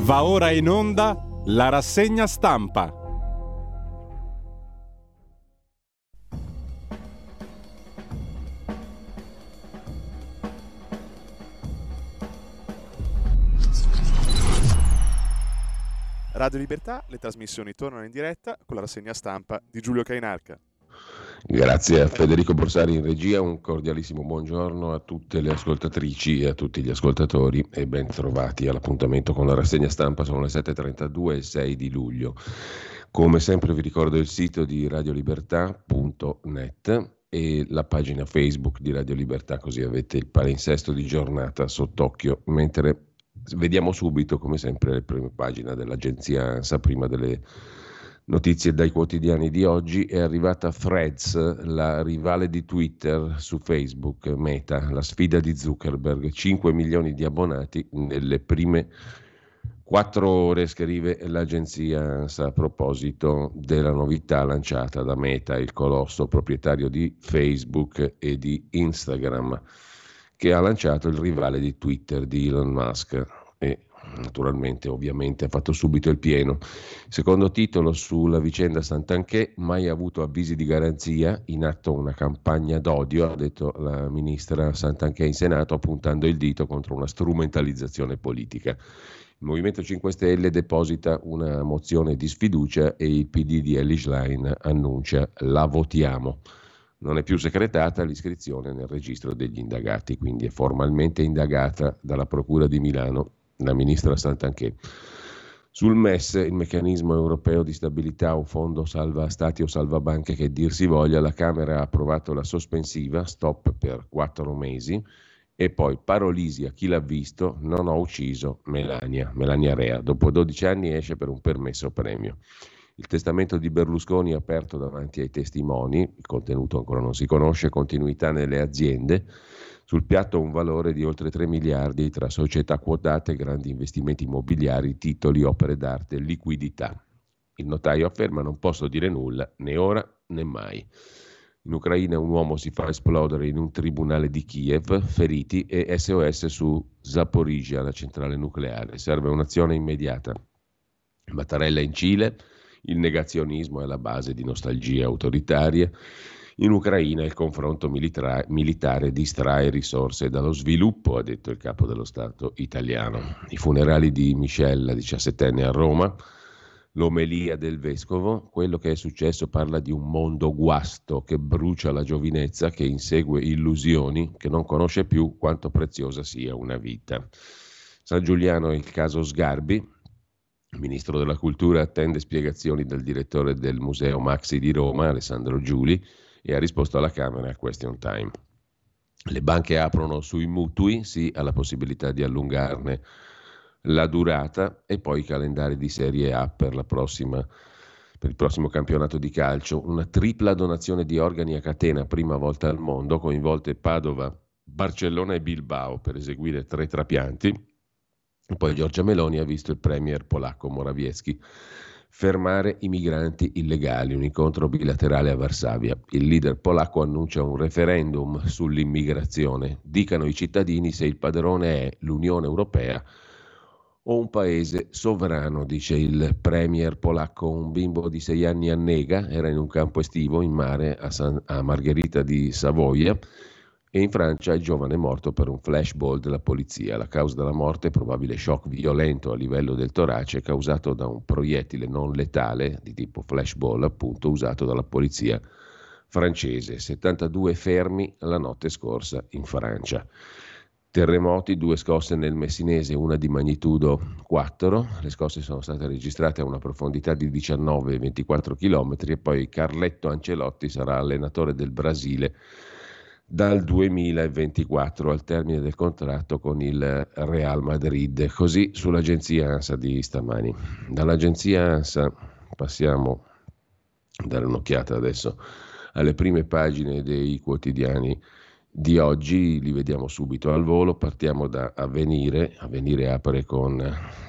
Va ora in onda la rassegna stampa. Radio Libertà, le trasmissioni tornano in diretta con la rassegna stampa di Giulio Cainarca. Grazie a Federico Borsari in regia, un cordialissimo buongiorno a tutte le ascoltatrici e a tutti gli ascoltatori e ben trovati all'appuntamento con la rassegna stampa. Sono le 7.32 e 6 di luglio. Come sempre vi ricordo il sito di radiolibertà.net e la pagina Facebook di Radio Libertà, così avete il palinsesto di giornata sott'occhio, mentre vediamo subito come sempre le prime pagine dell'agenzia ANSA prima delle notizie dai quotidiani di oggi. È arrivata Threads, la rivale di Twitter su Facebook, Meta, la sfida di Zuckerberg, 5 milioni di abbonati nelle prime 4 ore, scrive l'agenzia ANSA a proposito della novità lanciata da Meta, il colosso proprietario di Facebook e di Instagram, che ha lanciato il rivale di Twitter di Elon Musk e naturalmente ovviamente ha fatto subito il pieno. Secondo titolo sulla vicenda Santanchè: mai avuto avvisi di garanzia, in atto una campagna d'odio, ha detto la ministra Santanchè in Senato, puntando il dito contro una strumentalizzazione politica. Il Movimento 5 Stelle deposita una mozione di sfiducia e il PD di Elly Schlein annuncia la votiamo. Non è più secretata l'iscrizione nel registro degli indagati, quindi è formalmente indagata dalla Procura di Milano la ministra Santanchè. Sul MES, il meccanismo europeo di stabilità, un fondo salva stati o salva banche che dir si voglia, la Camera ha approvato la sospensiva, stop per 4 mesi, e poi parolisi a chi l'ha visto, non ho ucciso Melania Rea, dopo 12 anni esce per un permesso premio. Il testamento di Berlusconi aperto davanti ai testimoni, il contenuto ancora non si conosce, continuità nelle aziende, sul piatto un valore di oltre 3 miliardi tra società quotate, grandi investimenti immobiliari, titoli, opere d'arte, liquidità. Il notaio afferma: non posso dire nulla, né ora né mai. In Ucraina un uomo si fa esplodere in un tribunale di Kiev, feriti, e SOS su Zaporizhzhia, la centrale nucleare. Serve un'azione immediata. Mattarella in Cile: il negazionismo è la base di nostalgie autoritarie. In Ucraina il confronto militare distrae risorse dallo sviluppo, ha detto il capo dello Stato italiano. I funerali di Michelle, 17enne a Roma, l'omelia del vescovo: quello che è successo parla di un mondo guasto che brucia la giovinezza, che insegue illusioni, che non conosce più quanto preziosa sia una vita. San Giuliano è il caso Sgarbi. Il ministro della Cultura attende spiegazioni dal direttore del Museo Maxi di Roma, Alessandro Giuli, e ha risposto alla Camera a question time. Le banche aprono sui mutui, sì alla possibilità di allungarne la durata, e poi i calendari di Serie A per il prossimo campionato di calcio. Una tripla donazione di organi a catena, prima volta al mondo, coinvolte Padova, Barcellona e Bilbao per eseguire 3 trapianti. E poi Giorgia Meloni ha visto il premier polacco Morawiecki fermare i migranti illegali, un incontro bilaterale a Varsavia. Il leader polacco annuncia un referendum sull'immigrazione. Dicano i cittadini se il padrone è l'Unione Europea o un paese sovrano, dice il premier polacco. Un bimbo di 6 anni annega, era in un campo estivo in mare a Margherita di Savoia, e in Francia il giovane è morto per un flashball della polizia. La causa della morte è probabile shock violento a livello del torace causato da un proiettile non letale di tipo flashball, appunto, usato dalla polizia francese. 72 fermi la notte scorsa in Francia. Terremoti, 2 scosse nel Messinese, una di magnitudo 4. Le scosse sono state registrate a una profondità di 19-24 km e poi Carletto Ancelotti sarà allenatore del Brasile dal 2024, al termine del contratto con il Real Madrid. Così sull'agenzia ANSA di stamani. Dall'agenzia ANSA passiamo a dare un'occhiata adesso alle prime pagine dei quotidiani di oggi. Li vediamo subito al volo. Partiamo da Avvenire. Avvenire apre con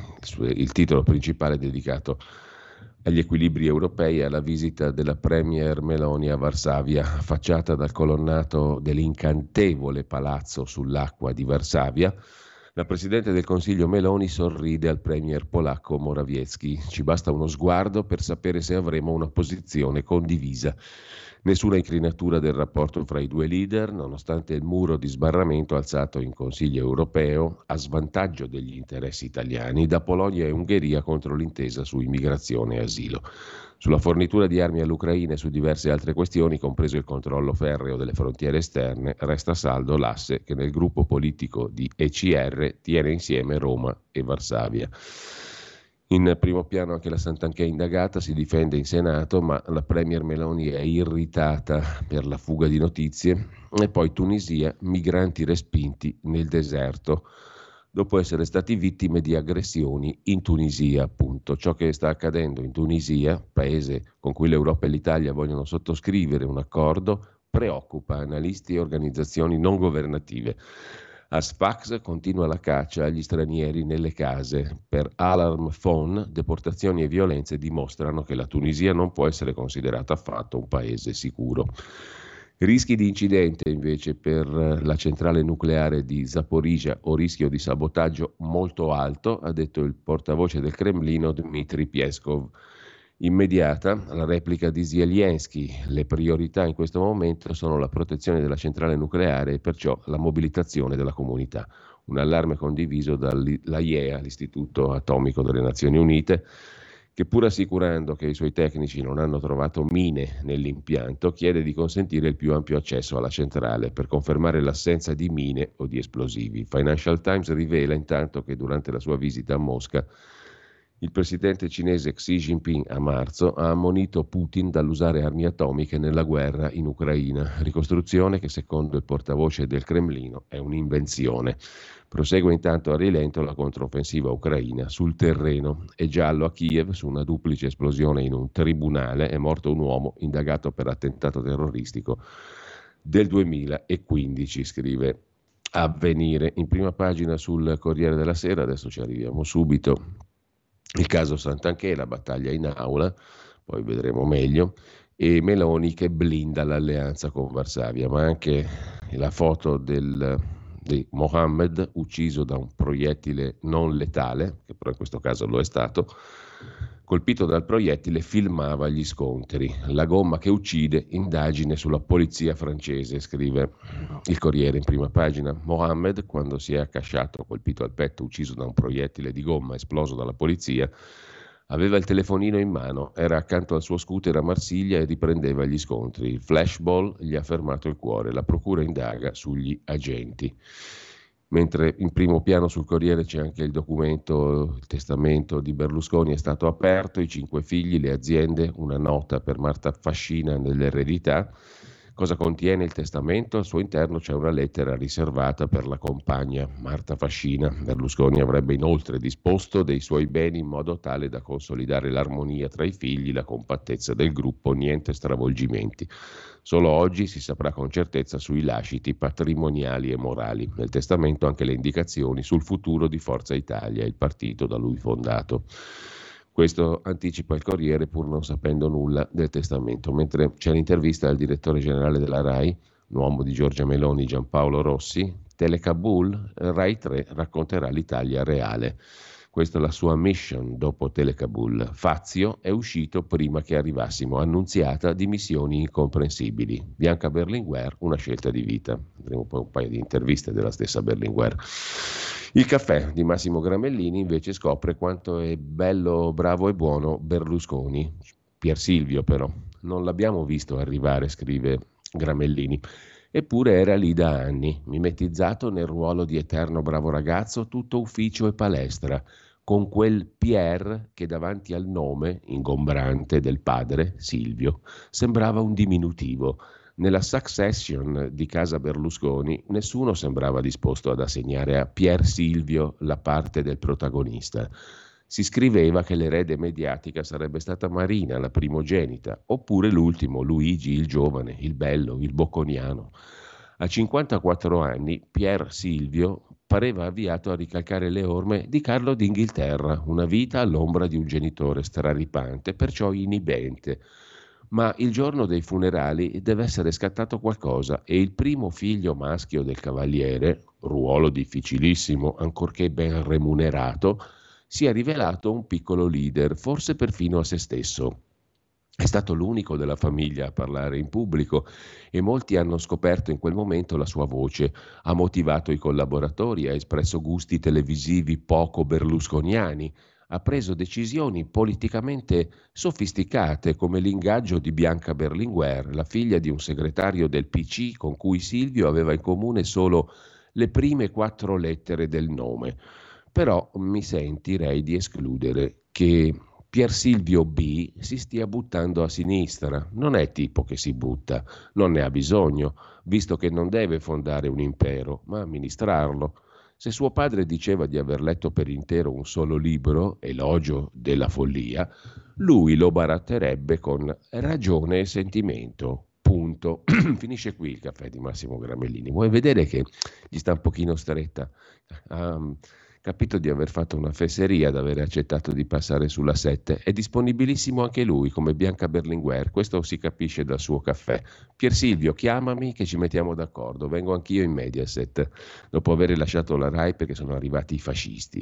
il titolo principale dedicato agli equilibri europei, alla visita della premier Meloni a Varsavia, affacciata dal colonnato dell'incantevole palazzo sull'acqua di Varsavia. La Presidente del Consiglio Meloni sorride al premier polacco Morawiecki. Ci basta uno sguardo per sapere se avremo una posizione condivisa. Nessuna incrinatura del rapporto fra i due leader, nonostante il muro di sbarramento alzato in Consiglio europeo a svantaggio degli interessi italiani da Polonia e Ungheria contro l'intesa su immigrazione e asilo. Sulla fornitura di armi all'Ucraina e su diverse altre questioni, compreso il controllo ferreo delle frontiere esterne, resta saldo l'asse che nel gruppo politico di ECR tiene insieme Roma e Varsavia. In primo piano anche la Santanchè indagata, si difende in Senato, ma la premier Meloni è irritata per la fuga di notizie. E poi Tunisia, migranti respinti nel deserto, dopo essere stati vittime di aggressioni in Tunisia, appunto. Ciò che sta accadendo in Tunisia, paese con cui l'Europa e l'Italia vogliono sottoscrivere un accordo, preoccupa analisti e organizzazioni non governative. A Sfax continua la caccia agli stranieri nelle case. Per Alarm Phone, deportazioni e violenze dimostrano che la Tunisia non può essere considerata affatto un paese sicuro. Rischi di incidente invece per la centrale nucleare di Zaporizhzhia o rischio di sabotaggio molto alto, ha detto il portavoce del Cremlino Dmitry Peskov. Immediata la replica di Zelensky. Le priorità in questo momento sono la protezione della centrale nucleare e perciò la mobilitazione della comunità. Un allarme condiviso dall'AIEA, l'Istituto Atomico delle Nazioni Unite, che pur assicurando che i suoi tecnici non hanno trovato mine nell'impianto, chiede di consentire il più ampio accesso alla centrale per confermare l'assenza di mine o di esplosivi. Financial Times rivela intanto che durante la sua visita a Mosca il presidente cinese Xi Jinping a marzo ha ammonito Putin dall'usare armi atomiche nella guerra in Ucraina, ricostruzione che secondo il portavoce del Cremlino è un'invenzione. Prosegue intanto a rilento la controffensiva ucraina sul terreno. È giallo a Kiev su una duplice esplosione in un tribunale, è morto un uomo indagato per attentato terroristico del 2015, scrive Avvenire. In prima pagina sul Corriere della Sera, adesso ci arriviamo subito, il caso Santanchè, la battaglia in aula, poi vedremo meglio, e Meloni che blinda l'alleanza con Varsavia, ma anche la foto di Mohammed ucciso da un proiettile non letale, che però in questo caso lo è stato, colpito dal proiettile, filmava gli scontri. La gomma che uccide, indagine sulla polizia francese, scrive il Corriere in prima pagina. Mohammed, quando si è accasciato, colpito al petto, ucciso da un proiettile di gomma esploso dalla polizia, aveva il telefonino in mano, era accanto al suo scooter a Marsiglia e riprendeva gli scontri. Il flashball gli ha fermato il cuore, la procura indaga sugli agenti. Mentre in primo piano sul Corriere c'è anche il documento, il testamento di Berlusconi è stato aperto, i 5 figli, le aziende, una nota per Marta Fascina nell'eredità. Cosa contiene il testamento? Al suo interno c'è una lettera riservata per la compagna Marta Fascina. Berlusconi avrebbe inoltre disposto dei suoi beni in modo tale da consolidare l'armonia tra i figli, la compattezza del gruppo, niente stravolgimenti. Solo oggi si saprà con certezza sui lasciti patrimoniali e morali. Nel testamento anche le indicazioni sul futuro di Forza Italia, il partito da lui fondato. Questo anticipa il Corriere pur non sapendo nulla del testamento, mentre c'è l'intervista al direttore generale della RAI, un uomo di Giorgia Meloni, Giampaolo Rossi. Telekabul, RAI 3 racconterà l'Italia reale. Questa è la sua mission dopo Telekabul. Fazio è uscito prima che arrivassimo, annunziata dimissioni incomprensibili. Bianca Berlinguer, una scelta di vita. Vedremo poi un paio di interviste della stessa Berlinguer. Il caffè di Massimo Gramellini invece scopre quanto è bello, bravo e buono Berlusconi. Pier Silvio però, non l'abbiamo visto arrivare, scrive Gramellini. Eppure era lì da anni, mimetizzato nel ruolo di eterno bravo ragazzo, tutto ufficio e palestra, con quel Pier che davanti al nome ingombrante del padre, Silvio, sembrava un diminutivo. Nella Succession di casa Berlusconi nessuno sembrava disposto ad assegnare a Pier Silvio la parte del protagonista. Si scriveva che l'erede mediatica sarebbe stata Marina, la primogenita, oppure l'ultimo, Luigi, il giovane, il bello, il bocconiano. A 54 anni Pier Silvio pareva avviato a ricalcare le orme di Carlo d'Inghilterra, una vita all'ombra di un genitore straripante, perciò inibente. Ma il giorno dei funerali deve essere scattato qualcosa e il primo figlio maschio del cavaliere, ruolo difficilissimo ancorché ben remunerato, si è rivelato un piccolo leader, forse perfino a se stesso. È stato l'unico della famiglia a parlare in pubblico e molti hanno scoperto in quel momento la sua voce. Ha motivato i collaboratori, ha espresso gusti televisivi poco berlusconiani, ha preso decisioni politicamente sofisticate come l'ingaggio di Bianca Berlinguer, la figlia di un segretario del PC con cui Silvio aveva in comune solo le prime 4 lettere del nome. Però mi sentirei di escludere che Pier Silvio B si stia buttando a sinistra. Non è tipo che si butta, non ne ha bisogno, visto che non deve fondare un impero, ma amministrarlo. Se suo padre diceva di aver letto per intero un solo libro, Elogio della follia, lui lo baratterebbe con ragione e sentimento. Punto. Finisce qui il caffè di Massimo Gramellini. Vuoi vedere che gli sta un pochino stretta? Ha capito di aver fatto una fesseria ad aver accettato di passare sulla 7. È disponibilissimo anche lui, come Bianca Berlinguer. Questo si capisce dal suo caffè. Pier Silvio, chiamami che ci mettiamo d'accordo. Vengo anch'io in Mediaset, dopo aver lasciato la Rai perché sono arrivati i fascisti.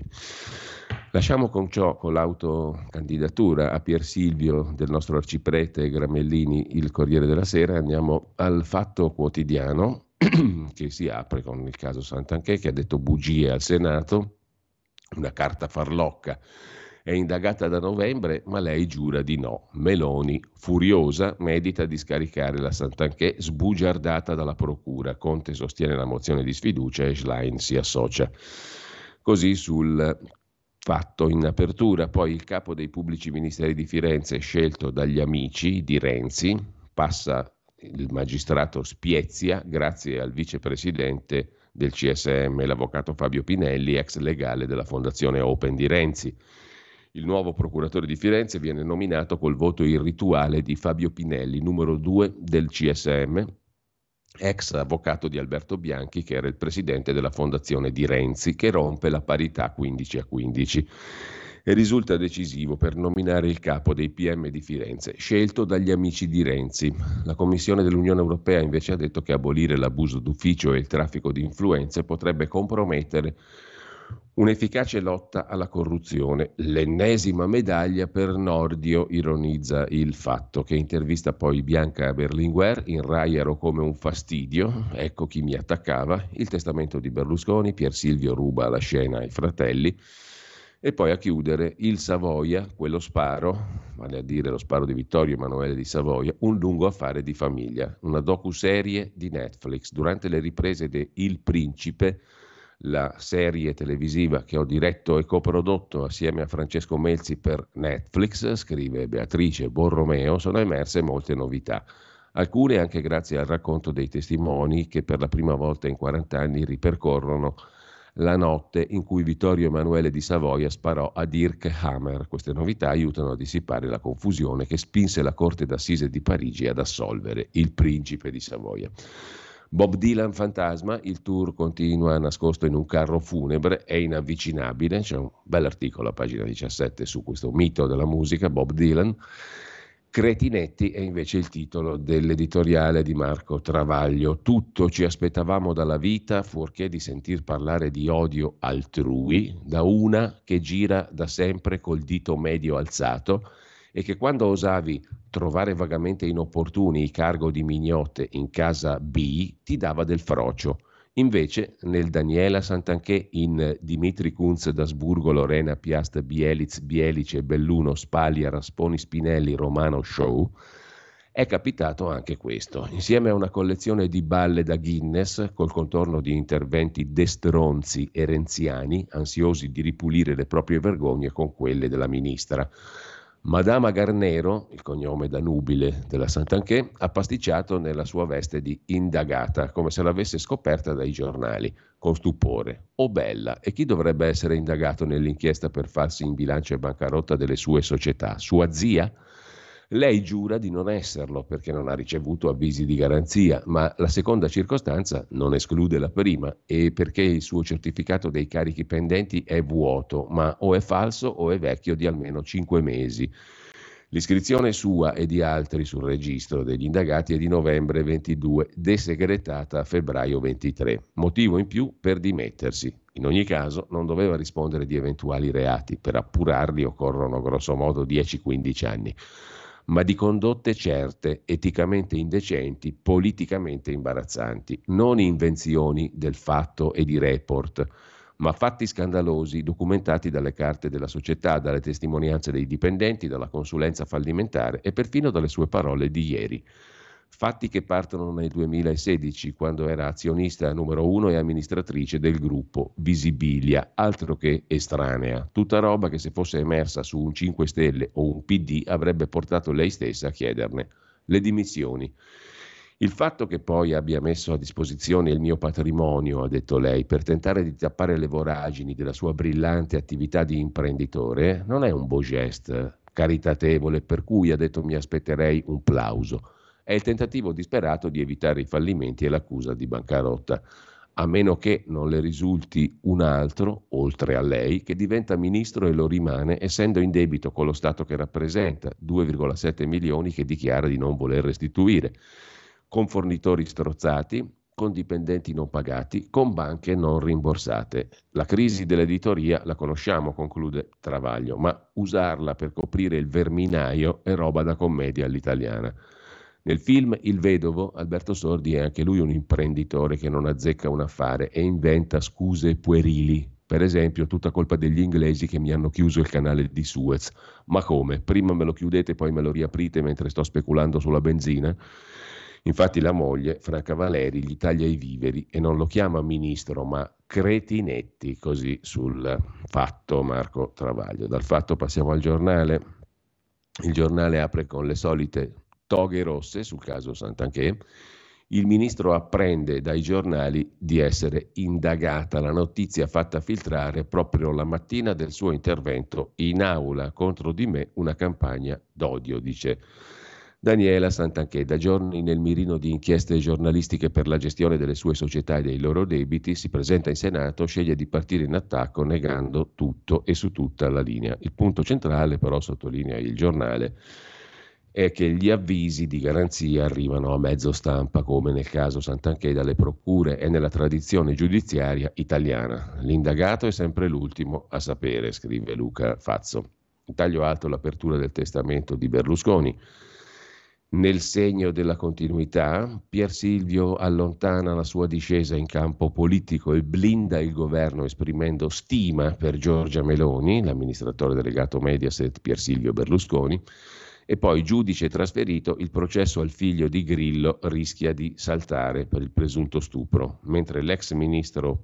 Lasciamo con ciò, con l'autocandidatura a Pier Silvio del nostro arciprete Gramellini, il Corriere della Sera. Andiamo al Fatto Quotidiano, che si apre con il caso Santanchè, che ha detto bugie al Senato. Una carta farlocca, è indagata da novembre, ma lei giura di no. Meloni, furiosa, medita di scaricare la Santanchè, sbugiardata dalla procura. Conte sostiene la mozione di sfiducia e Schlein si associa. Così sul Fatto in apertura. Poi il capo dei pubblici ministeri di Firenze, scelto dagli amici di Renzi, passa il magistrato Spiezia grazie al vicepresidente del CSM, l'avvocato Fabio Pinelli, ex legale della Fondazione Open di Renzi. Il nuovo procuratore di Firenze viene nominato col voto irrituale di Fabio Pinelli, numero 2 del CSM, ex avvocato di Alberto Bianchi, che era il presidente della Fondazione di Renzi, che rompe la parità 15-15 e risulta decisivo per nominare il capo dei PM di Firenze, scelto dagli amici di Renzi. La Commissione dell'Unione Europea invece ha detto che abolire l'abuso d'ufficio e il traffico di influenze potrebbe compromettere un'efficace lotta alla corruzione. L'ennesima medaglia per Nordio, ironizza il Fatto, che intervista poi Bianca Berlinguer. In Rai ero come un fastidio, ecco chi mi attaccava, il testamento di Berlusconi, Pier Silvio ruba la scena ai fratelli. E poi a chiudere il Savoia, quello sparo, vale a dire lo sparo di Vittorio Emanuele di Savoia, un lungo affare di famiglia, una docuserie di Netflix. Durante le riprese di Il Principe, la serie televisiva che ho diretto e coprodotto assieme a Francesco Melzi per Netflix, scrive Beatrice Borromeo, sono emerse molte novità. Alcune anche grazie al racconto dei testimoni che per la prima volta in 40 anni ripercorrono la notte in cui Vittorio Emanuele di Savoia sparò a Dirk Hammer. Queste novità aiutano a dissipare la confusione che spinse la Corte d'Assise di Parigi ad assolvere il principe di Savoia. Bob Dylan fantasma, il tour continua nascosto in un carro funebre, è inavvicinabile, c'è un bell'articolo a pagina 17 su questo mito della musica, Bob Dylan. Cretinetti è invece il titolo dell'editoriale di Marco Travaglio. Tutto ci aspettavamo dalla vita, fuorché di sentir parlare di odio altrui, da una che gira da sempre col dito medio alzato e che quando osavi trovare vagamente inopportuni i cargo di mignotte in casa B ti dava del frocio. Invece nel Daniela Santanchè, in Dimitri Kunz d'Asburgo, Lorena Piast, Bielitz, Bielice, Belluno, Spalia, Rasponi, Spinelli, Romano Show, è capitato anche questo, insieme a una collezione di balle da Guinness col contorno di interventi destronzi e renziani, ansiosi di ripulire le proprie vergogne con quelle della ministra. Madama Garnero, il cognome da nubile della Santanchè, ha pasticciato nella sua veste di indagata, come se l'avesse scoperta dai giornali, con stupore. Oh bella, e chi dovrebbe essere indagato nell'inchiesta per falsi in bilancio e bancarotta delle sue società? Sua zia? Lei giura di non esserlo perché non ha ricevuto avvisi di garanzia, ma la seconda circostanza non esclude la prima e perché il suo certificato dei carichi pendenti è vuoto, ma o è falso o è vecchio di almeno 5 mesi. L'iscrizione sua e di altri sul registro degli indagati è di novembre 22, desegretata a febbraio 23. Motivo in più per dimettersi. In ogni caso non doveva rispondere di eventuali reati. Per appurarli occorrono grossomodo 10-15 anni. Ma di condotte certe, eticamente indecenti, politicamente imbarazzanti. Non invenzioni del fatto e di report, ma fatti scandalosi documentati dalle carte della società, dalle testimonianze dei dipendenti, dalla consulenza fallimentare e perfino dalle sue parole di ieri. Fatti che partono nel 2016, quando era azionista numero 1 e amministratrice del gruppo Visibilia, altro che estranea. Tutta roba che se fosse emersa su un 5 Stelle o un PD avrebbe portato lei stessa a chiederne le dimissioni. Il fatto che poi abbia messo a disposizione il mio patrimonio, ha detto lei, per tentare di tappare le voragini della sua brillante attività di imprenditore, non è un beau geste caritatevole per cui, ha detto, mi aspetterei un plauso. È il tentativo disperato di evitare i fallimenti e l'accusa di bancarotta, a meno che non le risulti un altro, oltre a lei, che diventa ministro e lo rimane, essendo in debito con lo Stato che rappresenta, 2,7 milioni che dichiara di non voler restituire, con fornitori strozzati, con dipendenti non pagati, con banche non rimborsate. La crisi dell'editoria la conosciamo, conclude Travaglio, ma usarla per coprire il verminaio è roba da commedia all'italiana. Nel film Il Vedovo, Alberto Sordi è anche lui un imprenditore che non azzecca un affare e inventa scuse puerili. Per esempio, tutta colpa degli inglesi che mi hanno chiuso il canale di Suez. Ma come? Prima me lo chiudete, poi me lo riaprite mentre sto speculando sulla benzina? Infatti la moglie, Franca Valeri, gli taglia i viveri e non lo chiama ministro, ma Cretinetti, così sul Fatto Marco Travaglio. Dal Fatto passiamo al Giornale. Il Giornale apre con le solite toghe rosse sul caso Santanchè. Il ministro apprende dai giornali di essere indagata, la notizia fatta filtrare proprio la mattina del suo intervento in aula. Contro di me una campagna d'odio, dice Daniela Santanchè, da giorni nel mirino di inchieste giornalistiche per la gestione delle sue società e dei loro debiti, si presenta in Senato, sceglie di partire in attacco negando tutto e su tutta la linea. Il punto centrale, però, sottolinea il Giornale, è che gli avvisi di garanzia arrivano a mezzo stampa, come nel caso Santanchè, dalle procure e nella tradizione giudiziaria italiana. L'indagato è sempre l'ultimo a sapere, scrive Luca Fazzo. In taglio alto l'apertura del testamento di Berlusconi. Nel segno della continuità, Pier Silvio allontana la sua discesa in campo politico e blinda il governo esprimendo stima per Giorgia Meloni, l'amministratore delegato Mediaset Pier Silvio Berlusconi, e poi giudice trasferito, il processo al figlio di Grillo rischia di saltare per il presunto stupro, mentre l'ex ministro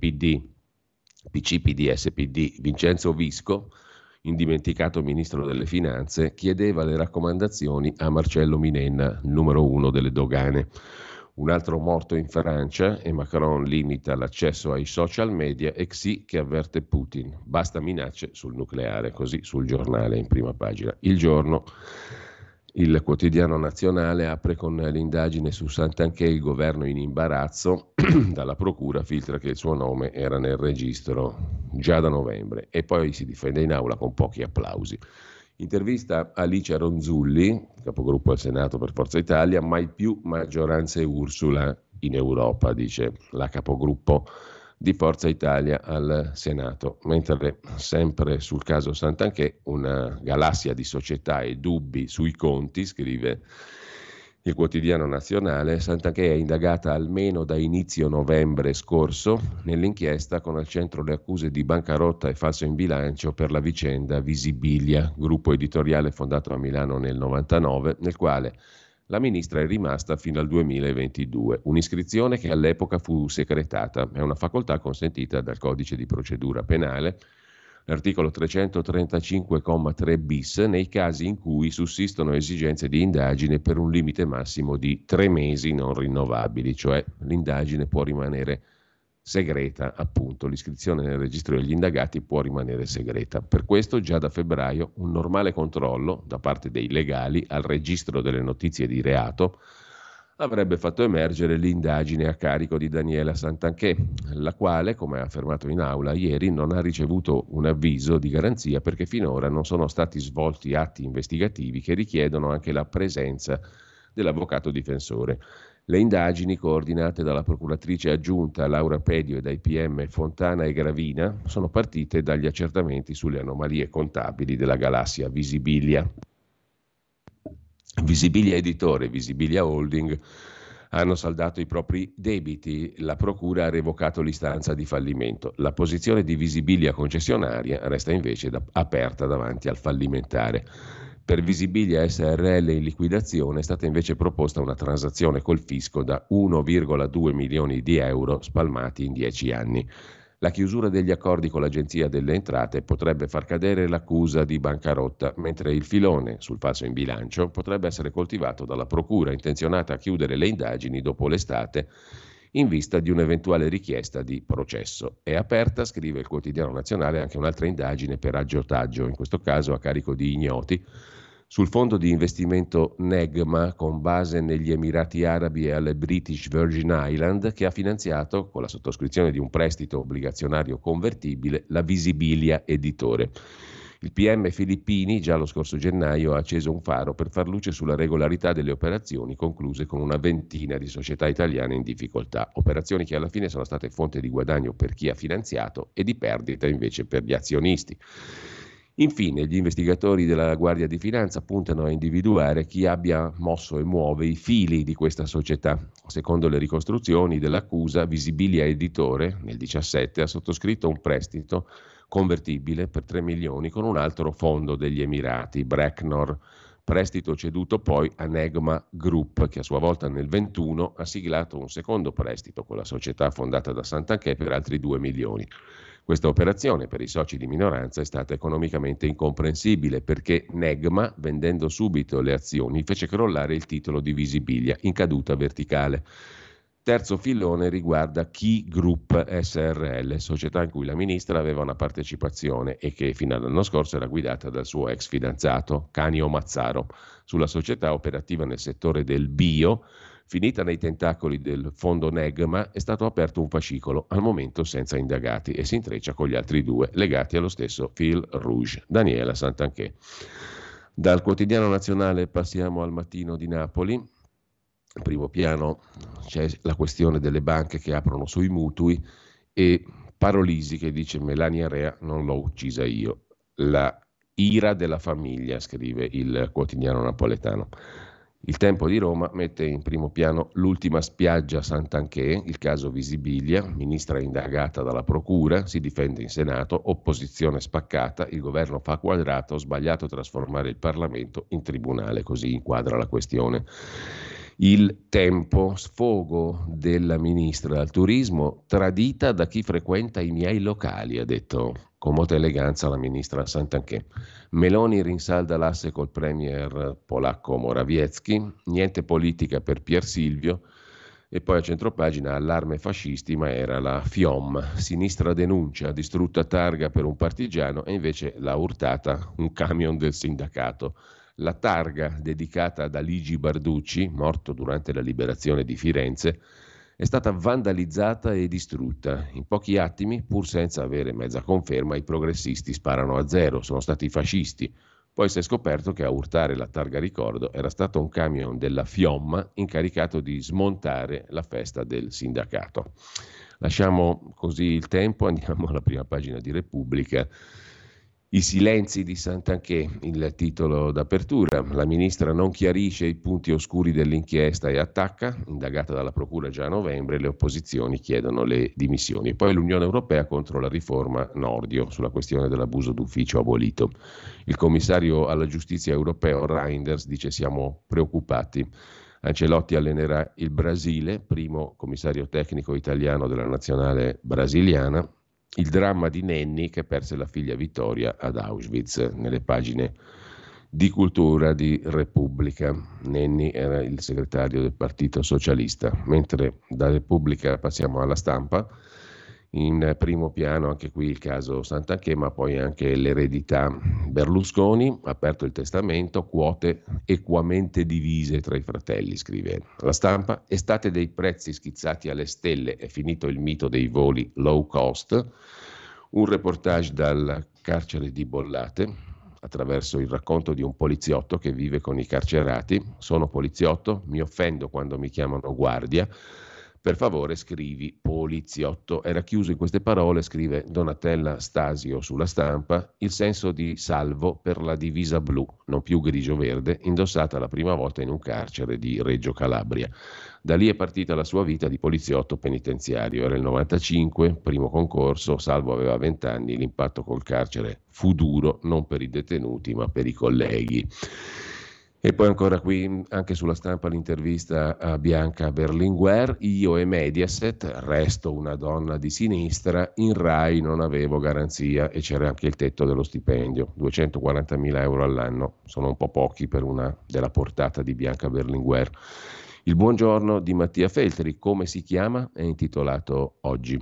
PC, PD, SPD Vincenzo Visco, indimenticato ministro delle finanze, chiedeva le raccomandazioni a Marcello Minenna, numero 1 delle dogane. Un altro morto in Francia e Macron limita l'accesso ai social media e Xi che avverte Putin. Basta minacce sul nucleare, così sul Giornale in prima pagina. Il Giorno, il quotidiano nazionale, apre con l'indagine su Santanchè, il governo in imbarazzo, dalla procura filtra che il suo nome era nel registro già da novembre e poi si difende in aula con pochi applausi. Intervista Alicia Ronzulli, capogruppo al Senato per Forza Italia, mai più maggioranze Ursula in Europa, dice la capogruppo di Forza Italia al Senato, mentre sempre sul caso Santanchè una galassia di società e dubbi sui conti, scrive il quotidiano nazionale. Santanchè è indagata almeno da inizio novembre scorso nell'inchiesta con al centro le accuse di bancarotta e falso in bilancio per la vicenda Visibilia, gruppo editoriale fondato a Milano nel 99, nel quale la ministra è rimasta fino al 2022, un'iscrizione che all'epoca fu secretata, è una facoltà consentita dal codice di procedura penale, l'articolo 335,3 bis, nei casi in cui sussistono esigenze di indagine per un limite massimo di 3 mesi non rinnovabili, cioè l'indagine può rimanere segreta, appunto, l'iscrizione nel registro degli indagati può rimanere segreta. Per questo già da febbraio un normale controllo da parte dei legali al registro delle notizie di reato avrebbe fatto emergere l'indagine a carico di Daniela Santanchè, la quale, come ha affermato in aula ieri, non ha ricevuto un avviso di garanzia perché finora non sono stati svolti atti investigativi che richiedono anche la presenza dell'avvocato difensore. Le indagini, coordinate dalla procuratrice aggiunta Laura Pedio e dai PM Fontana e Gravina, sono partite dagli accertamenti sulle anomalie contabili della galassia Visibilia. Visibilia Editore e Visibilia Holding hanno saldato i propri debiti, la procura ha revocato l'istanza di fallimento. La posizione di Visibilia concessionaria resta invece aperta davanti al fallimentare. Per Visibilia SRL in liquidazione è stata invece proposta una transazione col fisco da 1,2 milioni di euro spalmati in 10 anni. La chiusura degli accordi con l'Agenzia delle Entrate potrebbe far cadere l'accusa di bancarotta, mentre il filone sul falso in bilancio potrebbe essere coltivato dalla procura intenzionata a chiudere le indagini dopo l'estate in vista di un'eventuale richiesta di processo. È aperta, scrive il Quotidiano Nazionale, anche un'altra indagine per aggiotaggio, in questo caso a carico di ignoti, sul fondo di investimento Negma con base negli Emirati Arabi e alle British Virgin Island, che ha finanziato, con la sottoscrizione di un prestito obbligazionario convertibile, la Visibilia Editore. Il PM Filippini, già lo scorso gennaio, ha acceso un faro per far luce sulla regolarità delle operazioni concluse con una ventina di società italiane in difficoltà. Operazioni che alla fine sono state fonte di guadagno per chi ha finanziato e di perdita invece per gli azionisti. Infine, gli investigatori della Guardia di Finanza puntano a individuare chi abbia mosso e muove i fili di questa società. Secondo le ricostruzioni dell'accusa, Visibilia Editore nel 2017 ha sottoscritto un prestito convertibile per 3 milioni con un altro fondo degli Emirati, Bracknor, prestito ceduto poi a Negma Group, che a sua volta nel 2021 ha siglato un secondo prestito con la società fondata da Santanchè per altri 2 milioni. Questa operazione per i soci di minoranza è stata economicamente incomprensibile perché Negma, vendendo subito le azioni, fece crollare il titolo di Visibilia in caduta verticale. Terzo filone riguarda Key Group SRL, società in cui la ministra aveva una partecipazione e che fino all'anno scorso era guidata dal suo ex fidanzato Canio Mazzaro. Sulla società operativa nel settore del bio, finita nei tentacoli del fondo Negma, è stato aperto un fascicolo, al momento senza indagati, e si intreccia con gli altri due legati allo stesso fil rouge, Daniela Santanchè. Dal Quotidiano Nazionale passiamo al Mattino di Napoli. In primo piano c'è la questione delle banche che aprono sui mutui e Parolisi che dice Melania Rea non l'ho uccisa io. La ira della famiglia, scrive il Quotidiano napoletano. Il Tempo di Roma mette in primo piano l'ultima spiaggia Santanchè, il caso Visibilia, ministra indagata dalla procura, si difende in Senato, opposizione spaccata, il governo fa quadrato, sbagliato trasformare il Parlamento in tribunale, così inquadra la questione. Il Tempo, sfogo della ministra al turismo, tradita da chi frequenta i miei locali, ha detto con molta eleganza la ministra Santanchè. Meloni rinsalda l'asse col premier polacco Morawiecki, niente politica per Pier Silvio, e poi a centropagina allarme fascisti, ma era la FIOM, sinistra denuncia, distrutta targa per un partigiano e invece l'ha urtata un camion del sindacato. La targa dedicata ad Aligi Barducci, morto durante la liberazione di Firenze, è stata vandalizzata e distrutta. In pochi attimi, pur senza avere mezza conferma, i progressisti sparano a zero, sono stati i fascisti. Poi si è scoperto che a urtare la targa ricordo era stato un camion della FIOM incaricato di smontare la festa del sindacato. Lasciamo così il Tempo, andiamo alla prima pagina di Repubblica. I silenzi di Santanchè, il titolo d'apertura. La ministra non chiarisce i punti oscuri dell'inchiesta e attacca, indagata dalla procura già a novembre, le opposizioni chiedono le dimissioni. Poi l'Unione Europea contro la riforma Nordio sulla questione dell'abuso d'ufficio abolito. Il commissario alla giustizia europeo Reinders dice siamo preoccupati. Ancelotti allenerà il Brasile, primo commissario tecnico italiano della nazionale brasiliana. Il dramma di Nenni che perse la figlia Vittoria ad Auschwitz, nelle pagine di cultura di Repubblica. Nenni era il segretario del Partito Socialista. Mentre da Repubblica passiamo alla Stampa, In primo piano anche qui il caso Santanchè, ma poi anche l'eredità Berlusconi, aperto il testamento, quote equamente divise tra i fratelli, scrive La Stampa, estate dei prezzi schizzati alle stelle, è finito il mito dei voli low cost, un reportage dal carcere di Bollate, attraverso il racconto di un poliziotto che vive con i carcerati. Sono poliziotto, mi offendo quando mi chiamano guardia. Per favore scrivi poliziotto. Era chiuso in queste parole, scrive Donatella Stasio sulla Stampa, il senso di salvo per la divisa blu, non più grigio-verde, indossata la prima volta in un carcere di Reggio Calabria. Da lì è partita la sua vita di poliziotto penitenziario. Era il 95, primo concorso, Salvo aveva 20 anni, l'impatto col carcere fu duro, non per i detenuti ma per i colleghi. E poi ancora qui, anche sulla Stampa, l'intervista a Bianca Berlinguer, io e Mediaset, resto una donna di sinistra, in Rai non avevo garanzia e c'era anche il tetto dello stipendio, 240.000 euro all'anno, sono un po' pochi per una della portata di Bianca Berlinguer. Il buongiorno di Mattia Feltri, come si chiama? È intitolato oggi.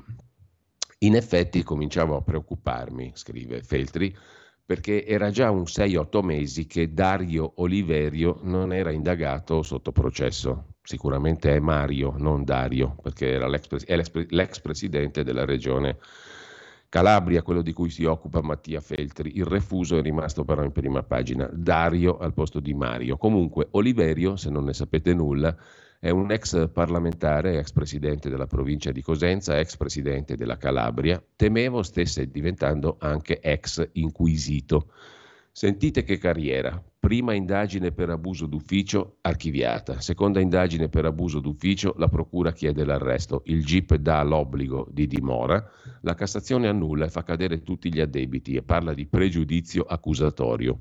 In effetti cominciavo a preoccuparmi, scrive Feltri, perché era già un 6-8 mesi che Dario Oliverio non era indagato sotto processo. Sicuramente è Mario, non Dario, perché era l'ex presidente della regione Calabria, quello di cui si occupa Mattia Feltri. Il refuso è rimasto però in prima pagina. Dario al posto di Mario. Comunque Oliverio, se non ne sapete nulla, è un ex parlamentare, ex presidente della provincia di Cosenza, ex presidente della Calabria. Temevo stesse diventando anche ex inquisito. Sentite che carriera. Prima indagine per abuso d'ufficio archiviata. Seconda indagine per abuso d'ufficio, la procura chiede l'arresto. Il GIP dà l'obbligo di dimora. La Cassazione annulla e fa cadere tutti gli addebiti e parla di pregiudizio accusatorio.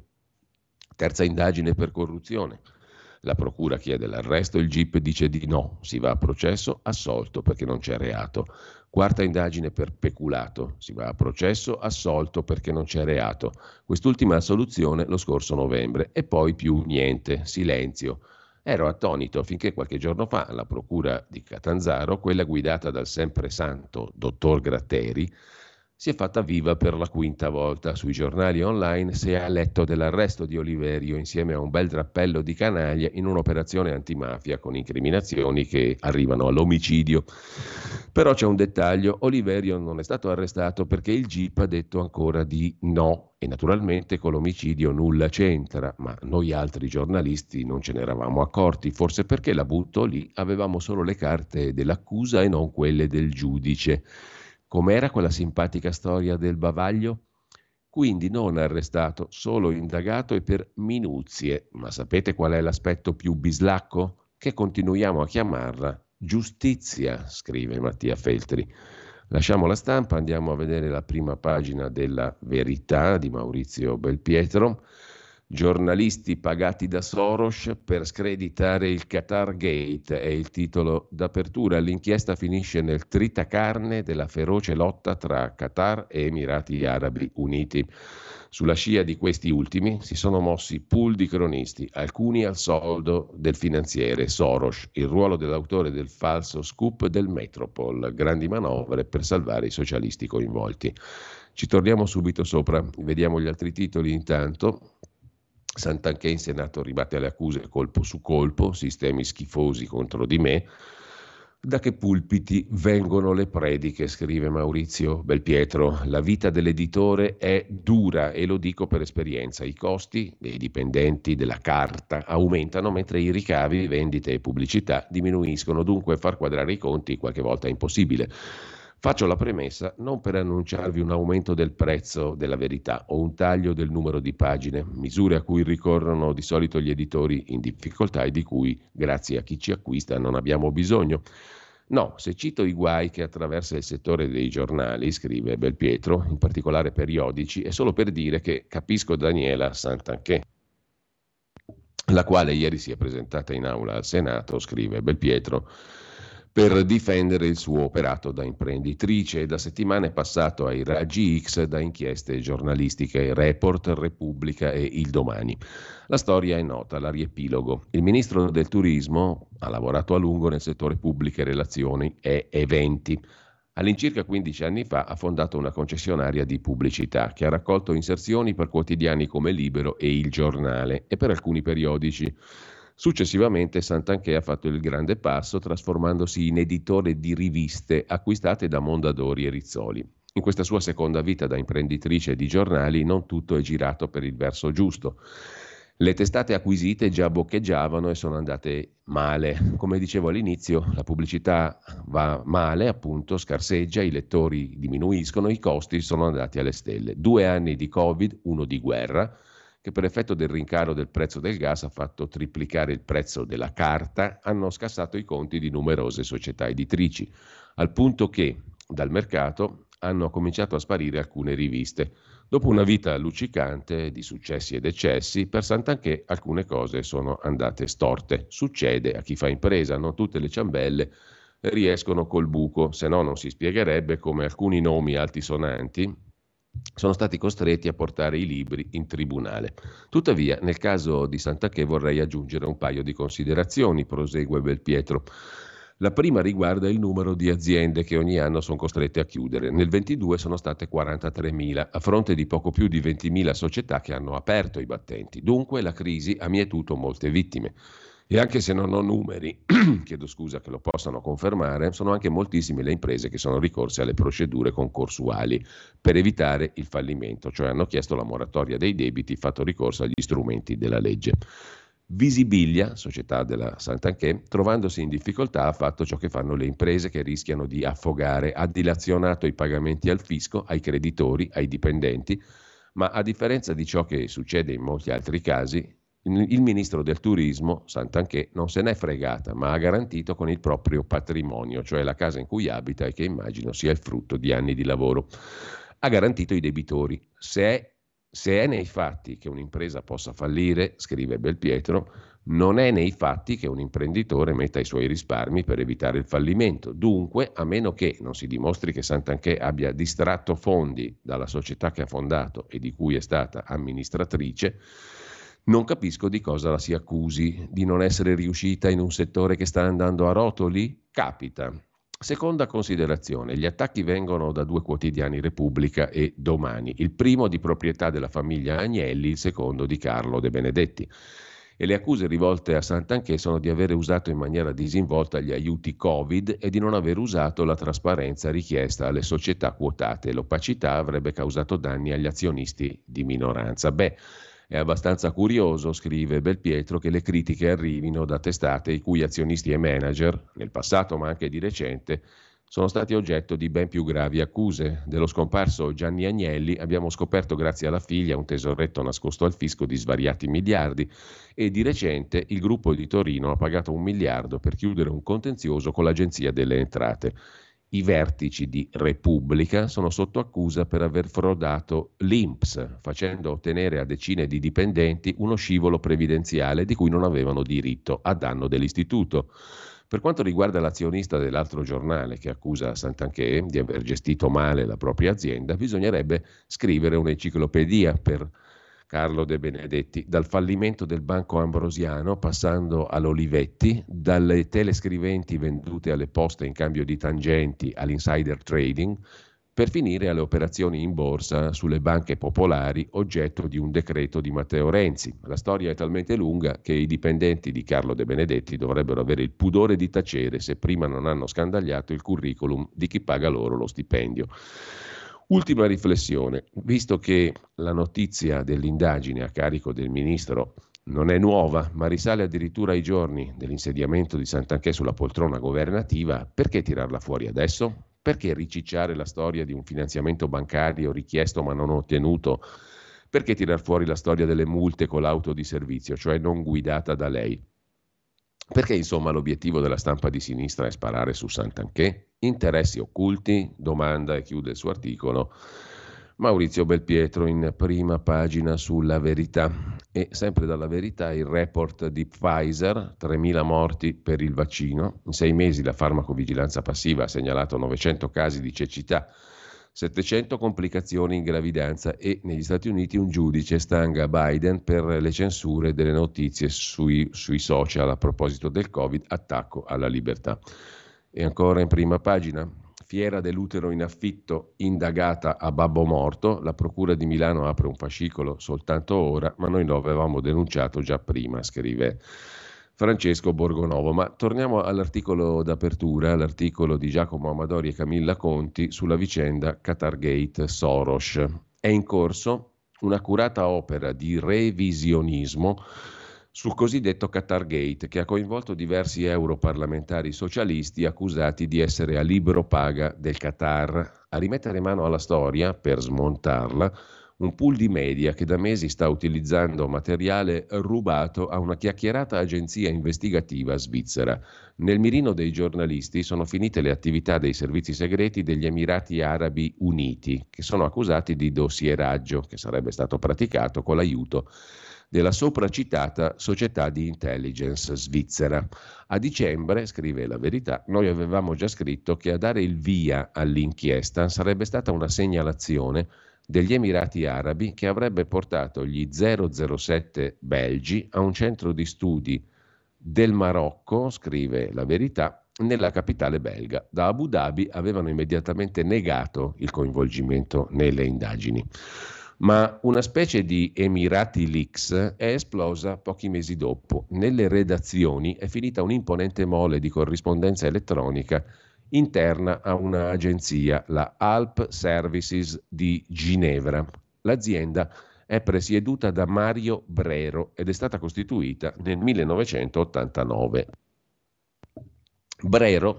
Terza indagine per corruzione. La procura chiede l'arresto, il GIP dice di no, si va a processo, assolto perché non c'è reato. Quarta indagine per peculato, si va a processo, assolto perché non c'è reato. Quest'ultima assoluzione lo scorso novembre e poi più niente, silenzio. Ero attonito finché qualche giorno fa la procura di Catanzaro, quella guidata dal sempre santo dottor Gratteri, si è fatta viva per la quinta volta. Sui giornali online si è letto dell'arresto di Oliverio insieme a un bel drappello di canaglia in un'operazione antimafia con incriminazioni che arrivano all'omicidio. Però c'è un dettaglio, Oliverio non è stato arrestato perché il GIP ha detto ancora di no e naturalmente con l'omicidio nulla c'entra, ma noi altri giornalisti non ce ne eravamo accorti, forse perché la butto lì, avevamo solo le carte dell'accusa e non quelle del giudice. Com'era quella simpatica storia del bavaglio? Quindi non arrestato, solo indagato e per minuzie. Ma sapete qual è l'aspetto più bislacco? Che continuiamo a chiamarla giustizia, scrive Mattia Feltri. Lasciamo la Stampa, andiamo a vedere la prima pagina della Verità di Maurizio Belpietro. Giornalisti pagati da Soros per screditare il Qatar Gate è il titolo d'apertura. L'inchiesta finisce nel tritacarne della feroce lotta tra Qatar e Emirati Arabi Uniti. Sulla scia di questi ultimi si sono mossi pool di cronisti, alcuni al soldo del finanziere Soros, il ruolo dell'autore del falso scoop del Metropol, grandi manovre per salvare i socialisti coinvolti. Ci torniamo subito sopra, vediamo gli altri titoli intanto. Santanchè in Senato ribatte alle accuse colpo su colpo, sistemi schifosi contro di me. Da che pulpiti vengono le prediche, scrive Maurizio Belpietro. La vita dell'editore è dura e lo dico per esperienza. I costi dei dipendenti della carta aumentano mentre i ricavi, vendite e pubblicità diminuiscono, dunque far quadrare i conti qualche volta è impossibile. Faccio la premessa non per annunciarvi un aumento del prezzo della Verità o un taglio del numero di pagine, misure a cui ricorrono di solito gli editori in difficoltà e di cui, grazie a chi ci acquista, non abbiamo bisogno. No, se cito i guai che attraversa il settore dei giornali, scrive Belpietro, in particolare periodici, è solo per dire che capisco Daniela Santanchè, la quale ieri si è presentata in aula al Senato, scrive Belpietro, per difendere il suo operato da imprenditrice e da settimane è passato ai raggi X da inchieste giornalistiche, Report, Repubblica e Il Domani. La storia è nota, la riepilogo. Il ministro del turismo ha lavorato a lungo nel settore pubbliche relazioni e eventi. All'incirca 15 anni fa ha fondato una concessionaria di pubblicità che ha raccolto inserzioni per quotidiani come Libero e Il Giornale e per alcuni periodici. Successivamente Santanchè ha fatto il grande passo trasformandosi in editore di riviste acquistate da Mondadori e Rizzoli. In questa sua seconda vita da imprenditrice di giornali non tutto è girato per il verso giusto. Le testate acquisite già boccheggiavano e sono andate male. Come dicevo all'inizio, la pubblicità va male, appunto, scarseggia, i lettori diminuiscono, i costi sono andati alle stelle. 2 anni di Covid, uno di guerra, che per effetto del rincaro del prezzo del gas ha fatto triplicare il prezzo della carta, hanno scassato i conti di numerose società editrici, al punto che dal mercato hanno cominciato a sparire alcune riviste. Dopo una vita luccicante di successi ed eccessi, per Santanchè alcune cose sono andate storte. Succede a chi fa impresa, non tutte le ciambelle riescono col buco, se no non si spiegherebbe come alcuni nomi altisonanti sono stati costretti a portare i libri in tribunale. Tuttavia, nel caso di Santanchè vorrei aggiungere un paio di considerazioni, prosegue Belpietro. La prima riguarda il numero di aziende che ogni anno sono costrette a chiudere. Nel 22 sono state 43.000, a fronte di poco più di 20.000 società che hanno aperto i battenti. Dunque la crisi ha mietuto molte vittime. E anche se non ho numeri, chiedo scusa che lo possano confermare, sono anche moltissime le imprese che sono ricorse alle procedure concorsuali per evitare il fallimento, cioè hanno chiesto la moratoria dei debiti, fatto ricorso agli strumenti della legge. Visibilia, società della Santanchè, trovandosi in difficoltà ha fatto ciò che fanno le imprese che rischiano di affogare, ha dilazionato i pagamenti al fisco, ai creditori, ai dipendenti, ma a differenza di ciò che succede in molti altri casi, il ministro del turismo, Santanchè, non se n'è fregata, ma ha garantito con il proprio patrimonio, cioè la casa in cui abita e che immagino sia il frutto di anni di lavoro. Ha garantito i debitori. Se è nei fatti che un'impresa possa fallire, scrive Belpietro, non è nei fatti che un imprenditore metta i suoi risparmi per evitare il fallimento. Dunque, a meno che non si dimostri che Santanchè abbia distratto fondi dalla società che ha fondato e di cui è stata amministratrice, non capisco di cosa la si accusi, di non essere riuscita in un settore che sta andando a rotoli? Capita. Seconda considerazione, gli attacchi vengono da 2 quotidiani, Repubblica e Domani, il primo di proprietà della famiglia Agnelli, il secondo di Carlo De Benedetti. E le accuse rivolte a Santanchè sono di aver usato in maniera disinvolta gli aiuti Covid e di non aver usato la trasparenza richiesta alle società quotate. L'opacità avrebbe causato danni agli azionisti di minoranza. È abbastanza curioso, scrive Belpietro, che le critiche arrivino da testate i cui azionisti e manager, nel passato ma anche di recente, sono stati oggetto di ben più gravi accuse. Dello scomparso Gianni Agnelli abbiamo scoperto grazie alla figlia un tesoretto nascosto al fisco di svariati miliardi e di recente il gruppo di Torino ha pagato 1 miliardo per chiudere un contenzioso con l'Agenzia delle Entrate. I vertici di Repubblica sono sotto accusa per aver frodato l'INPS, facendo ottenere a decine di dipendenti uno scivolo previdenziale di cui non avevano diritto a danno dell'istituto. Per quanto riguarda l'azionista dell'altro giornale che accusa Santanchè di aver gestito male la propria azienda, bisognerebbe scrivere un'enciclopedia per Carlo De Benedetti, dal fallimento del Banco Ambrosiano, passando all'Olivetti, dalle telescriventi vendute alle poste in cambio di tangenti all'insider trading, per finire alle operazioni in borsa sulle banche popolari, oggetto di un decreto di Matteo Renzi. La storia è talmente lunga che i dipendenti di Carlo De Benedetti dovrebbero avere il pudore di tacere se prima non hanno scandagliato il curriculum di chi paga loro lo stipendio. Ultima riflessione, visto che la notizia dell'indagine a carico del ministro non è nuova, ma risale addirittura ai giorni dell'insediamento di Santanchè sulla poltrona governativa, perché tirarla fuori adesso? Perché ricicciare la storia di un finanziamento bancario richiesto ma non ottenuto? Perché tirar fuori la storia delle multe con l'auto di servizio, cioè non guidata da lei? Perché insomma l'obiettivo della stampa di sinistra è sparare su Santanchè? Interessi occulti? Domanda e chiude il suo articolo Maurizio Belpietro in prima pagina sulla Verità. E sempre dalla Verità il report di Pfizer, 3.000 morti per il vaccino. In 6 mesi la farmacovigilanza passiva ha segnalato 900 casi di cecità, 700 complicazioni in gravidanza e negli Stati Uniti un giudice stanga Biden per le censure delle notizie sui social a proposito del Covid, attacco alla libertà. E ancora in prima pagina, fiera dell'utero in affitto, indagata a babbo morto. La procura di Milano apre un fascicolo soltanto ora, ma noi lo avevamo denunciato già prima, scrive Francesco Borgonovo. Ma torniamo all'articolo d'apertura, l'articolo di Giacomo Amadori e Camilla Conti sulla vicenda Qatargate Soros. È in corso un'accurata opera di revisionismo sul cosiddetto Qatargate, che ha coinvolto diversi europarlamentari socialisti accusati di essere a libro paga del Qatar. A rimettere mano alla storia, per smontarla, un pool di media che da mesi sta utilizzando materiale rubato a una chiacchierata agenzia investigativa svizzera. Nel mirino dei giornalisti sono finite le attività dei servizi segreti degli Emirati Arabi Uniti, che sono accusati di dossieraggio che sarebbe stato praticato con l'aiuto della sopracitata società di intelligence svizzera. A dicembre, scrive La Verità, noi avevamo già scritto che a dare il via all'inchiesta sarebbe stata una segnalazione degli Emirati Arabi che avrebbe portato gli 007 belgi a un centro di studi del Marocco, scrive La Verità, nella capitale belga. Da Abu Dhabi avevano immediatamente negato il coinvolgimento nelle indagini. Ma una specie di Emirati Leaks è esplosa pochi mesi dopo. Nelle redazioni è finita un'imponente mole di corrispondenza elettronica interna a un'agenzia, la Alp Services di Ginevra. L'azienda è presieduta da Mario Brero ed è stata costituita nel 1989. Brero,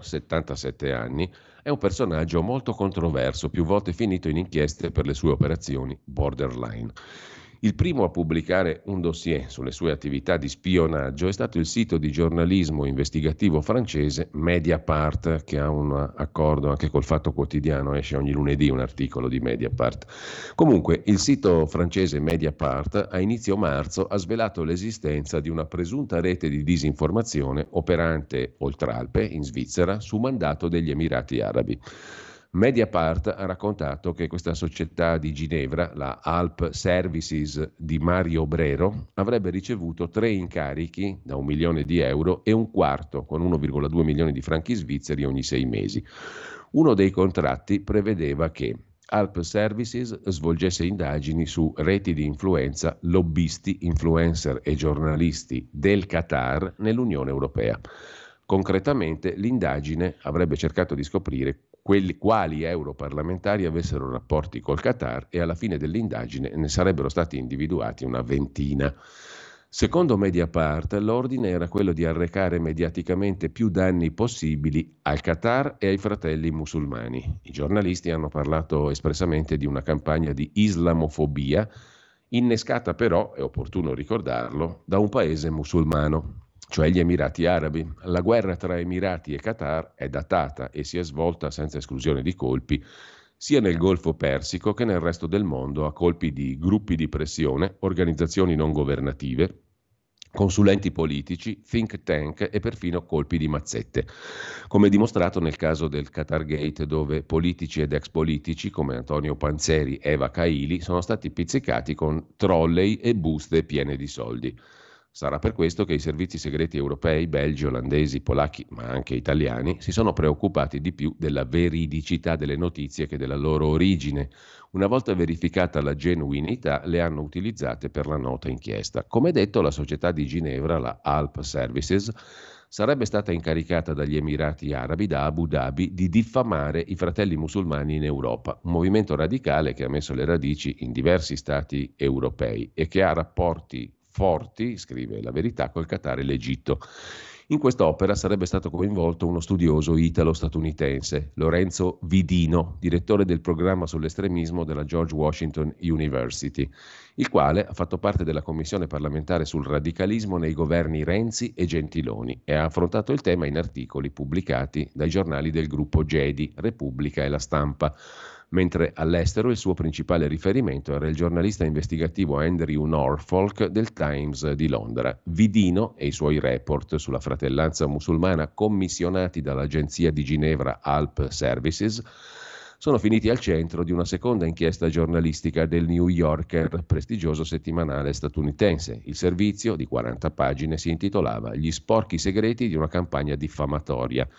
77 anni, è un personaggio molto controverso, più volte finito in inchieste per le sue operazioni borderline. Il primo a pubblicare un dossier sulle sue attività di spionaggio è stato il sito di giornalismo investigativo francese Mediapart, che ha un accordo anche col Fatto Quotidiano, esce ogni lunedì un articolo di Mediapart. Comunque, il sito francese Mediapart a inizio marzo ha svelato l'esistenza di una presunta rete di disinformazione operante oltre Alpe, in Svizzera, su mandato degli Emirati Arabi. Mediapart ha raccontato che questa società di Ginevra, la Alp Services di Mario Brero, avrebbe ricevuto 3 incarichi da €1 milione e un quarto, con 1,2 milioni di franchi svizzeri ogni 6 mesi. Uno dei contratti prevedeva che Alp Services svolgesse indagini su reti di influenza, lobbisti, influencer e giornalisti del Qatar nell'Unione Europea. Concretamente, l'indagine avrebbe cercato di scoprire quali europarlamentari avessero rapporti col Qatar e alla fine dell'indagine ne sarebbero stati individuati una ventina. Secondo Mediapart, l'ordine era quello di arrecare mediaticamente più danni possibili al Qatar e ai fratelli musulmani. I giornalisti hanno parlato espressamente di una campagna di islamofobia, innescata però, è opportuno ricordarlo, da un paese musulmano, cioè gli Emirati Arabi. La guerra tra Emirati e Qatar è datata e si è svolta senza esclusione di colpi sia nel Golfo Persico che nel resto del mondo a colpi di gruppi di pressione, organizzazioni non governative, consulenti politici, think tank e perfino colpi di mazzette, come dimostrato nel caso del Qatargate, dove politici ed ex politici come Antonio Panzeri e Eva Kaili sono stati pizzicati con trolley e buste piene di soldi. Sarà per questo che i servizi segreti europei, belgi, olandesi, polacchi, ma anche italiani, si sono preoccupati di più della veridicità delle notizie che della loro origine. Una volta verificata la genuinità, le hanno utilizzate per la nota inchiesta. Come detto, la società di Ginevra, la Alp Services, sarebbe stata incaricata dagli Emirati Arabi, da Abu Dhabi, di diffamare i fratelli musulmani in Europa, un movimento radicale che ha messo le radici in diversi stati europei e che ha rapporti forti, scrive La Verità, col Qatar e l'Egitto. In quest'opera sarebbe stato coinvolto uno studioso italo-statunitense, Lorenzo Vidino, direttore del programma sull'estremismo della George Washington University, il quale ha fatto parte della commissione parlamentare sul radicalismo nei governi Renzi e Gentiloni e ha affrontato il tema in articoli pubblicati dai giornali del gruppo Gedi, Repubblica e La Stampa, mentre all'estero il suo principale riferimento era il giornalista investigativo Andrew Norfolk del Times di Londra. Vidino e i suoi report sulla fratellanza musulmana commissionati dall'agenzia di Ginevra Alp Services sono finiti al centro di una seconda inchiesta giornalistica del New Yorker, prestigioso settimanale statunitense. Il servizio, di 40 pagine, si intitolava Gli sporchi segreti di una campagna diffamatoria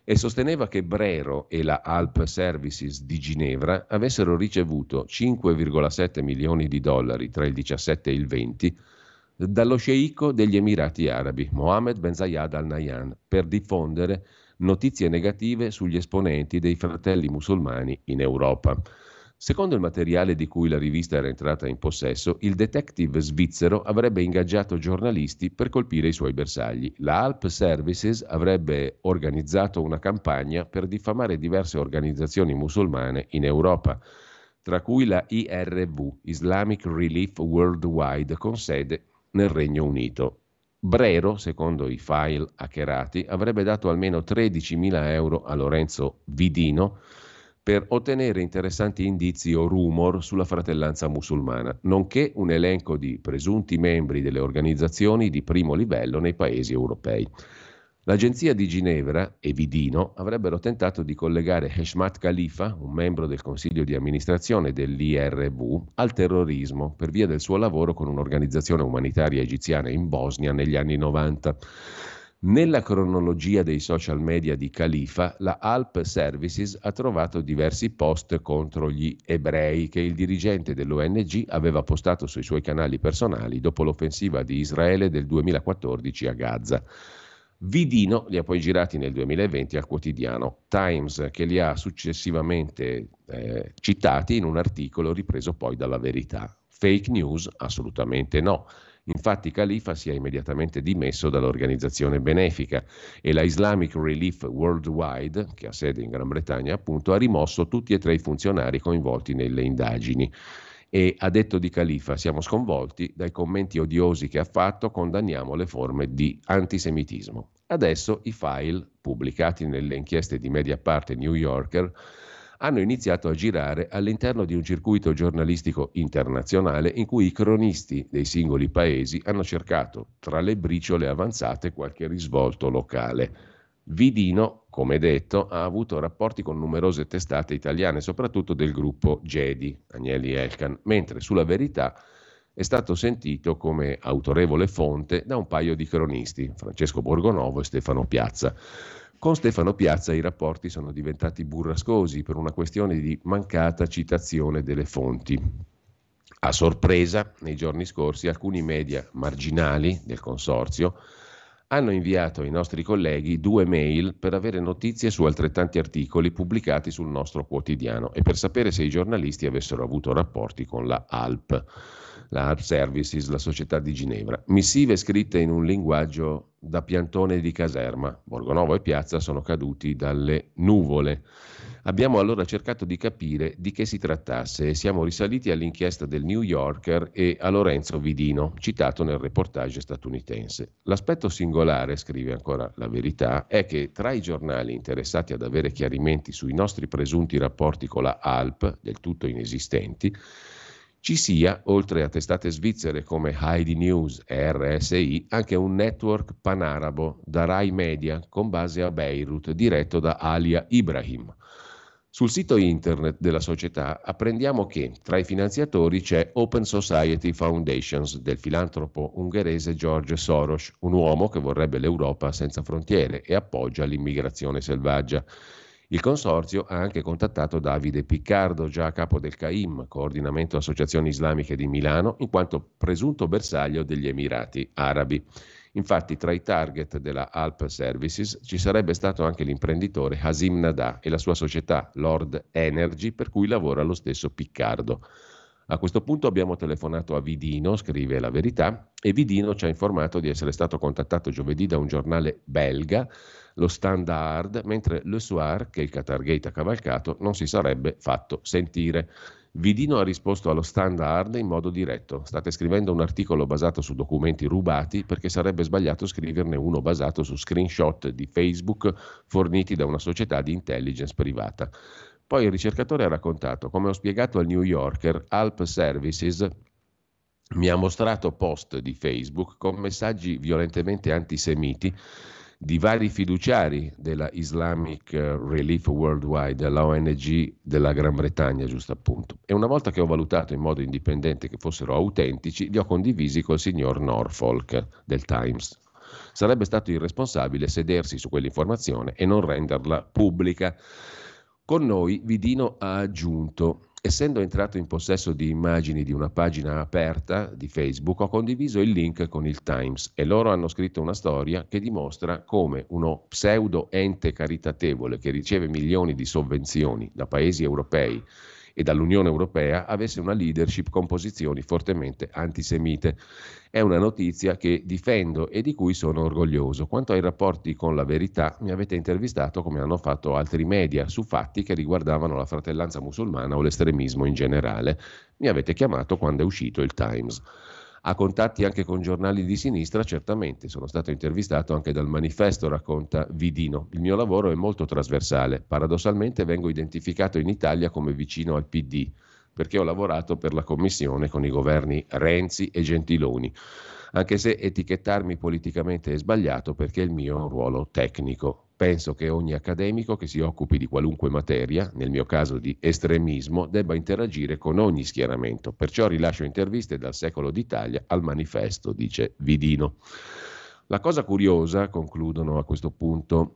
e sosteneva che Brero e la Alp Services di Ginevra avessero ricevuto 5,7 milioni di dollari tra il 17 e il 20 dallo sceicco degli Emirati Arabi, Mohammed Ben Zayed Al Nahyan, per diffondere notizie negative sugli esponenti dei fratelli musulmani in Europa. Secondo il materiale di cui la rivista era entrata in possesso, il detective svizzero avrebbe ingaggiato giornalisti per colpire i suoi bersagli. La Alp Services avrebbe organizzato una campagna per diffamare diverse organizzazioni musulmane in Europa, tra cui la IRW, Islamic Relief Worldwide, con sede nel Regno Unito. Brero, secondo i file hackerati, avrebbe dato almeno 13.000 euro a Lorenzo Vidino per ottenere interessanti indizi o rumor sulla fratellanza musulmana, nonché un elenco di presunti membri delle organizzazioni di primo livello nei paesi europei. L'agenzia di Ginevra e Vidino avrebbero tentato di collegare Heshmat Khalifa, un membro del consiglio di amministrazione dell'IRW, al terrorismo per via del suo lavoro con un'organizzazione umanitaria egiziana in Bosnia negli anni 90. Nella cronologia dei social media di Khalifa, la Alp Services ha trovato diversi post contro gli ebrei che il dirigente dell'ONG aveva postato sui suoi canali personali dopo l'offensiva di Israele del 2014 a Gaza. Vidino li ha poi girati nel 2020 al quotidiano Times, che li ha successivamente citati in un articolo ripreso poi dalla Verità. Fake news? Assolutamente no. Infatti Khalifa si è immediatamente dimesso dall'organizzazione benefica e la Islamic Relief Worldwide, che ha sede in Gran Bretagna appunto, ha rimosso tutti e tre i funzionari coinvolti nelle indagini. E ha detto di Khalifa: siamo sconvolti dai commenti odiosi che ha fatto, condanniamo le forme di antisemitismo. Adesso i file, pubblicati nelle inchieste di Mediapart e New Yorker, hanno iniziato a girare all'interno di un circuito giornalistico internazionale in cui i cronisti dei singoli paesi hanno cercato, tra le briciole avanzate, qualche risvolto locale. Vidino, come detto, ha avuto rapporti con numerose testate italiane, soprattutto del gruppo Gedi, Agnelli Elkan, mentre sulla Verità è stato sentito come autorevole fonte da un paio di cronisti, Francesco Borgonovo e Stefano Piazza. Con Stefano Piazza i rapporti sono diventati burrascosi per una questione di mancata citazione delle fonti. A sorpresa, nei giorni scorsi, alcuni media marginali del consorzio hanno inviato ai nostri colleghi 2 mail per avere notizie su altrettanti articoli pubblicati sul nostro quotidiano e per sapere se i giornalisti avessero avuto rapporti con la Alp Services, la società di Ginevra. Missive scritte in un linguaggio da piantone di caserma. Borgonovo e Piazza sono caduti dalle nuvole. Abbiamo allora cercato di capire di che si trattasse e siamo risaliti all'inchiesta del New Yorker e a Lorenzo Vidino, citato nel reportage statunitense. L'aspetto singolare, scrive ancora La Verità, è che tra i giornali interessati ad avere chiarimenti sui nostri presunti rapporti con la Alp, del tutto inesistenti, ci sia, oltre a testate svizzere come Heidi News e RSI, anche un network panarabo da Rai Media con base a Beirut, diretto da Alia Ibrahim. Sul sito internet della società apprendiamo che tra i finanziatori c'è Open Society Foundations del filantropo ungherese George Soros, un uomo che vorrebbe l'Europa senza frontiere e appoggia l'immigrazione selvaggia. Il consorzio ha anche contattato Davide Piccardo, già a capo del CAIM, Coordinamento Associazioni Islamiche di Milano, in quanto presunto bersaglio degli Emirati Arabi. Infatti tra i target della Alp Services ci sarebbe stato anche l'imprenditore Hasim Nadà e la sua società Lord Energy, per cui lavora lo stesso Piccardo. A questo punto abbiamo telefonato a Vidino, scrive La Verità, e Vidino ci ha informato di essere stato contattato giovedì da un giornale belga, lo Standard, mentre Le Soir, che il Qatargate ha cavalcato, non si sarebbe fatto sentire. Vidino ha risposto allo Standard in modo diretto: state scrivendo un articolo basato su documenti rubati perché sarebbe sbagliato scriverne uno basato su screenshot di Facebook forniti da una società di intelligence privata. Poi il ricercatore ha raccontato: come ho spiegato al New Yorker, Alp Services mi ha mostrato post di Facebook con messaggi violentemente antisemiti di vari fiduciari della Islamic Relief Worldwide, la ONG della Gran Bretagna, giusto appunto. E una volta che ho valutato in modo indipendente che fossero autentici, li ho condivisi col signor Norfolk del Times. Sarebbe stato irresponsabile sedersi su quell'informazione e non renderla pubblica. Con noi Vidino ha aggiunto: essendo entrato in possesso di immagini di una pagina aperta di Facebook, ho condiviso il link con il Times e loro hanno scritto una storia che dimostra come uno pseudo ente caritatevole che riceve milioni di sovvenzioni da paesi europei e dall'Unione Europea avesse una leadership con posizioni fortemente antisemite. È una notizia che difendo e di cui sono orgoglioso. Quanto ai rapporti con La Verità, mi avete intervistato, come hanno fatto altri media, su fatti che riguardavano la fratellanza musulmana o l'estremismo in generale. Mi avete chiamato quando è uscito il Times. Ha contatti anche con giornali di sinistra? Certamente, sono stato intervistato anche dal Manifesto, racconta Vidino. Il mio lavoro è molto trasversale. Paradossalmente vengo identificato in Italia come vicino al PD, perché ho lavorato per la commissione con i governi Renzi e Gentiloni, anche se etichettarmi politicamente è sbagliato perché il mio è un ruolo tecnico. Penso che ogni accademico che si occupi di qualunque materia, nel mio caso di estremismo, debba interagire con ogni schieramento. Perciò rilascio interviste dal Secolo d'Italia al Manifesto, dice Vidino. La cosa curiosa, concludono a questo punto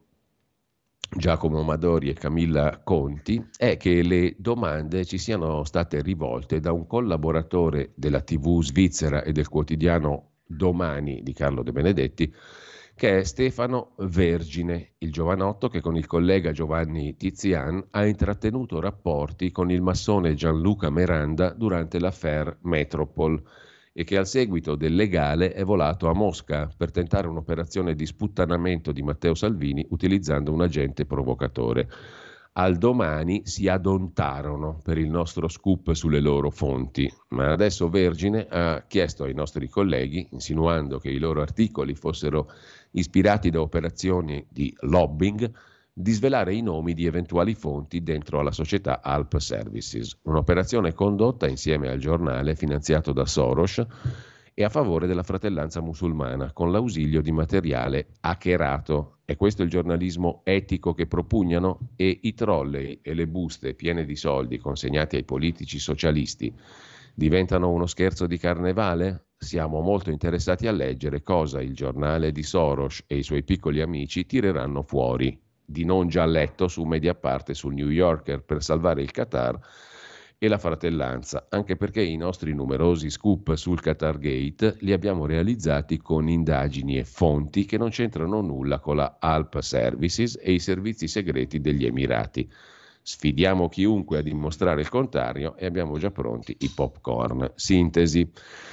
Giacomo Amadori e Camilla Conti, è che le domande ci siano state rivolte da un collaboratore della TV svizzera e del quotidiano Domani di Carlo De Benedetti, che è Stefano Vergine, il giovanotto che con il collega Giovanni Tizian ha intrattenuto rapporti con il massone Gianluca Meranda durante l'affaire Metropol e che al seguito del legale è volato a Mosca per tentare un'operazione di sputtanamento di Matteo Salvini utilizzando un agente provocatore. Al Domani si adontarono per il nostro scoop sulle loro fonti, ma adesso Vergine ha chiesto ai nostri colleghi, insinuando che i loro articoli fossero ispirati da operazioni di lobbying, di svelare i nomi di eventuali fonti dentro alla società Alp Services, un'operazione condotta insieme al giornale finanziato da Soros e a favore della fratellanza musulmana, con l'ausilio di materiale hackerato. È questo il giornalismo etico che propugnano? E i trolley e le buste piene di soldi consegnati ai politici socialisti diventano uno scherzo di carnevale? Siamo molto interessati a leggere cosa il giornale di Soros e i suoi piccoli amici tireranno fuori di non già letto su Mediapart e sul New Yorker per salvare il Qatar e la fratellanza, anche perché i nostri numerosi scoop sul Qatar Gate li abbiamo realizzati con indagini e fonti che non c'entrano nulla con la Alp Services e i servizi segreti degli Emirati. Sfidiamo chiunque a dimostrare il contrario e abbiamo già pronti i popcorn. Sintesi.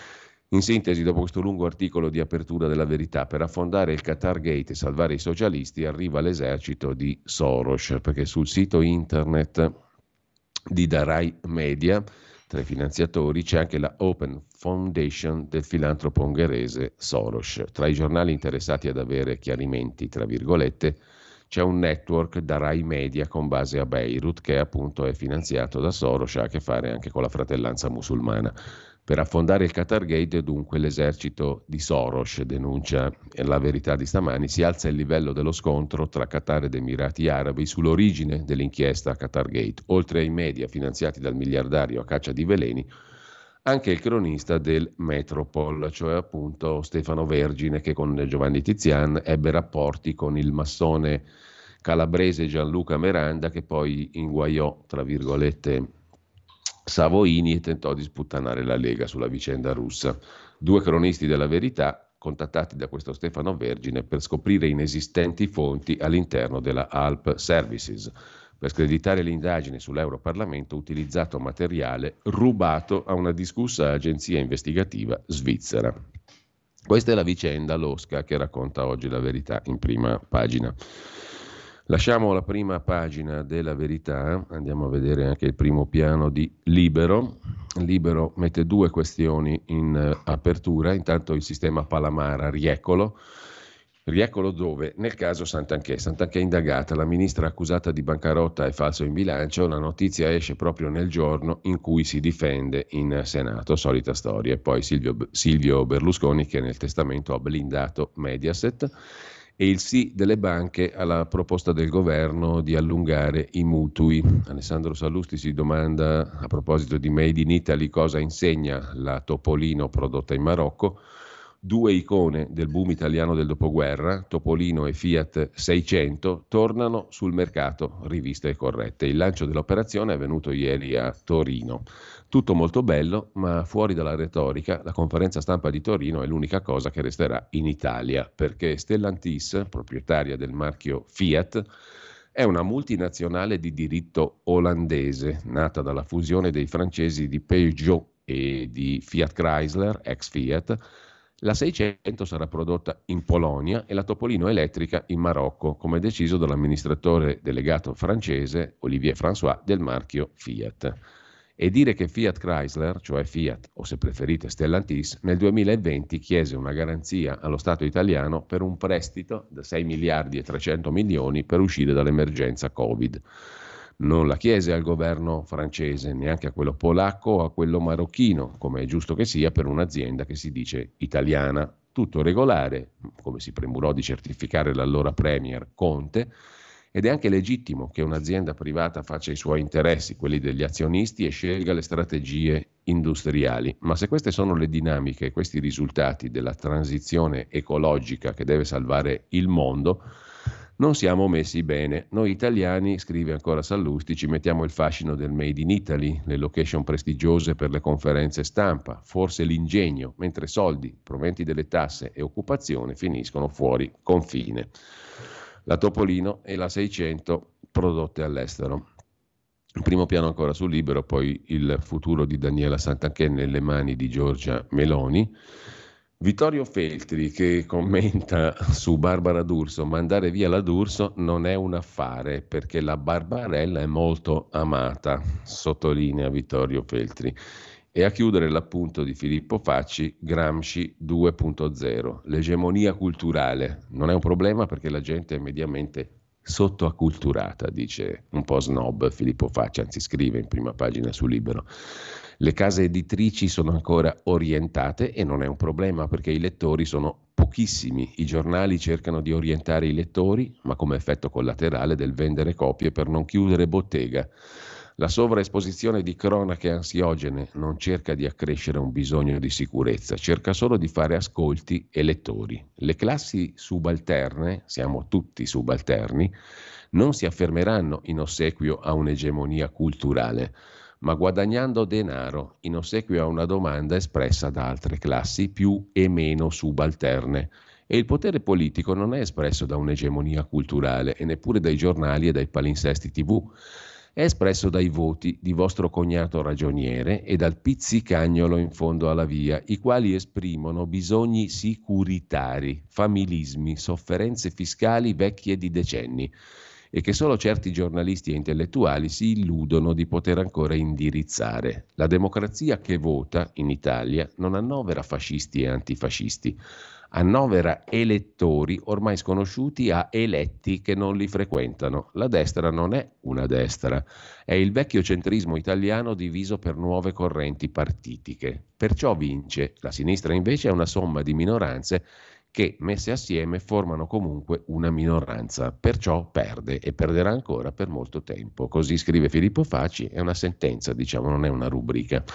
In sintesi, dopo questo lungo articolo di apertura della Verità, per affondare il Qatar Gate e salvare i socialisti arriva l'esercito di Soros, perché sul sito internet di Darai Media, tra i finanziatori, c'è anche la Open Foundation del filantropo ungherese Soros. Tra i giornali interessati ad avere chiarimenti, tra virgolette, c'è un network Darai Media con base a Beirut che appunto è finanziato da Soros e ha a che fare anche con la fratellanza musulmana. Per affondare il Qatar Gate, dunque, l'esercito di Soros, denuncia La Verità di stamani, si alza il livello dello scontro tra Qatar ed Emirati Arabi sull'origine dell'inchiesta Qatar Gate. Oltre ai media finanziati dal miliardario a caccia di veleni, anche il cronista del Metropol, cioè appunto Stefano Vergine, che con Giovanni Tizian ebbe rapporti con il massone calabrese Gianluca Meranda, che poi inguaiò, tra virgolette, Savoini e tentò di sputtanare la Lega sulla vicenda russa. Due cronisti della Verità contattati da questo Stefano Vergine per scoprire inesistenti fonti all'interno della Alp Services. Per screditare l'indagine sull'Europarlamento, utilizzato materiale rubato a una discussa agenzia investigativa svizzera. Questa è la vicenda losca che racconta oggi La Verità in prima pagina. Lasciamo la prima pagina della Verità, andiamo a vedere anche il primo piano di Libero. Libero mette due questioni in apertura, intanto il sistema Palamara, Riecolo dove? Nel caso Santanchè indagata, la ministra accusata di bancarotta e falso in bilancio, la notizia esce proprio nel giorno in cui si difende in Senato, solita storia, e poi Silvio Berlusconi che nel testamento ha blindato Mediaset, e il sì delle banche alla proposta del governo di allungare i mutui. Alessandro Sallusti si domanda a proposito di Made in Italy cosa insegna la Topolino prodotta in Marocco. Due icone del boom italiano del dopoguerra, Topolino e Fiat 600, tornano sul mercato, riviste e corrette. Il lancio dell'operazione è avvenuto ieri a Torino. Tutto molto bello, ma fuori dalla retorica, la conferenza stampa di Torino è l'unica cosa che resterà in Italia, perché Stellantis, proprietaria del marchio Fiat, è una multinazionale di diritto olandese, nata dalla fusione dei francesi di Peugeot e di Fiat Chrysler, ex Fiat. La 600 sarà prodotta in Polonia e la Topolino elettrica in Marocco, come deciso dall'amministratore delegato francese Olivier François del marchio Fiat. E dire che Fiat Chrysler, cioè Fiat, o se preferite Stellantis, nel 2020 chiese una garanzia allo Stato italiano per un prestito da 6 miliardi e 300 milioni per uscire dall'emergenza Covid. Non la chiese al governo francese, neanche a quello polacco o a quello marocchino, come è giusto che sia per un'azienda che si dice italiana. Tutto regolare, come si premurò di certificare l'allora premier Conte, ed è anche legittimo che un'azienda privata faccia i suoi interessi, quelli degli azionisti, e scelga le strategie industriali. Ma se queste sono le dinamiche e questi risultati della transizione ecologica che deve salvare il mondo, non siamo messi bene. Noi italiani, scrive ancora Sallusti, ci mettiamo il fascino del Made in Italy, le location prestigiose per le conferenze stampa, forse l'ingegno, mentre soldi, proventi delle tasse e occupazione finiscono fuori confine. La Topolino e la 600 prodotte all'estero. In primo piano ancora sul Libero, poi il futuro di Daniela Santanchè nelle mani di Giorgia Meloni. Vittorio Feltri che commenta su Barbara D'Urso: mandare via la D'Urso non è un affare perché la Barbarella è molto amata, sottolinea Vittorio Feltri. E a chiudere l'appunto di Filippo Facci, Gramsci 2.0, l'egemonia culturale non è un problema perché la gente è mediamente sottoacculturata, dice un po' snob Filippo Facci, anzi scrive in prima pagina su Libero. Le case editrici sono ancora orientate e non è un problema perché i lettori sono pochissimi. I giornali cercano di orientare i lettori, ma come effetto collaterale del vendere copie per non chiudere bottega. La sovraesposizione di cronache ansiogene non cerca di accrescere un bisogno di sicurezza, cerca solo di fare ascolti e lettori. Le classi subalterne, siamo tutti subalterni, non si affermeranno in ossequio a un'egemonia culturale, ma guadagnando denaro in ossequio a una domanda espressa da altre classi più e meno subalterne. E il potere politico non è espresso da un'egemonia culturale e neppure dai giornali e dai palinsesti TV. È espresso dai voti di vostro cognato ragioniere e dal pizzicagnolo in fondo alla via, i quali esprimono bisogni sicuritari, familismi, sofferenze fiscali vecchie di decenni, e che solo certi giornalisti e intellettuali si illudono di poter ancora indirizzare. La democrazia che vota in Italia non annovera fascisti e antifascisti, annovera elettori ormai sconosciuti a eletti che non li frequentano. La destra non è una destra, è il vecchio centrismo italiano diviso per nuove correnti partitiche. Perciò vince. La sinistra invece è una somma di minoranze che messe assieme formano comunque una minoranza, perciò perde e perderà ancora per molto tempo. Così scrive Filippo Facci, è una sentenza, diciamo, non è una rubrica.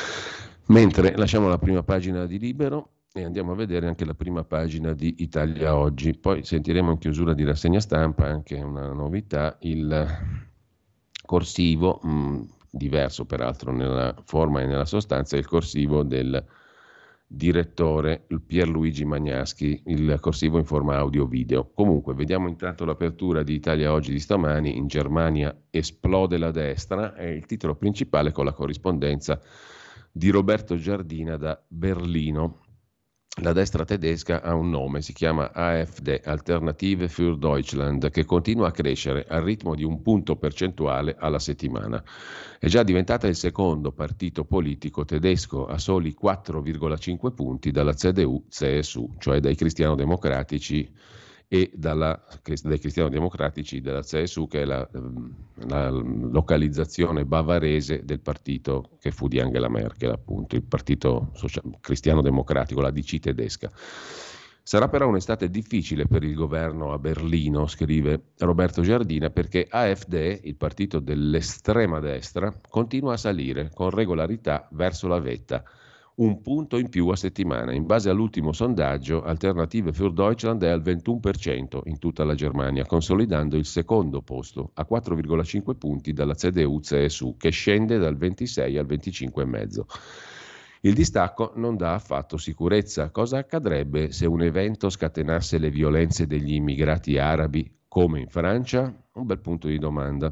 Mentre lasciamo la prima pagina di Libero e andiamo a vedere anche la prima pagina di Italia Oggi. Poi sentiremo in chiusura di rassegna stampa anche una novità, il corsivo, diverso peraltro nella forma e nella sostanza, il corsivo del direttore Pierluigi Magnaschi, il corsivo in forma audio-video. Comunque, vediamo intanto l'apertura di Italia Oggi di stamani. In Germania esplode la destra, è il titolo principale con la corrispondenza di Roberto Giardina da Berlino. La destra tedesca ha un nome, si chiama AfD, Alternative für Deutschland, che continua a crescere al ritmo di 1 punto percentuale alla settimana. È già diventata il secondo partito politico tedesco, a soli 4,5 punti dalla CDU-CSU, cioè dai cristiano-democratici e dai cristiano-democratici della CSU, che è la localizzazione bavarese del partito che fu di Angela Merkel, appunto, il partito cristiano-democratico, la DC tedesca. Sarà però un'estate difficile per il governo a Berlino, scrive Roberto Giardina, perché AfD, il partito dell'estrema destra, continua a salire con regolarità verso la vetta. un punto in più a settimana. In base all'ultimo sondaggio, Alternative für Deutschland è al 21% in tutta la Germania, consolidando il secondo posto a 4,5 punti dalla CDU-CSU, che scende dal 26 al 25,5%. Il distacco non dà affatto sicurezza. Cosa accadrebbe se un evento scatenasse le violenze degli immigrati arabi come in Francia? Un bel punto di domanda.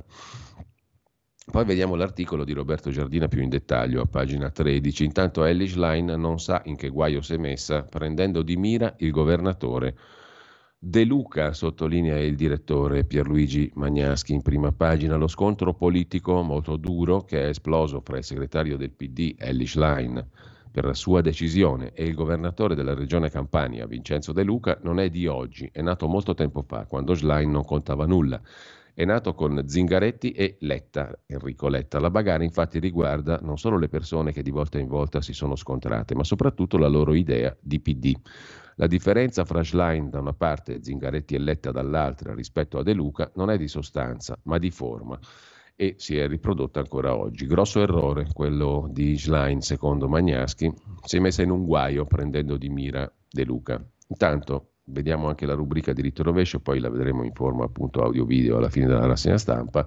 Poi vediamo l'articolo di Roberto Giardina più in dettaglio a pagina 13. Intanto Elly Schlein non sa in che guaio si è messa, prendendo di mira il governatore De Luca, sottolinea il direttore Pierluigi Magnaschi in prima pagina. Lo scontro politico molto duro che è esploso fra il segretario del PD Elly Schlein per la sua decisione e il governatore della regione Campania Vincenzo De Luca non è di oggi, è nato molto tempo fa, quando Schlein non contava nulla. È nato con Zingaretti e Letta, Enrico Letta. La bagarre infatti riguarda non solo le persone che di volta in volta si sono scontrate, ma soprattutto la loro idea di PD. La differenza fra Schlein da una parte e Zingaretti e Letta dall'altra rispetto a De Luca non è di sostanza, ma di forma, e si è riprodotta ancora oggi. Grosso errore quello di Schlein, secondo Magnaschi, si è messa in un guaio prendendo di mira De Luca. Intanto vediamo anche la rubrica diritto e rovescio, poi la vedremo in forma appunto audio-video alla fine della rassegna stampa.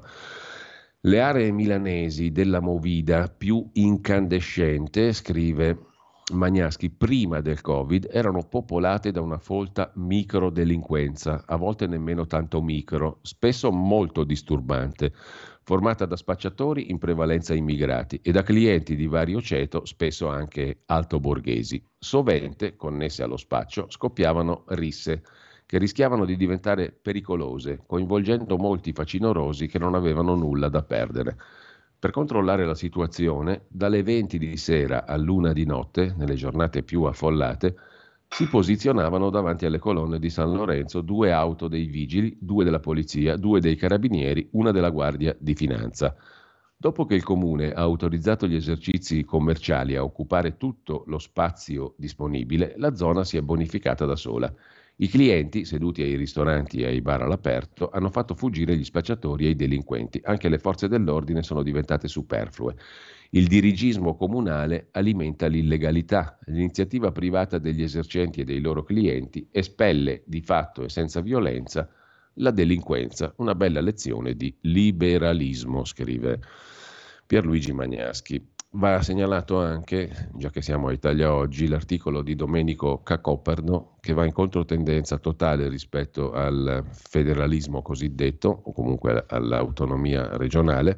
Le aree milanesi della movida più incandescente, scrive Magnaschi, prima del Covid erano popolate da una folta microdelinquenza, a volte nemmeno tanto micro, spesso molto disturbante, formata da spacciatori in prevalenza immigrati e da clienti di vario ceto, spesso anche altoborghesi. Sovente, connesse allo spaccio, scoppiavano risse che rischiavano di diventare pericolose, coinvolgendo molti facinorosi che non avevano nulla da perdere. Per controllare la situazione, dalle 20 di sera all'1 di notte, nelle giornate più affollate, si posizionavano davanti alle colonne di San Lorenzo 2 auto dei vigili, 2 della polizia, 2 dei carabinieri, una della Guardia di Finanza. Dopo che il Comune ha autorizzato gli esercizi commerciali a occupare tutto lo spazio disponibile, la zona si è bonificata da sola. I clienti, seduti ai ristoranti e ai bar all'aperto, hanno fatto fuggire gli spacciatori e i delinquenti. Anche le forze dell'ordine sono diventate superflue. Il dirigismo comunale alimenta l'illegalità. L'iniziativa privata degli esercenti e dei loro clienti espelle di fatto e senza violenza la delinquenza. Una bella lezione di liberalismo, scrive Pierluigi Magnaschi. Va segnalato anche, già che siamo a Italia Oggi, l'articolo di Domenico Cacoperno che va in controtendenza totale rispetto al federalismo cosiddetto, o comunque all'autonomia regionale.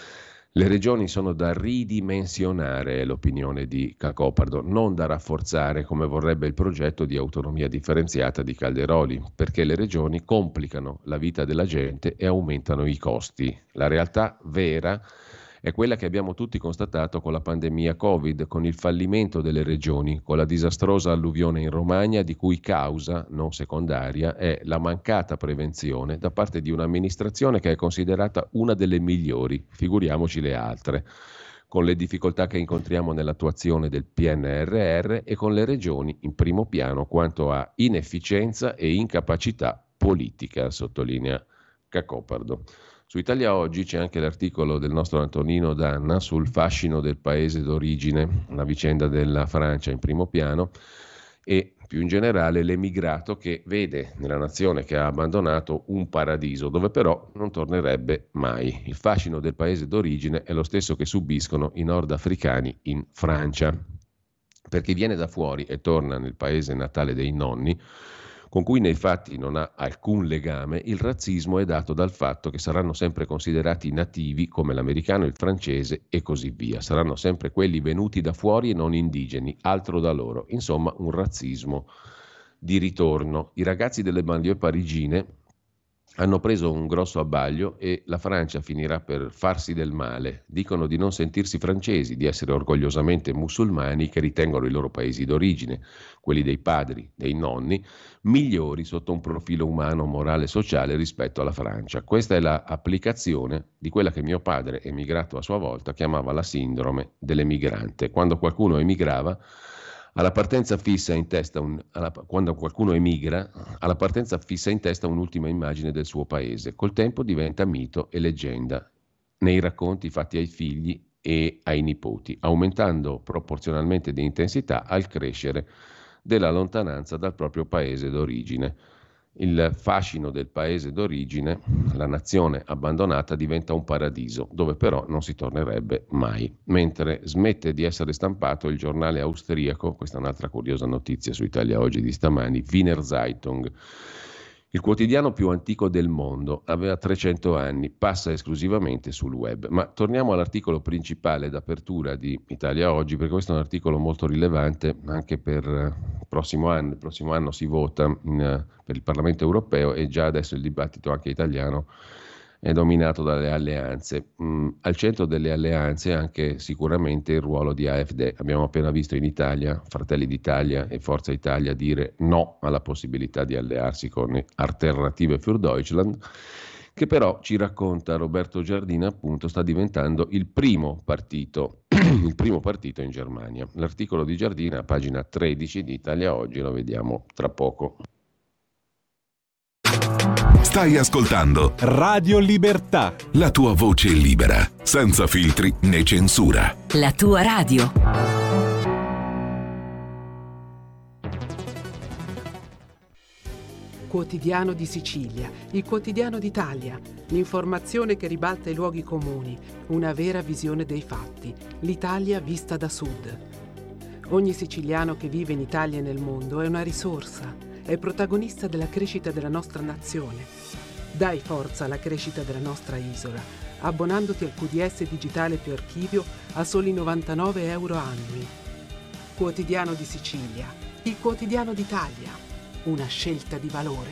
Le regioni sono da ridimensionare, è l'opinione di Cacopardo, non da rafforzare come vorrebbe il progetto di autonomia differenziata di Calderoli, perché le regioni complicano la vita della gente e aumentano i costi. La realtà vera è quella che abbiamo tutti constatato con la pandemia Covid, con il fallimento delle regioni, con la disastrosa alluvione in Romagna, di cui causa, non secondaria, è la mancata prevenzione da parte di un'amministrazione che è considerata una delle migliori, figuriamoci le altre, con le difficoltà che incontriamo nell'attuazione del PNRR e con le regioni in primo piano quanto a inefficienza e incapacità politica, sottolinea Cacopardo. Su Italia Oggi c'è anche l'articolo del nostro Antonino Danna sul fascino del paese d'origine, la vicenda della Francia in primo piano e più in generale l'emigrato che vede nella nazione che ha abbandonato un paradiso dove però non tornerebbe mai. Il fascino del paese d'origine è lo stesso che subiscono i nordafricani in Francia. Per chi viene da fuori e torna nel paese natale dei nonni, con cui nei fatti non ha alcun legame, il razzismo è dato dal fatto che saranno sempre considerati nativi come l'americano, il francese e così via. Saranno sempre quelli venuti da fuori e non indigeni, altro da loro. Insomma, un razzismo di ritorno. I ragazzi delle banlieue parigine hanno preso un grosso abbaglio e la Francia finirà per farsi del male. Dicono di non sentirsi francesi, di essere orgogliosamente musulmani che ritengono i loro paesi d'origine, quelli dei padri, dei nonni, migliori sotto un profilo umano, morale e sociale rispetto alla Francia. Questa è l'applicazione di quella che mio padre, emigrato a sua volta, chiamava la sindrome dell'emigrante. Quando qualcuno emigrava, alla partenza fissa in testa quando qualcuno emigra, alla partenza fissa in testa un'ultima immagine del suo paese. Col tempo diventa mito e leggenda. Nei racconti fatti ai figli e ai nipoti, aumentando proporzionalmente di intensità al crescere della lontananza dal proprio paese d'origine. Il fascino del paese d'origine, la nazione abbandonata, diventa un paradiso, dove però non si tornerebbe mai. Mentre smette di essere stampato il giornale austriaco, questa è un'altra curiosa notizia su Italia Oggi di stamani, Wiener Zeitung, il quotidiano più antico del mondo, aveva 300 anni, passa esclusivamente sul web. Ma torniamo all'articolo principale d'apertura di Italia Oggi, perché questo è un articolo molto rilevante anche per il prossimo anno. Il prossimo anno si vota per il Parlamento europeo e già adesso il dibattito anche italiano è dominato dalle alleanze. Al centro delle alleanze anche sicuramente il ruolo di AfD. Abbiamo appena visto in Italia Fratelli d'Italia e Forza Italia dire no alla possibilità di allearsi con Alternative für Deutschland, che però, ci racconta Roberto Giardina, appunto sta diventando il primo partito in Germania. L'articolo di Giardina, pagina 13 di Italia Oggi, lo vediamo tra poco. Stai ascoltando Radio Libertà. la tua voce libera, senza filtri né censura. La tua radio. Quotidiano di Sicilia, il quotidiano d'Italia, l'informazione che ribalta i luoghi comuni, una vera visione dei fatti, l'Italia vista da sud. Ogni siciliano che vive in Italia e nel mondo è una risorsa, è protagonista della crescita della nostra nazione. Dai forza alla crescita della nostra isola, abbonandoti al QDS digitale più archivio a soli 99 euro annui. Quotidiano di Sicilia, il quotidiano d'Italia, una scelta di valore.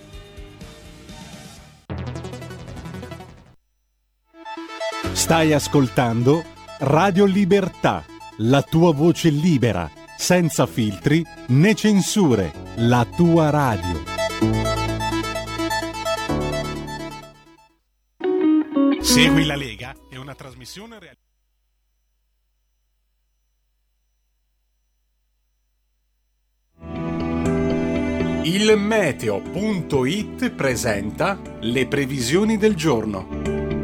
Stai ascoltando Radio Libertà, la tua voce libera, senza filtri né censure, la tua radio. Segui la Lega è una trasmissione realizzata. Il meteo.it presenta le previsioni del giorno.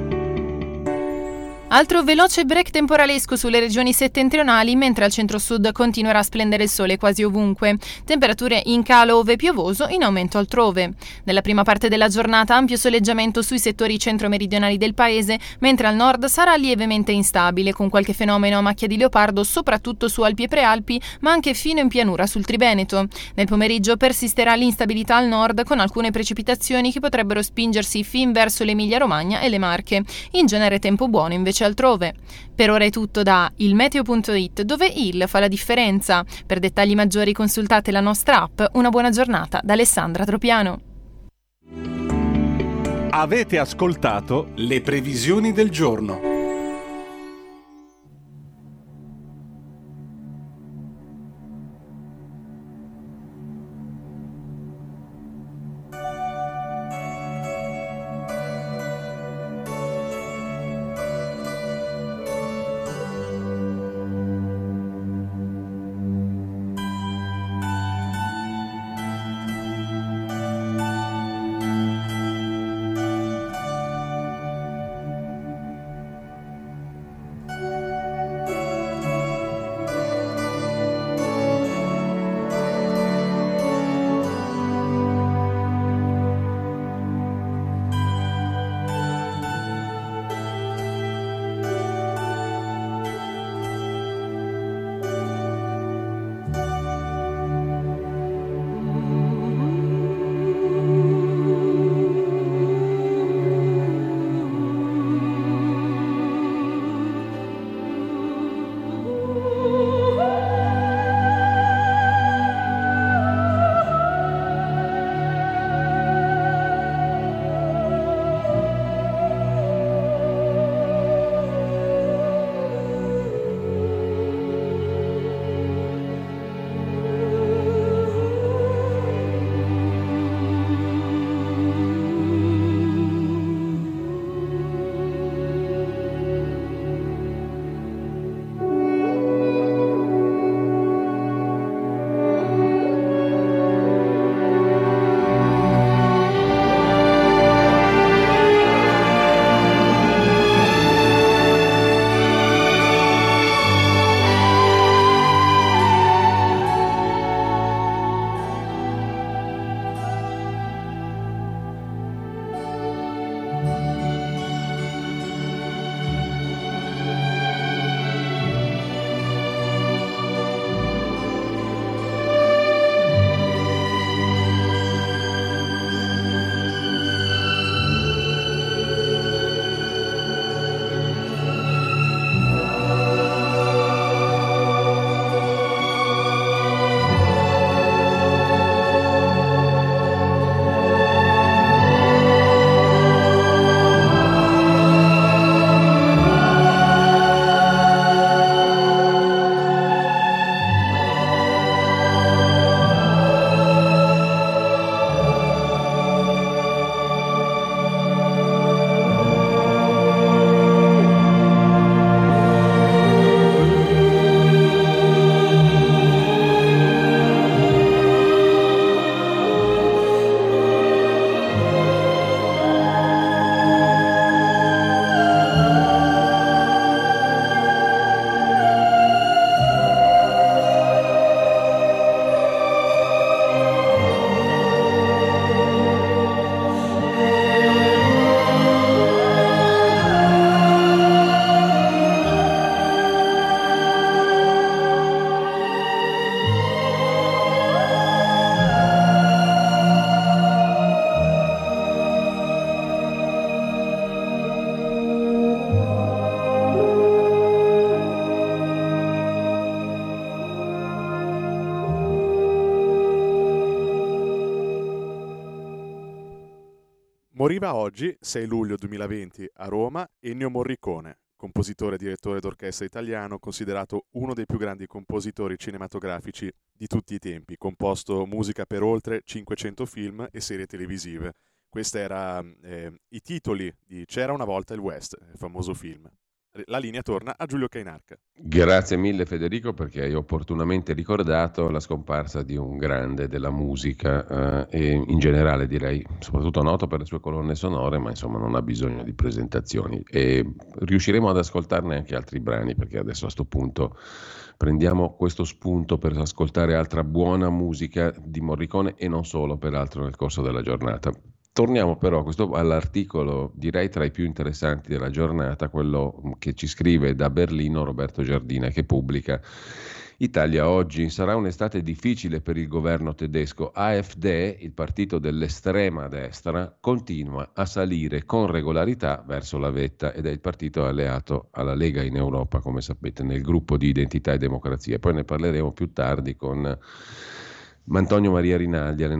Altro veloce break temporalesco sulle regioni settentrionali, mentre al centro-sud continuerà a splendere il sole quasi ovunque. Temperature in calo ove piovoso, in aumento altrove. Nella prima parte della giornata ampio soleggiamento sui settori centro-meridionali del paese, mentre al nord sarà lievemente instabile, con qualche fenomeno a macchia di leopardo soprattutto su Alpi e Prealpi, ma anche fino in pianura sul Triveneto. Nel pomeriggio persisterà l'instabilità al nord, con alcune precipitazioni che potrebbero spingersi fin verso l'Emilia-Romagna e le Marche. In genere tempo buono invece altrove. Per ora è tutto da ilmeteo.it, dove il fa la differenza. Per dettagli maggiori consultate la nostra app. Una buona giornata da Alessandra Tropiano. Avete ascoltato le previsioni del giorno. Moriva oggi, 6 luglio 2020, a Roma, Ennio Morricone, compositore e direttore d'orchestra italiano, considerato uno dei più grandi compositori cinematografici di tutti i tempi, composto musica per oltre 500 film e serie televisive. Questi erano i titoli di C'era una volta il West, il famoso film. La linea torna a Giulio Cainarca. Grazie mille Federico, perché hai opportunamente ricordato la scomparsa di un grande della musica e in generale direi soprattutto noto per le sue colonne sonore, ma insomma non ha bisogno di presentazioni, e riusciremo ad ascoltarne anche altri brani, perché adesso a sto punto prendiamo questo spunto per ascoltare altra buona musica di Morricone e non solo, peraltro, nel corso della giornata. Torniamo però all'articolo, direi tra i più interessanti della giornata, quello che ci scrive da Berlino Roberto Giardina, che pubblica Italia Oggi. Sarà un'estate difficile per il governo tedesco. AfD, il partito dell'estrema destra, continua a salire con regolarità verso la vetta ed è il partito alleato alla Lega in Europa, come sapete, nel gruppo di Identità e Democrazia. Poi ne parleremo più tardi con Antonio Maria Rinaldi alle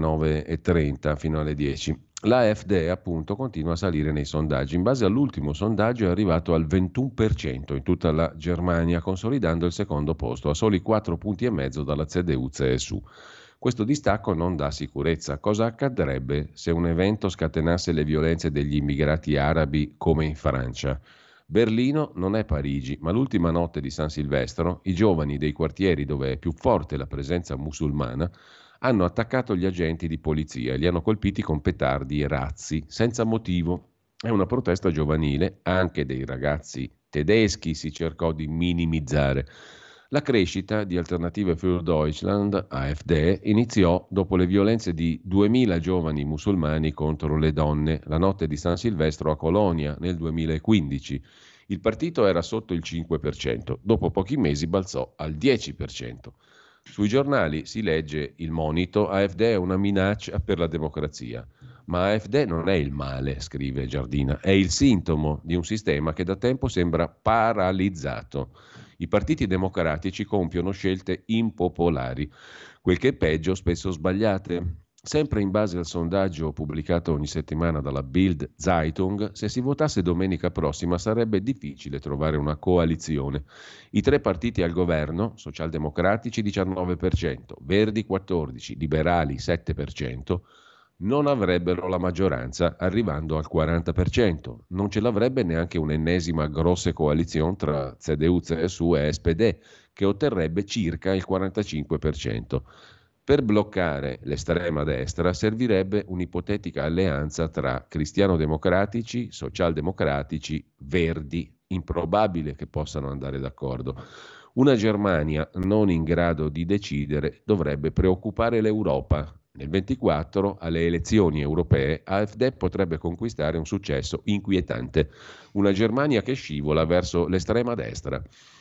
9:30 fino alle 10. L'AfD appunto continua a salire nei sondaggi. In base all'ultimo sondaggio è arrivato al 21% in tutta la Germania, consolidando il secondo posto a soli 4 punti e mezzo dalla CDU-CSU. Questo distacco non dà sicurezza. Cosa accadrebbe se un evento scatenasse le violenze degli immigrati arabi come in Francia? Berlino non è Parigi, ma l'ultima notte di San Silvestro i giovani dei quartieri dove è più forte la presenza musulmana hanno attaccato gli agenti di polizia e li hanno colpiti con petardi e razzi, senza motivo. È una protesta giovanile, anche dei ragazzi tedeschi si cercò di minimizzare. La crescita di Alternative für Deutschland, AfD, iniziò dopo le violenze di 2000 giovani musulmani contro le donne la notte di San Silvestro a Colonia nel 2015. Il partito era sotto il 5%, dopo pochi mesi balzò al 10%. Sui giornali si legge il monito: AfD è una minaccia per la democrazia. Ma AfD non è il male, scrive Giardina, è il sintomo di un sistema che da tempo sembra paralizzato. I partiti democratici compiono scelte impopolari, quel che è peggio, spesso sbagliate. Sempre in base al sondaggio pubblicato ogni settimana dalla Bild Zeitung, se si votasse domenica prossima sarebbe difficile trovare una coalizione. I 3 partiti al governo, socialdemocratici 19%, Verdi 14%, liberali 7%, non avrebbero la maggioranza, arrivando al 40%. Non ce l'avrebbe neanche un'ennesima grossa coalizione tra CDU, CSU e SPD, che otterrebbe circa il 45%. Per bloccare l'estrema destra servirebbe un'ipotetica alleanza tra cristiano-democratici, socialdemocratici, verdi, improbabile che possano andare d'accordo. Una Germania non in grado di decidere dovrebbe preoccupare l'Europa. Nel 24, alle elezioni europee, AfD potrebbe conquistare un successo inquietante. Una Germania che scivola verso l'estrema destra.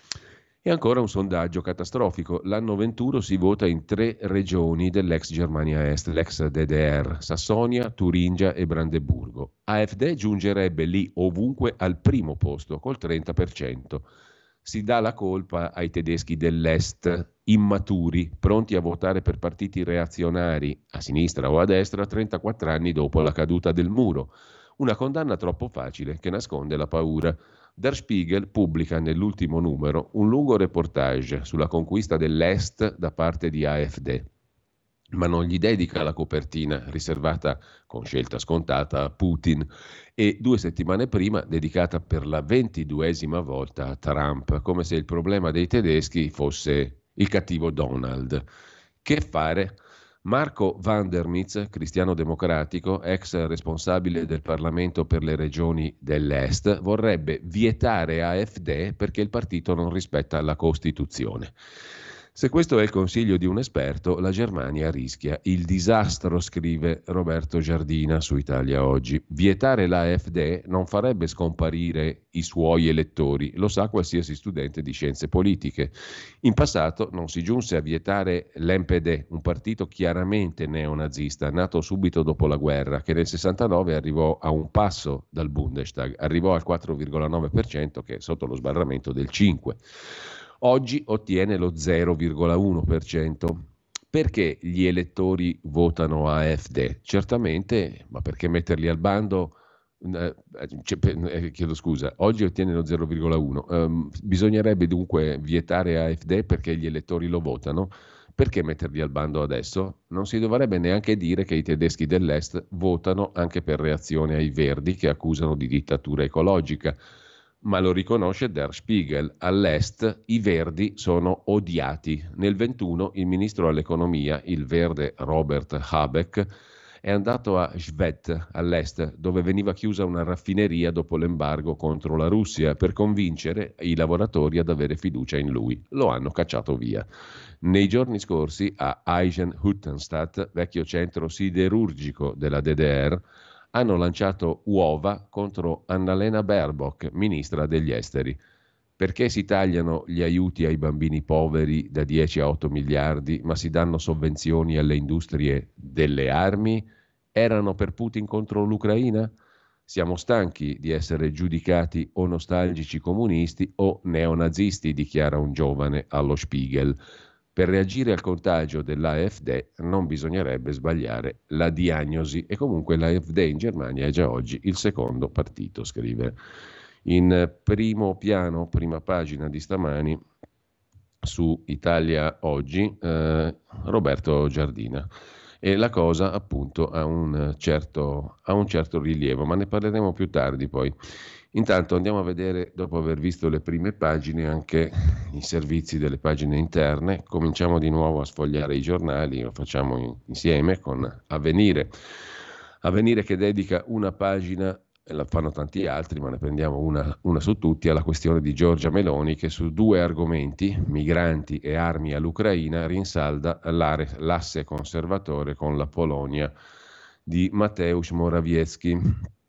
E ancora un sondaggio catastrofico. L'anno 21 si vota in 3 regioni dell'ex Germania Est, l'ex DDR, Sassonia, Turingia e Brandeburgo. AfD giungerebbe lì ovunque al primo posto, col 30%. Si dà la colpa ai tedeschi dell'Est, immaturi, pronti a votare per partiti reazionari, a sinistra o a destra, 34 anni dopo la caduta del muro. Una condanna troppo facile che nasconde la paura. Der Spiegel pubblica nell'ultimo numero un lungo reportage sulla conquista dell'Est da parte di AfD, ma non gli dedica la copertina riservata con scelta scontata a Putin e 2 settimane prima dedicata per la 22esima volta a Trump, come se il problema dei tedeschi fosse il cattivo Donald. Che fare? Marco van der Mits, cristiano-democratico, ex responsabile del Parlamento per le regioni dell'Est, vorrebbe vietare AfD perché il partito non rispetta la Costituzione. Se questo è il consiglio di un esperto, la Germania rischia il disastro, scrive Roberto Giardina su Italia Oggi. Vietare l'AfD non farebbe scomparire i suoi elettori, lo sa qualsiasi studente di scienze politiche. In passato non si giunse a vietare l'NPD, un partito chiaramente neonazista, nato subito dopo la guerra, che nel 69 arrivò a un passo dal Bundestag, arrivò al 4,9%, che è sotto lo sbarramento del 5%. Oggi ottiene lo 0,1%. Perché gli elettori votano AfD? Certamente, ma perché metterli al bando? Chiedo scusa, oggi ottiene lo 0,1. Bisognerebbe dunque vietare AfD perché gli elettori lo votano. Perché metterli al bando adesso? Non si dovrebbe neanche dire che i tedeschi dell'Est votano anche per reazione ai Verdi che accusano di dittatura ecologica. Ma lo riconosce Der Spiegel. All'Est i Verdi sono odiati. Nel 21 il ministro all'economia, il verde Robert Habeck, è andato a Schwedt, all'est, dove veniva chiusa una raffineria dopo l'embargo contro la Russia, per convincere i lavoratori ad avere fiducia in lui. Lo hanno cacciato via. Nei giorni scorsi a Eisenhüttenstadt, vecchio centro siderurgico della DDR, hanno lanciato uova contro Annalena Baerbock, ministra degli esteri. Perché si tagliano gli aiuti ai bambini poveri da 10 a 8 miliardi, ma si danno sovvenzioni alle industrie delle armi? Erano per Putin contro l'Ucraina? Siamo stanchi di essere giudicati o nostalgici comunisti o neonazisti, dichiara un giovane allo Spiegel. Per reagire al contagio dell'AfD non bisognerebbe sbagliare la diagnosi, e comunque l'AfD in Germania è già oggi il secondo partito, scrive. In primo piano, prima pagina di stamani, su Italia Oggi, Roberto Giardina. E la cosa appunto ha un certo rilievo, ma ne parleremo più tardi poi. Intanto andiamo a vedere, dopo aver visto le prime pagine, anche i servizi delle pagine interne. Cominciamo di nuovo a sfogliare i giornali, lo facciamo insieme con Avvenire. Avvenire che dedica una pagina, e la fanno tanti altri, ma ne prendiamo una su tutti, alla questione di Giorgia Meloni, che su due argomenti, migranti e armi all'Ucraina, rinsalda l'asse conservatore con la Polonia di Mateusz Morawiecki.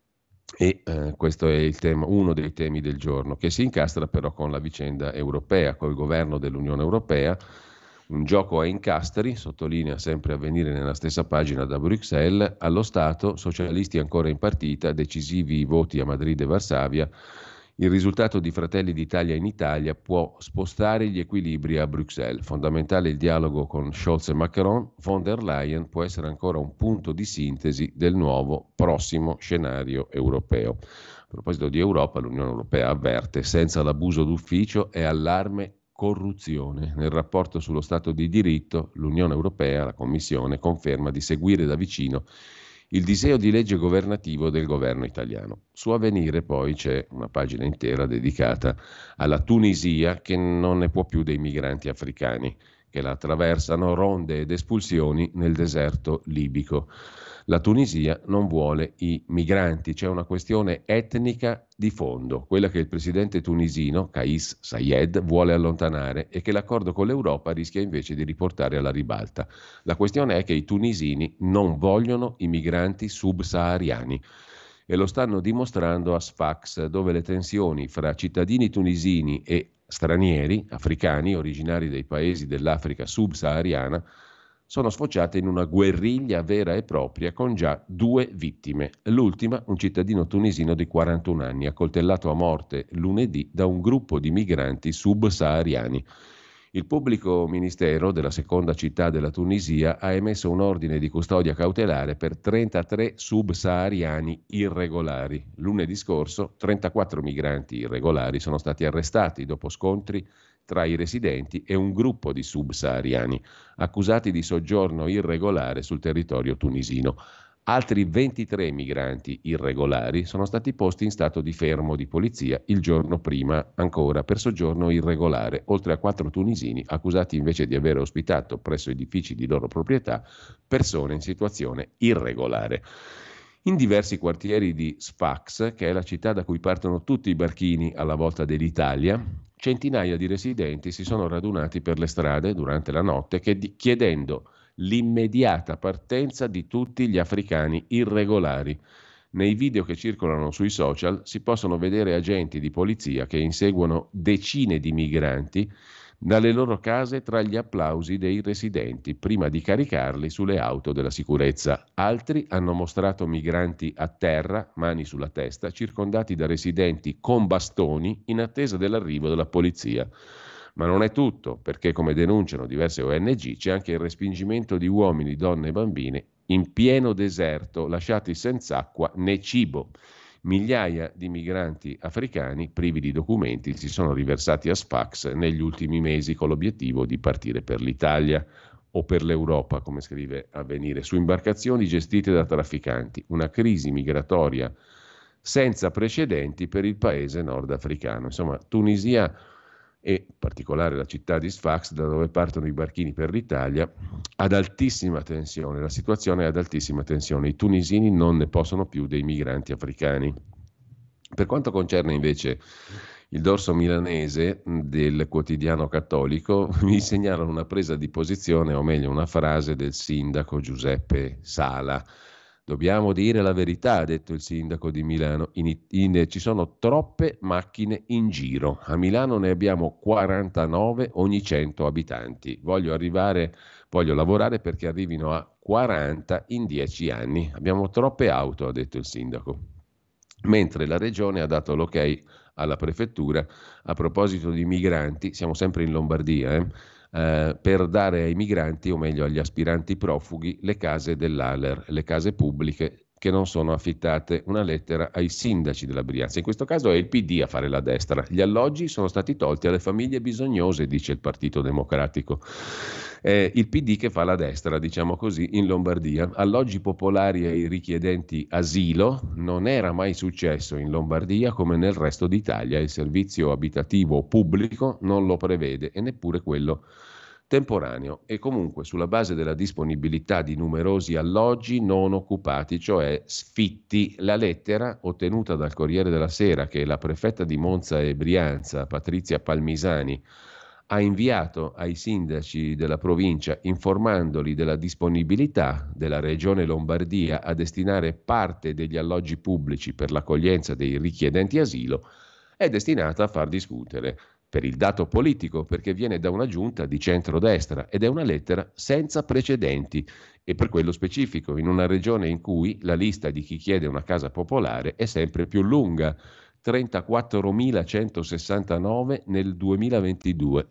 E questo è il tema, uno dei temi del giorno, che si incastra però con la vicenda europea, col governo dell'Unione Europea. Un gioco a incastri, sottolinea sempre Avvenire nella stessa pagina da Bruxelles. Allo Stato, socialisti ancora in partita, decisivi i voti a Madrid e Varsavia. Il risultato di Fratelli d'Italia in Italia può spostare gli equilibri a Bruxelles. Fondamentale il dialogo con Scholz e Macron. Von der Leyen può essere ancora un punto di sintesi del nuovo prossimo scenario europeo. A proposito di Europa, l'Unione Europea avverte: senza l'abuso d'ufficio è allarme corruzione. Nel rapporto sullo Stato di diritto, l'Unione Europea, la Commissione, conferma di seguire da vicino il disegno di legge governativo del governo italiano. Su Avvenire poi c'è una pagina intera dedicata alla Tunisia, che non ne può più dei migranti africani che la attraversano, ronde ed espulsioni nel deserto libico. La Tunisia non vuole i migranti, c'è una questione etnica di fondo, quella che il presidente tunisino, Kais Saied, vuole allontanare e che l'accordo con l'Europa rischia invece di riportare alla ribalta. La questione è che i tunisini non vogliono i migranti subsahariani e lo stanno dimostrando a Sfax, dove le tensioni fra cittadini tunisini e stranieri, africani, originari dei paesi dell'Africa subsahariana, sono sfociate in una guerriglia vera e propria con già 2 vittime. L'ultima, un cittadino tunisino di 41 anni, accoltellato a morte lunedì da un gruppo di migranti subsahariani. Il pubblico ministero della seconda città della Tunisia ha emesso un ordine di custodia cautelare per 33 subsahariani irregolari. Lunedì scorso 34 migranti irregolari sono stati arrestati dopo scontri tra i residenti e un gruppo di subsahariani accusati di soggiorno irregolare sul territorio tunisino. Altri 23 migranti irregolari sono stati posti in stato di fermo di polizia il giorno prima ancora per soggiorno irregolare, oltre a 4 tunisini accusati invece di aver ospitato presso edifici di loro proprietà persone in situazione irregolare. In diversi quartieri di Sfax, che è la città da cui partono tutti i barchini alla volta dell'Italia, centinaia di residenti si sono radunati per le strade durante la notte chiedendo l'immediata partenza di tutti gli africani irregolari. Nei video che circolano sui social si possono vedere agenti di polizia che inseguono decine di migranti dalle loro case tra gli applausi dei residenti prima di caricarli sulle auto della sicurezza. Altri hanno mostrato migranti a terra, mani sulla testa, circondati da residenti con bastoni in attesa dell'arrivo della polizia. Ma non è tutto, perché come denunciano diverse ONG c'è anche il respingimento di uomini, donne e bambine in pieno deserto, lasciati senza acqua né cibo. Migliaia di migranti africani privi di documenti si sono riversati a Sfax negli ultimi mesi con l'obiettivo di partire per l'Italia o per l'Europa, come scrive Avvenire, su imbarcazioni gestite da trafficanti. Una crisi migratoria senza precedenti per il paese nordafricano. Insomma, Tunisia e in particolare la città di Sfax, da dove partono i barchini per l'Italia, ad altissima tensione. La situazione è ad altissima tensione. I tunisini non ne possono più dei migranti africani. Per quanto concerne invece il dorso milanese del quotidiano Cattolico, mi segnalano una presa di posizione, o meglio una frase del sindaco Giuseppe Sala. Dobbiamo dire la verità, ha detto il sindaco di Milano, ci sono troppe macchine in giro. A Milano ne abbiamo 49 ogni 100 abitanti. Voglio lavorare perché arrivino a 40 in 10 anni. Abbiamo troppe auto, ha detto il sindaco. Mentre la regione ha dato l'ok alla prefettura a proposito di migranti, siamo sempre in Lombardia, per dare ai migranti, o meglio agli aspiranti profughi, le case dell'ALER, le case pubbliche che non sono affittate. Una lettera ai sindaci della Brianza. In questo caso è il PD a fare la destra. Gli alloggi sono stati tolti alle famiglie bisognose, dice il Partito Democratico. Il PD che fa la destra, diciamo così, in Lombardia. Alloggi popolari ai richiedenti asilo. Non era mai successo in Lombardia come nel resto d'Italia. Il servizio abitativo pubblico non lo prevede e neppure quello temporaneo, e comunque sulla base della disponibilità di numerosi alloggi non occupati, cioè sfitti. La lettera ottenuta dal Corriere della Sera, che la prefetta di Monza e Brianza, Patrizia Palmisani, ha inviato ai sindaci della provincia informandoli della disponibilità della Regione Lombardia a destinare parte degli alloggi pubblici per l'accoglienza dei richiedenti asilo, è destinata a far discutere. Per il dato politico, perché viene da una giunta di centrodestra ed è una lettera senza precedenti, e per quello specifico, in una regione in cui la lista di chi chiede una casa popolare è sempre più lunga, 34.169 nel 2022,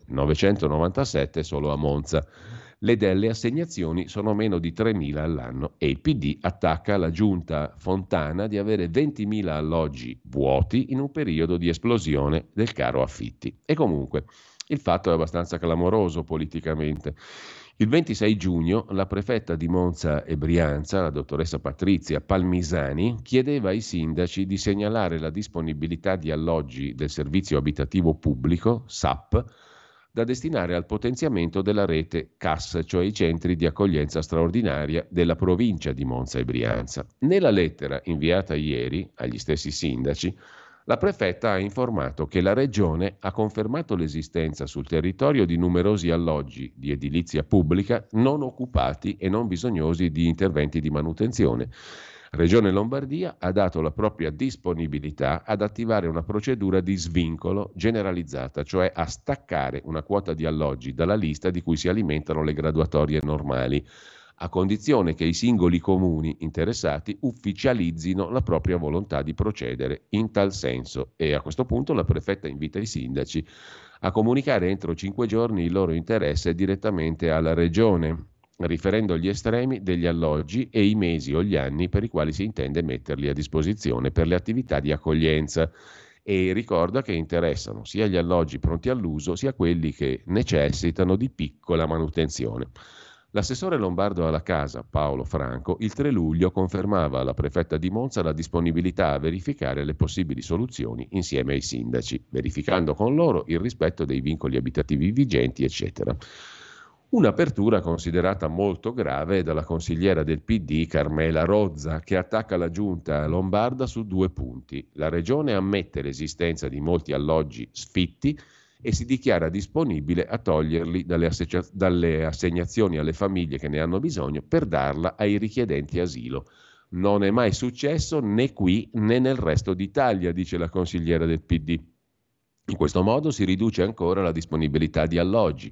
997 solo a Monza. Le delle assegnazioni sono meno di 3.000 all'anno e il PD attacca la giunta Fontana di avere 20.000 alloggi vuoti in un periodo di esplosione del caro affitti. E comunque il fatto è abbastanza clamoroso politicamente. Il 26 giugno la prefetta di Monza e Brianza, la dottoressa Patrizia Palmisani, chiedeva ai sindaci di segnalare la disponibilità di alloggi del servizio abitativo pubblico, SAP, da destinare al potenziamento della rete CAS, cioè i centri di accoglienza straordinaria della provincia di Monza e Brianza. Nella lettera inviata ieri agli stessi sindaci, la prefetta ha informato che la regione ha confermato l'esistenza sul territorio di numerosi alloggi di edilizia pubblica non occupati e non bisognosi di interventi di manutenzione. Regione Lombardia ha dato la propria disponibilità ad attivare una procedura di svincolo generalizzata, cioè a staccare una quota di alloggi dalla lista di cui si alimentano le graduatorie normali, a condizione che i singoli comuni interessati ufficializzino la propria volontà di procedere in tal senso. E a questo punto la prefetta invita i sindaci a comunicare entro 5 giorni il loro interesse direttamente alla Regione, riferendo gli estremi degli alloggi e i mesi o gli anni per i quali si intende metterli a disposizione per le attività di accoglienza, e ricorda che interessano sia gli alloggi pronti all'uso sia quelli che necessitano di piccola manutenzione. L'assessore lombardo alla casa, Paolo Franco, il 3 luglio confermava alla prefetta di Monza la disponibilità a verificare le possibili soluzioni insieme ai sindaci, verificando con loro il rispetto dei vincoli abitativi vigenti, eccetera. Un'apertura considerata molto grave dalla consigliera del PD Carmela Rozza, che attacca la giunta lombarda su 2 punti. La regione ammette l'esistenza di molti alloggi sfitti e si dichiara disponibile a toglierli dalle assegnazioni alle famiglie che ne hanno bisogno per darla ai richiedenti asilo. Non è mai successo né qui né nel resto d'Italia, dice la consigliera del PD. In questo modo si riduce ancora la disponibilità di alloggi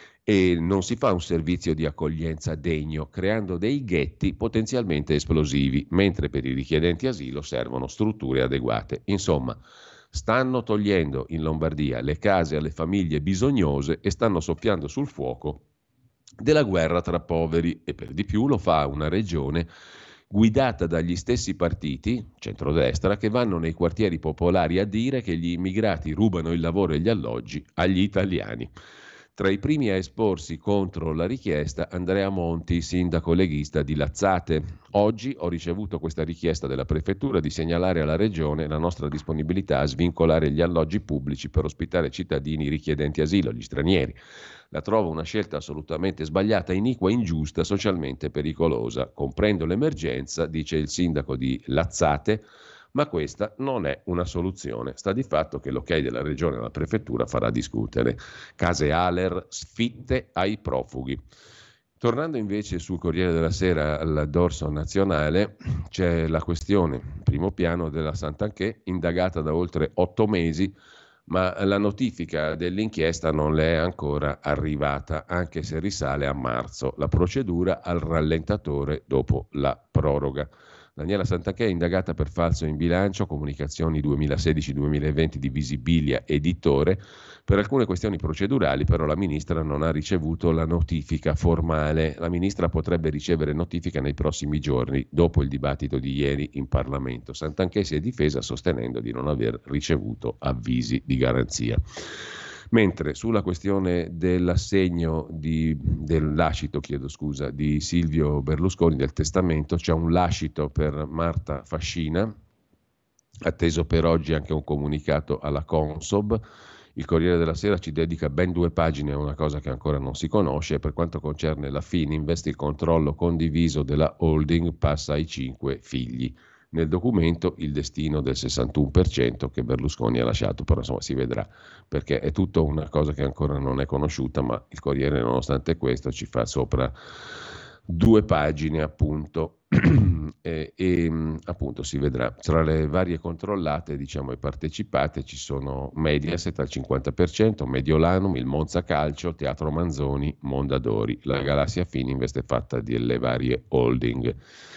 e non si fa un servizio di accoglienza degno, creando dei ghetti potenzialmente esplosivi, mentre per i richiedenti asilo servono strutture adeguate. Insomma, Stanno togliendo in Lombardia le case alle famiglie bisognose e stanno soffiando sul fuoco della guerra tra poveri, e per di più lo fa una regione guidata dagli stessi partiti, centrodestra, che vanno nei quartieri popolari a dire che gli immigrati rubano il lavoro e gli alloggi agli italiani. Tra i primi a esporsi contro la richiesta Andrea Monti, sindaco leghista di Lazzate. Oggi ho ricevuto questa richiesta della prefettura di segnalare alla regione la nostra disponibilità a svincolare gli alloggi pubblici per ospitare cittadini richiedenti asilo, gli stranieri. La trovo una scelta assolutamente sbagliata, iniqua, ingiusta, socialmente pericolosa. Comprendo l'emergenza, dice il sindaco di Lazzate, ma questa non è una soluzione. Sta di fatto che l'ok della regione e della prefettura farà discutere. Case Aler, sfitte ai profughi. Tornando invece sul Corriere della Sera al dorso nazionale, c'è la questione, primo piano, della Santanchè, indagata da oltre 8 mesi, ma la notifica dell'inchiesta non le è ancora arrivata, anche se risale a marzo. La procedura al rallentatore dopo la proroga. Daniela Santanchè è indagata per falso in bilancio, comunicazioni 2016-2020 di Visibilia editore. Per alcune questioni procedurali però la ministra non ha ricevuto la notifica formale. La ministra potrebbe ricevere notifica nei prossimi giorni, dopo il dibattito di ieri in Parlamento. Santanchè si è difesa sostenendo di non aver ricevuto avvisi di garanzia. Mentre sulla questione dell'assegno del lascito, di Silvio Berlusconi, del testamento, c'è un lascito per Marta Fascina, atteso per oggi anche un comunicato alla Consob. Il Corriere della Sera ci dedica ben 2 pagine a una cosa che ancora non si conosce. Per quanto concerne la Fininvest, il controllo condiviso della holding passa ai 5 figli. Nel documento il destino del 61% che Berlusconi ha lasciato, però insomma si vedrà, perché è tutta una cosa che ancora non è conosciuta, ma il Corriere nonostante questo ci fa sopra 2 pagine appunto e appunto si vedrà. Tra le varie controllate e partecipate ci sono Mediaset al 50%, Mediolanum, il Monza Calcio, Teatro Manzoni, Mondadori. La Galassia Fininvest è fatta delle varie holding.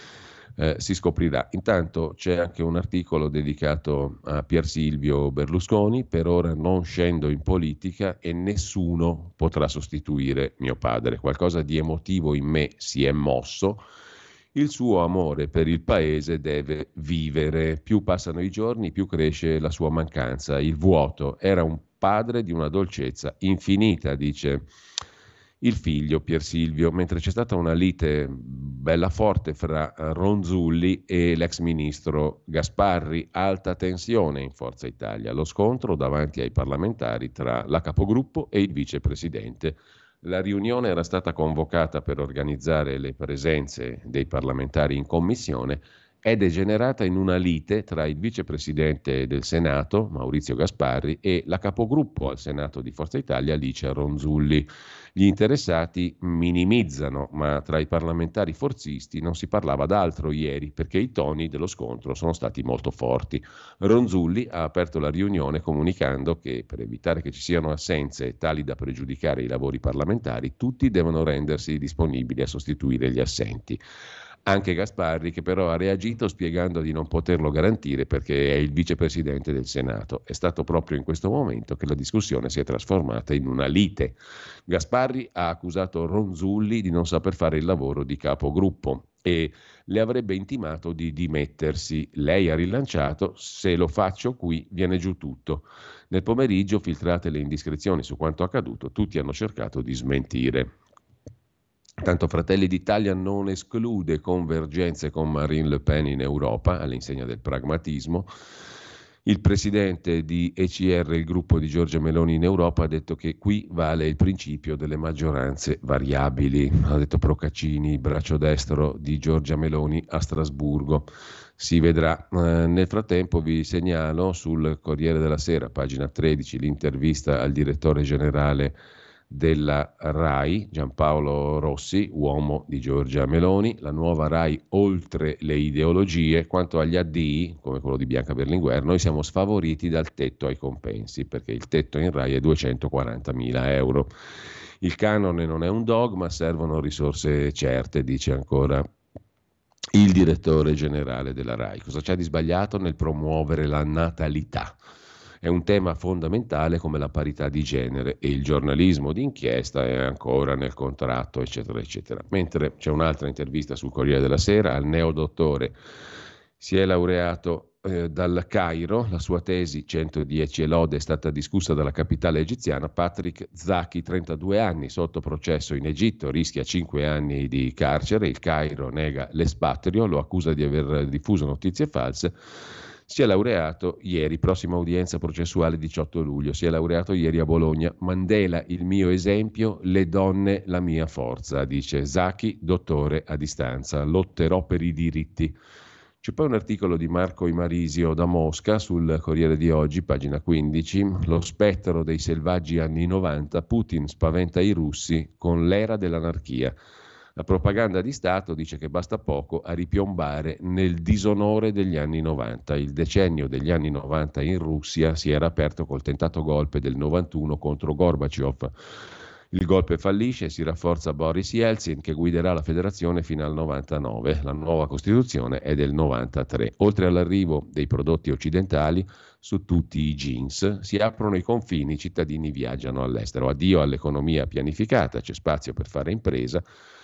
Si scoprirà. Intanto c'è anche un articolo dedicato a Pier Silvio Berlusconi. Per ora non scendo in politica e nessuno potrà sostituire mio padre. Qualcosa di emotivo in me si è mosso. Il suo amore per il paese deve vivere. Più passano i giorni, più cresce la sua mancanza. Il vuoto. Era un padre di una dolcezza infinita, dice il figlio Pier Silvio, mentre c'è stata una lite bella forte fra Ronzulli e l'ex ministro Gasparri, alta tensione in Forza Italia, lo scontro davanti ai parlamentari tra la capogruppo e il vicepresidente. La riunione era stata convocata per organizzare le presenze dei parlamentari in commissione, è degenerata in una lite tra il vicepresidente del Senato, Maurizio Gasparri, e la capogruppo al Senato di Forza Italia, Alicia Ronzulli. Gli interessati minimizzano, ma tra i parlamentari forzisti non si parlava d'altro ieri, perché i toni dello scontro sono stati molto forti. Ronzulli ha aperto la riunione comunicando che, per evitare che ci siano assenze tali da pregiudicare i lavori parlamentari, tutti devono rendersi disponibili a sostituire gli assenti. Anche Gasparri, che però ha reagito spiegando di non poterlo garantire perché è il vicepresidente del Senato. È stato proprio in questo momento che la discussione si è trasformata in una lite. Gasparri ha accusato Ronzulli di non saper fare il lavoro di capogruppo e le avrebbe intimato di dimettersi. Lei ha rilanciato: se lo faccio qui viene giù tutto. Nel pomeriggio, filtrate le indiscrezioni su quanto accaduto, tutti hanno cercato di smentire. Tanto Fratelli d'Italia non esclude convergenze con Marine Le Pen in Europa, all'insegna del pragmatismo. Il presidente di ECR, il gruppo di Giorgia Meloni in Europa, ha detto che qui vale il principio delle maggioranze variabili. Ha detto Procaccini, braccio destro di Giorgia Meloni a Strasburgo. Si vedrà. Nel frattempo vi segnalo sul Corriere della Sera, pagina 13, l'intervista al direttore generale della RAI, Giampaolo Rossi, uomo di Giorgia Meloni. La nuova RAI oltre le ideologie. Quanto agli addii, come quello di Bianca Berlinguer, noi siamo sfavoriti dal tetto ai compensi, perché il tetto in RAI è 240.000 euro. Il canone non è un dogma, servono risorse certe, dice ancora il direttore generale della RAI. Cosa c'è di sbagliato nel promuovere la natalità? È un tema fondamentale come la parità di genere e il giornalismo d'inchiesta è ancora nel contratto, eccetera, eccetera. Mentre c'è un'altra intervista sul Corriere della Sera al neodottore, si è laureato dal Cairo, la sua tesi 110 e lode è stata discussa dalla capitale egiziana. Patrick Zaki, 32 anni, sotto processo in Egitto, rischia 5 anni di carcere. Il Cairo nega l'espatrio, lo accusa di aver diffuso notizie false. Si è laureato ieri, prossima udienza processuale 18 luglio, si è laureato ieri a Bologna. Mandela, il mio esempio, le donne, la mia forza, dice Zaki, dottore a distanza. Lotterò per i diritti. C'è poi un articolo di Marco Imarisio da Mosca sul Corriere di Oggi, pagina 15, lo spettro dei selvaggi anni 90, Putin spaventa i russi con l'era dell'anarchia. La propaganda di Stato dice che basta poco a ripiombare nel disonore degli anni 90. Il decennio degli anni 90 in Russia si era aperto col tentato golpe del 91 contro Gorbaciov. Il golpe fallisce e si rafforza Boris Yeltsin che guiderà la federazione fino al 99. La nuova Costituzione è del 93. Oltre all'arrivo dei prodotti occidentali su tutti i jeans, si aprono i confini, i cittadini viaggiano all'estero. Addio all'economia pianificata, c'è spazio per fare impresa.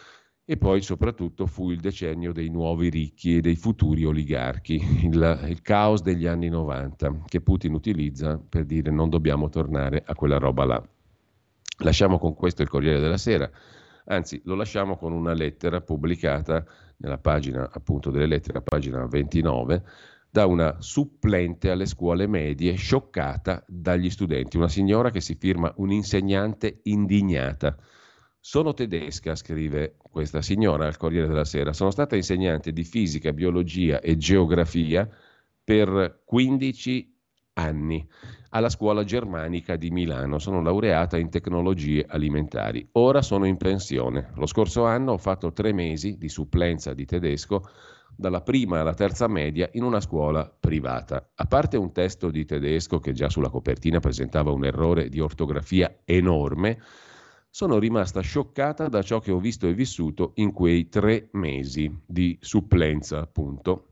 E poi soprattutto fu il decennio dei nuovi ricchi e dei futuri oligarchi, il caos degli anni 90 che Putin utilizza per dire non dobbiamo tornare a quella roba là. Lasciamo con questo il Corriere della Sera, anzi lo lasciamo con una lettera pubblicata nella pagina appunto delle lettere, a pagina 29, da una supplente alle scuole medie scioccata dagli studenti, una signora che si firma un'insegnante indignata. Sono tedesca, scrive questa signora al Corriere della Sera, sono stata insegnante di fisica, biologia e geografia per 15 anni alla scuola germanica di Milano, sono laureata in tecnologie alimentari, ora sono in pensione. Lo scorso anno ho fatto 3 mesi di supplenza di tedesco dalla prima alla terza media in una scuola privata. A parte un testo di tedesco che già sulla copertina presentava un errore di ortografia enorme, sono rimasta scioccata da ciò che ho visto e vissuto in quei 3 mesi di supplenza, appunto,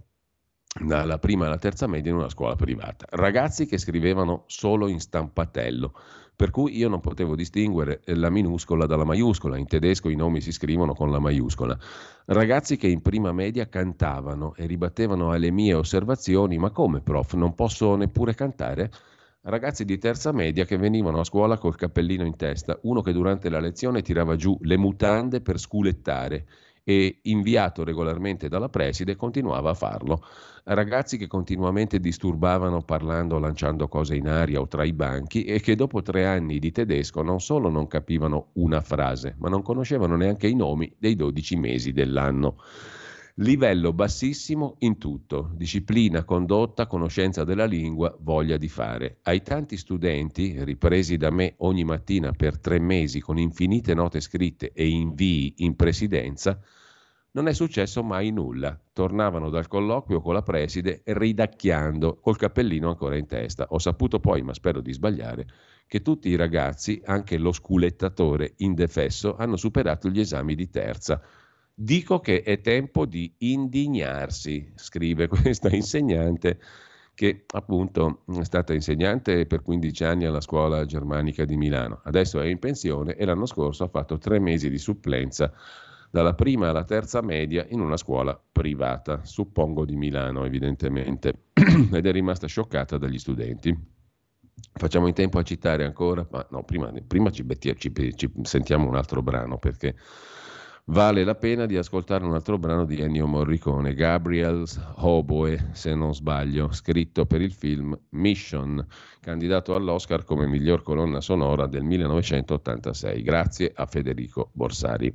dalla prima alla terza media in una scuola privata. Ragazzi che scrivevano solo in stampatello, per cui io non potevo distinguere la minuscola dalla maiuscola. In tedesco i nomi si scrivono con la maiuscola. Ragazzi che in prima media cantavano e ribattevano alle mie osservazioni: ma come, prof, non posso neppure cantare? Ragazzi di terza media che venivano a scuola col cappellino in testa, uno che durante la lezione tirava giù le mutande per sculettare e, inviato regolarmente dalla preside, continuava a farlo. Ragazzi che continuamente disturbavano parlando o lanciando cose in aria o tra i banchi e che dopo 3 anni di tedesco non solo non capivano una frase, ma non conoscevano neanche i nomi dei 12 mesi dell'anno. Livello bassissimo in tutto, disciplina, condotta, conoscenza della lingua, voglia di fare. Ai tanti studenti, ripresi da me ogni mattina per 3 mesi con infinite note scritte e invii in presidenza, non è successo mai nulla. Tornavano dal colloquio con la preside ridacchiando, col cappellino ancora in testa. Ho saputo poi, ma spero di sbagliare, che tutti i ragazzi, anche lo sculettatore indefesso, hanno superato gli esami di terza. Dico che è tempo di indignarsi, scrive questa insegnante che appunto è stata insegnante per 15 anni alla scuola germanica di Milano. Adesso è in pensione e l'anno scorso ha fatto 3 mesi di supplenza dalla prima alla terza media in una scuola privata, suppongo di Milano evidentemente, ed è rimasta scioccata dagli studenti. Facciamo in tempo a citare ancora, ma no, prima ci sentiamo un altro brano perché vale la pena di ascoltare un altro brano di Ennio Morricone, Gabriel's Oboe, se non sbaglio, scritto per il film Mission, candidato all'Oscar come miglior colonna sonora del 1986, grazie a Federico Borsari.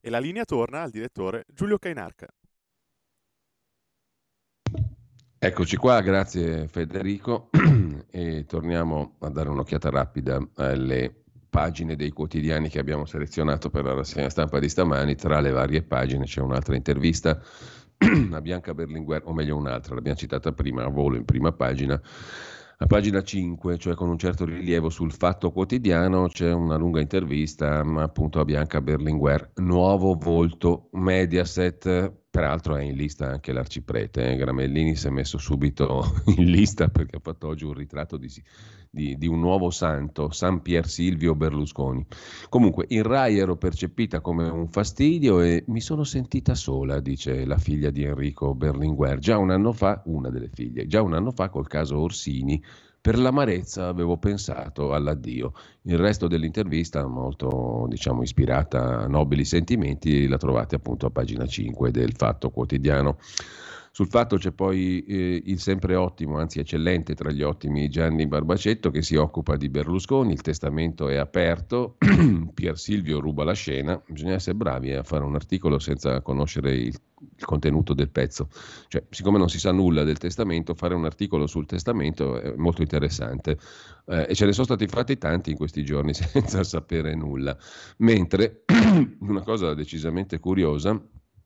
E la linea torna al direttore Giulio Cainarca. Eccoci qua, grazie Federico, e torniamo a dare un'occhiata rapida alle pagine dei quotidiani che abbiamo selezionato per la rassegna stampa di stamani. Tra le varie pagine c'è un'altra intervista a Bianca Berlinguer, o meglio un'altra, l'abbiamo citata prima a volo in prima pagina. A pagina 5, cioè con un certo rilievo sul Fatto Quotidiano, c'è una lunga intervista appunto a Bianca Berlinguer, nuovo volto Mediaset. Peraltro è in lista anche l'Arciprete, Gramellini si è messo subito in lista perché ha fatto oggi un ritratto di un nuovo santo, San Pier Silvio Berlusconi. Comunque in Rai ero percepita come un fastidio e mi sono sentita sola, dice la figlia di Enrico Berlinguer, una delle figlie, già un anno fa col caso Orsini. Per l'amarezza avevo pensato all'addio. Il resto dell'intervista, molto ispirata a nobili sentimenti, la trovate appunto a pagina 5 del Fatto Quotidiano. Sul Fatto c'è poi il sempre ottimo, anzi eccellente tra gli ottimi, Gianni Barbacetto, che si occupa di Berlusconi. Il testamento è aperto, Pier Silvio ruba la scena. Bisogna essere bravi a fare un articolo senza conoscere il contenuto del pezzo, cioè siccome non si sa nulla del testamento, fare un articolo sul testamento è molto interessante, e ce ne sono stati fatti tanti in questi giorni senza sapere nulla. Mentre una cosa decisamente curiosa,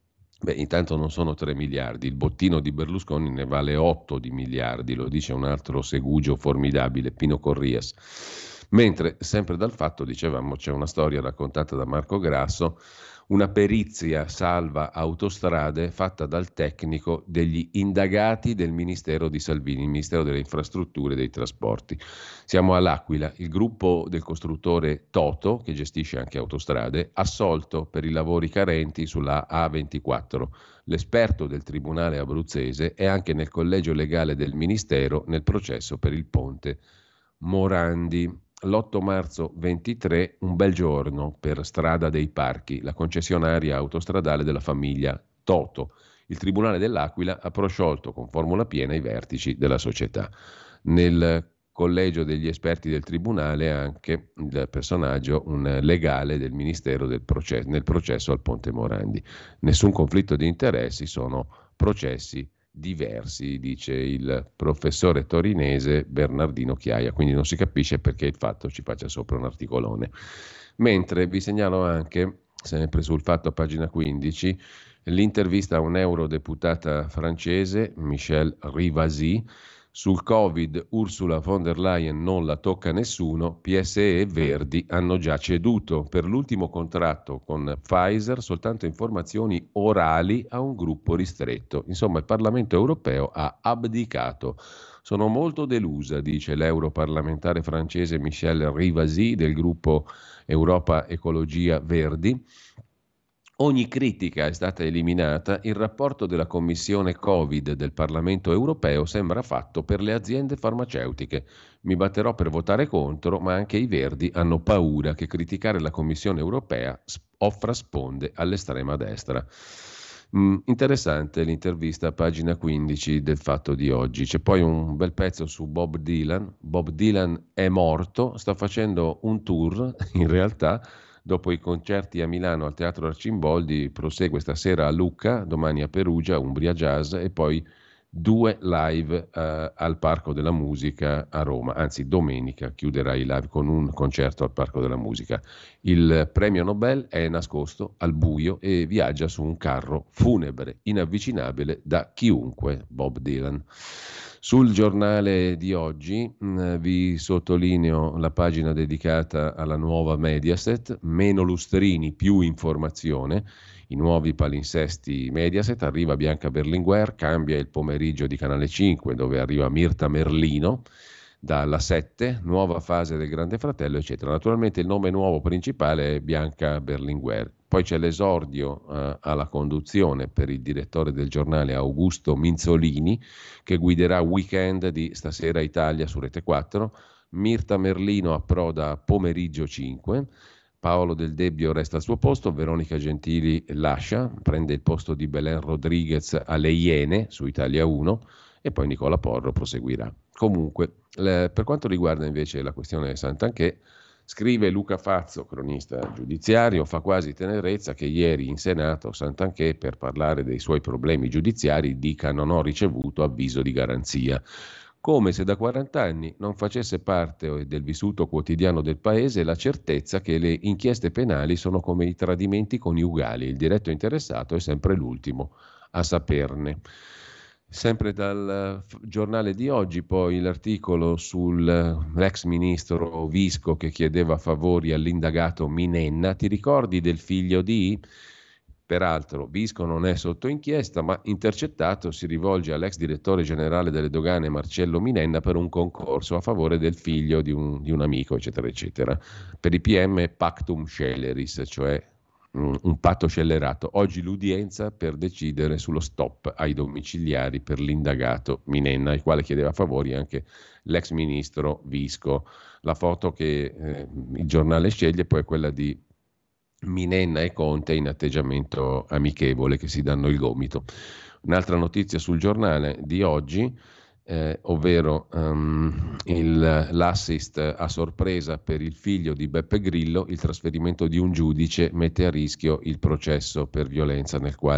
intanto non sono 3 miliardi, il bottino di Berlusconi ne vale 8 di miliardi, lo dice un altro segugio formidabile, Pino Corrias. Mentre sempre dal Fatto, dicevamo, c'è una storia raccontata da Marco Grasso, una perizia salva autostrade fatta dal tecnico degli indagati del Ministero di Salvini, il Ministero delle Infrastrutture e dei Trasporti. Siamo all'Aquila, il gruppo del costruttore Toto, che gestisce anche autostrade, assolto per i lavori carenti sulla A24. L'esperto del Tribunale abruzzese è anche nel collegio legale del Ministero nel processo per il ponte Morandi. L'8 marzo 23, un bel giorno per Strada dei Parchi, la concessionaria autostradale della famiglia Toto. Il Tribunale dell'Aquila ha prosciolto con formula piena i vertici della società. Nel collegio degli esperti del Tribunale anche il personaggio, un legale del Ministero nel processo al Ponte Morandi. Nessun conflitto di interessi, sono processi diversi, dice il professore torinese Bernardino Chiaia, quindi non si capisce perché il Fatto ci faccia sopra un articolone. Mentre vi segnalo anche, sempre sul Fatto a pagina 15, l'intervista a un eurodeputata francese, Michelle Rivasi. Sul Covid Ursula von der Leyen non la tocca nessuno, PSE e Verdi hanno già ceduto per l'ultimo contratto con Pfizer soltanto informazioni orali a un gruppo ristretto. Insomma, il Parlamento europeo ha abdicato. Sono molto delusa, dice l'europarlamentare francese Michelle Rivasi del gruppo Europa Ecologia Verdi. Ogni critica è stata eliminata, il rapporto della Commissione Covid del Parlamento europeo sembra fatto per le aziende farmaceutiche. Mi batterò per votare contro, ma anche i Verdi hanno paura che criticare la Commissione europea offra sponde all'estrema destra. Interessante l'intervista a pagina 15 del Fatto di oggi. C'è poi un bel pezzo su Bob Dylan. Bob Dylan è morto, sta facendo un tour, in realtà. Dopo i concerti a Milano al Teatro Arcimboldi prosegue stasera a Lucca, domani a Perugia, Umbria Jazz, e poi 2 live al Parco della Musica a Roma, anzi domenica chiuderà i live con un concerto al Parco della Musica. Il premio Nobel è nascosto al buio e viaggia su un carro funebre, inavvicinabile da chiunque, Bob Dylan. Sul Giornale di oggi vi sottolineo la pagina dedicata alla nuova Mediaset, meno lustrini, più informazione, i nuovi palinsesti Mediaset, arriva Bianca Berlinguer, cambia il pomeriggio di Canale 5 dove arriva Mirta Merlino, dalla 7, nuova fase del Grande Fratello, eccetera. Naturalmente il nome nuovo principale è Bianca Berlinguer. Poi c'è l'esordio alla conduzione per il direttore del giornale Augusto Minzolini, che guiderà Weekend di Stasera Italia su Rete 4. Mirta Merlino approda pomeriggio 5. Paolo Del Debbio resta al suo posto, Veronica Gentili lascia, prende il posto di Belen Rodriguez alle Iene su Italia 1 e poi Nicola Porro proseguirà. Comunque, per quanto riguarda invece la questione Santanchè, Scrive Luca Fazzo, cronista giudiziario, fa quasi tenerezza che ieri in Senato Santanchè, per parlare dei suoi problemi giudiziari, dica non ho ricevuto avviso di garanzia. Come se da 40 anni non facesse parte del vissuto quotidiano del paese la certezza che le inchieste penali sono come i tradimenti coniugali, il diretto interessato è sempre l'ultimo a saperne. Sempre dal giornale di oggi poi l'articolo sull'ex ministro Visco che chiedeva favori all'indagato Minenna. Ti ricordi del figlio di? Peraltro Visco non è sotto inchiesta, ma intercettato si rivolge all'ex direttore generale delle dogane Marcello Minenna per un concorso a favore del figlio di un amico, eccetera, eccetera. Per i PM pactum sceleris, cioè un patto scellerato. Oggi l'udienza per decidere sullo stop ai domiciliari per l'indagato Minenna, il quale chiedeva favori anche l'ex ministro Visco. La foto che il giornale sceglie poi è quella di Minenna e Conte in atteggiamento amichevole che si danno il gomito. Un'altra notizia sul giornale di oggi, ovvero l'assist a sorpresa per il figlio di Beppe Grillo, il trasferimento di un giudice mette a rischio il processo per violenza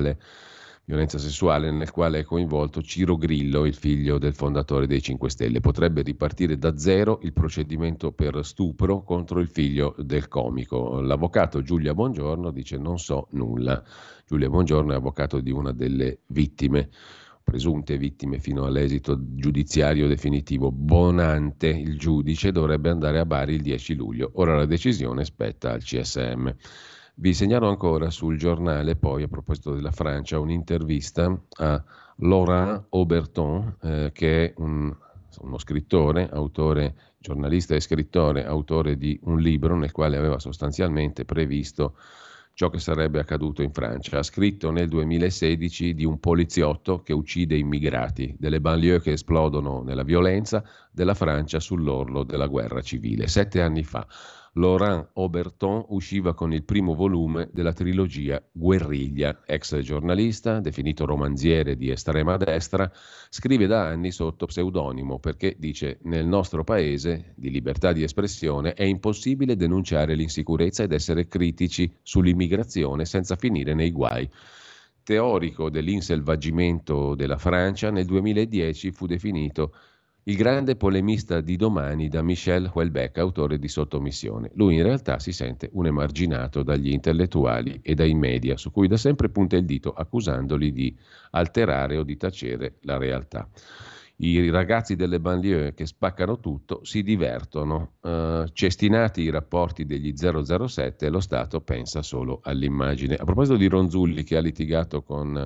sessuale nel quale è coinvolto Ciro Grillo, il figlio del fondatore dei 5 Stelle. Potrebbe ripartire da zero il procedimento per stupro contro il figlio del comico. L'avvocato Giulia Bongiorno dice non so nulla. Giulia Bongiorno è avvocato di una delle vittime, presunte vittime fino all'esito giudiziario definitivo. Bonante, il giudice, dovrebbe andare a Bari il 10 luglio. Ora la decisione spetta al CSM. Vi segnalo ancora sul giornale, poi, a proposito della Francia, un'intervista a Laurent Auberton, che è uno scrittore, autore, giornalista e scrittore, autore di un libro nel quale aveva sostanzialmente previsto ciò che sarebbe accaduto in Francia. Ha scritto nel 2016 di un poliziotto che uccide immigrati, delle banlieue che esplodono nella violenza, della Francia sull'orlo della guerra civile. 7 anni fa Laurent Auberton usciva con il primo volume della trilogia Guerriglia. Ex giornalista, definito romanziere di estrema destra, scrive da anni sotto pseudonimo perché, dice, nel nostro paese di libertà di espressione è impossibile denunciare l'insicurezza ed essere critici sull'immigrazione senza finire nei guai. Teorico dell'inselvaggimento della Francia, nel 2010 fu definito il grande polemista di domani da Michel Houellebecq, autore di Sottomissione. Lui in realtà si sente un emarginato dagli intellettuali e dai media, su cui da sempre punta il dito accusandoli di alterare o di tacere la realtà. I ragazzi delle banlieue che spaccano tutto si divertono. Cestinati i rapporti degli 007, lo Stato pensa solo all'immagine. A proposito di Ronzulli che ha litigato con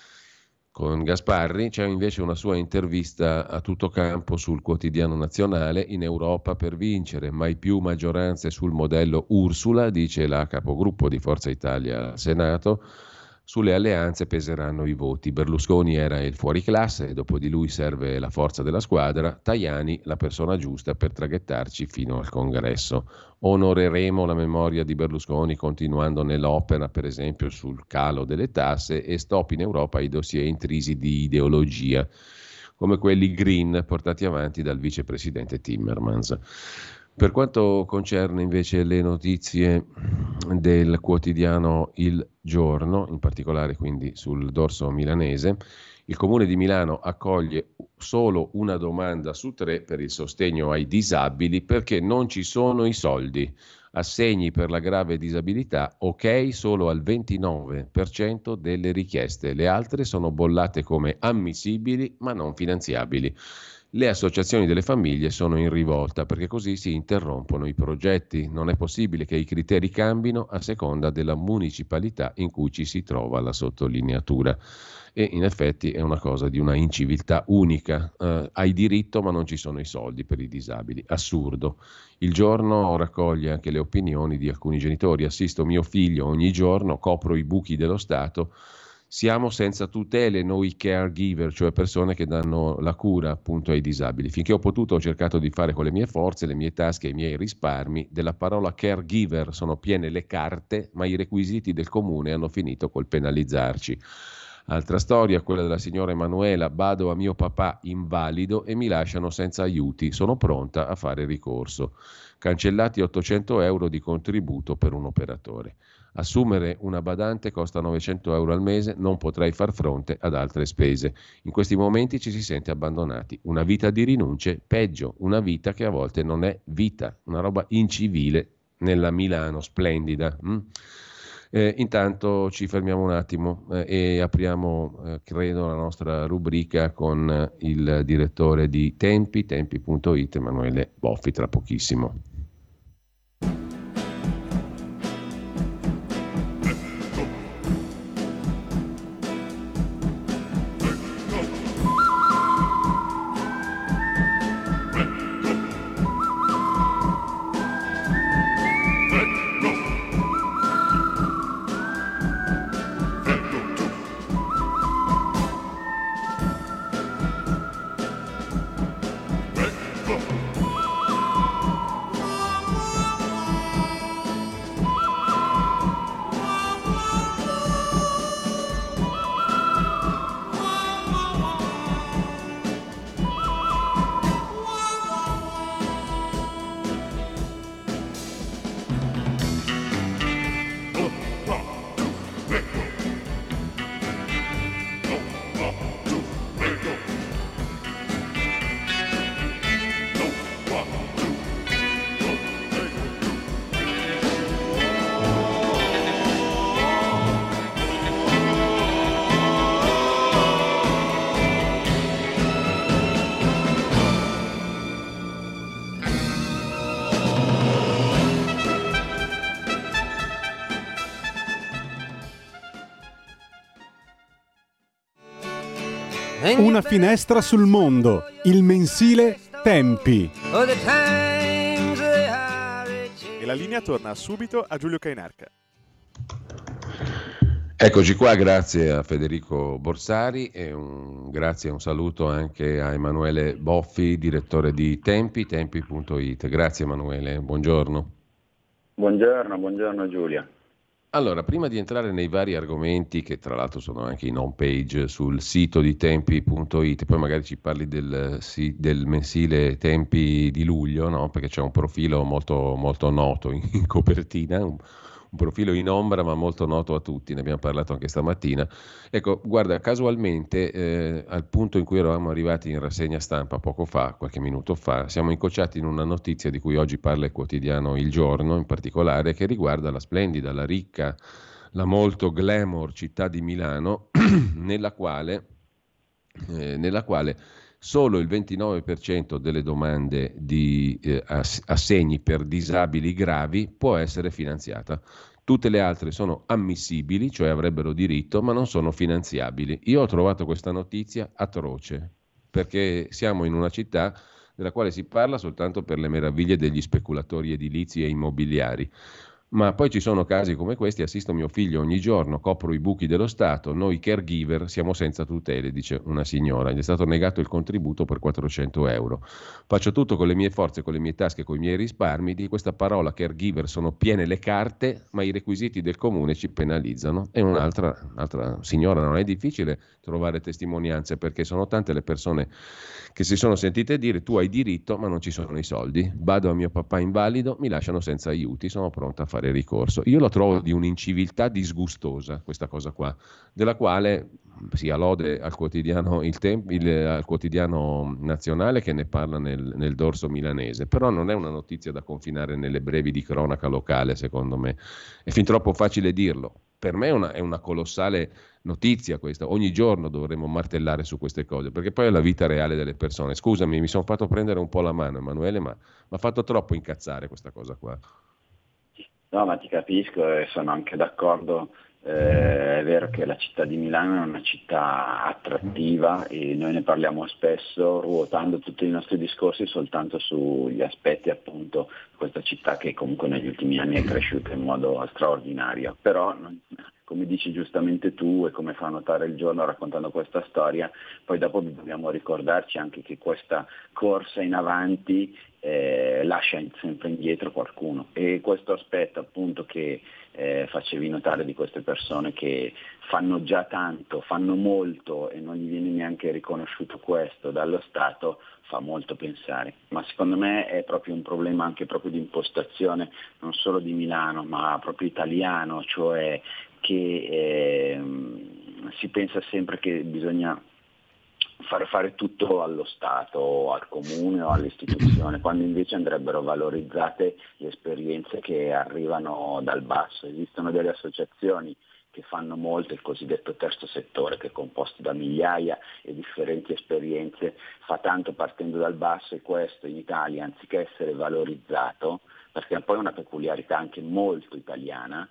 Gasparri, c'è invece una sua intervista a tutto campo sul Quotidiano Nazionale. In Europa per vincere, mai più maggioranze sul modello Ursula, dice la capogruppo di Forza Italia al Senato. Sulle alleanze peseranno i voti. Berlusconi era il fuoriclasse, dopo di lui serve la forza della squadra. Tajani la persona giusta per traghettarci fino al congresso. Onoreremo la memoria di Berlusconi continuando nell'opera, per esempio, sul calo delle tasse, e stop in Europa ai dossier intrisi di ideologia, come quelli green portati avanti dal vicepresidente Timmermans. Per quanto concerne invece le notizie del quotidiano Il Giorno, in particolare quindi sul dorso milanese, il Comune di Milano accoglie solo una domanda su 3 per il sostegno ai disabili perché non ci sono i soldi. Assegni per la grave disabilità, ok solo al 29% delle richieste, le altre sono bollate come ammissibili ma non finanziabili. Le associazioni delle famiglie sono in rivolta perché così si interrompono i progetti. Non è possibile che i criteri cambino a seconda della municipalità in cui ci si trova la sottolineatura. E in effetti è una cosa di una inciviltà unica. Hai diritto ma non ci sono i soldi per i disabili. Assurdo. Il Giorno raccoglie anche le opinioni di alcuni genitori. Assisto mio figlio ogni giorno, copro i buchi dello Stato. Siamo senza tutele noi caregiver, cioè persone che danno la cura appunto ai disabili. Finché ho potuto ho cercato di fare con le mie forze, le mie tasche e i miei risparmi. Della parola caregiver sono piene le carte, ma i requisiti del comune hanno finito col penalizzarci. Altra storia, quella della signora Emanuela: bado a mio papà invalido e mi lasciano senza aiuti, sono pronta a fare ricorso. Cancellati 800 euro di contributo per un operatore. Assumere una badante costa 900 euro al mese, non potrai far fronte ad altre spese. In questi momenti ci si sente abbandonati. Una vita di rinunce, peggio, una vita che a volte non è vita, una roba incivile nella Milano splendida. Intanto ci fermiamo un attimo e apriamo, credo, la nostra rubrica con il direttore di tempi.it, Emanuele Boffi, tra pochissimo. Una finestra sul mondo, il mensile Tempi. E la linea torna subito a Giulio Cainarca. Eccoci qua, grazie a Federico Borsari e grazie e un saluto anche a Emanuele Boffi, direttore di tempi.it. Grazie Emanuele, buongiorno. Buongiorno Giulia. Allora, prima di entrare nei vari argomenti, che tra l'altro sono anche in home page sul sito di tempi.it, poi magari ci parli del mensile Tempi di luglio, no? Perché c'è un profilo molto, molto noto in copertina, un profilo in ombra ma molto noto a tutti, ne abbiamo parlato anche stamattina. Ecco, guarda, casualmente al punto in cui eravamo arrivati in rassegna stampa poco fa, qualche minuto fa, siamo incrociati in una notizia di cui oggi parla il quotidiano Il Giorno, in particolare, che riguarda la splendida, la ricca, la molto glamour città di Milano, nella quale solo il 29% delle domande di assegni per disabili gravi può essere finanziata. Tutte le altre sono ammissibili, cioè avrebbero diritto, ma non sono finanziabili. Io ho trovato questa notizia atroce, perché siamo in una città della quale si parla soltanto per le meraviglie degli speculatori edilizi e immobiliari. Ma poi ci sono casi come questi: assisto mio figlio ogni giorno, copro i buchi dello Stato, noi caregiver siamo senza tutele, dice una signora, gli è stato negato il contributo per 400 euro. Faccio tutto con le mie forze, con le mie tasche, con i miei risparmi. Di questa parola caregiver sono piene le carte, ma i requisiti del comune ci penalizzano. E un'altra signora: non è difficile trovare testimonianze, perché sono tante le persone che si sono sentite dire tu hai diritto ma non ci sono i soldi, bado a mio papà invalido, mi lasciano senza aiuti, sono pronta a fare ricorso. Io lo trovo di un'inciviltà disgustosa questa cosa qua, della quale sia lode al quotidiano al quotidiano nazionale che ne parla nel dorso milanese, però non è una notizia da confinare nelle brevi di cronaca locale, secondo me è fin troppo facile dirlo. Per me è una colossale notizia questa, ogni giorno dovremmo martellare su queste cose, perché poi è la vita reale delle persone. Scusami, mi sono fatto prendere un po' la mano, Emanuele, ma mi ha fatto troppo incazzare questa cosa qua. No, ma ti capisco e sono anche d'accordo. È vero che la città di Milano è una città attrattiva e noi ne parliamo spesso, ruotando tutti i nostri discorsi soltanto sugli aspetti appunto di questa città che comunque negli ultimi anni è cresciuta in modo straordinario, però come dici giustamente tu e come fa notare Il Giorno raccontando questa storia, poi dopo dobbiamo ricordarci anche che questa corsa in avanti lascia sempre indietro qualcuno, e questo aspetto appunto che facevi notare di queste persone che fanno già tanto, fanno molto e non gli viene neanche riconosciuto questo dallo Stato, fa molto pensare. Ma secondo me è proprio un problema anche proprio di impostazione, non solo di Milano ma proprio italiano, cioè che si pensa sempre che bisogna fare tutto allo Stato o al comune o all'istituzione, quando invece andrebbero valorizzate le esperienze che arrivano dal basso. Esistono delle associazioni che fanno molto, il cosiddetto terzo settore, che è composto da migliaia e differenti esperienze, fa tanto partendo dal basso, e questo in Italia, anziché essere valorizzato, perché poi è una peculiarità anche molto italiana,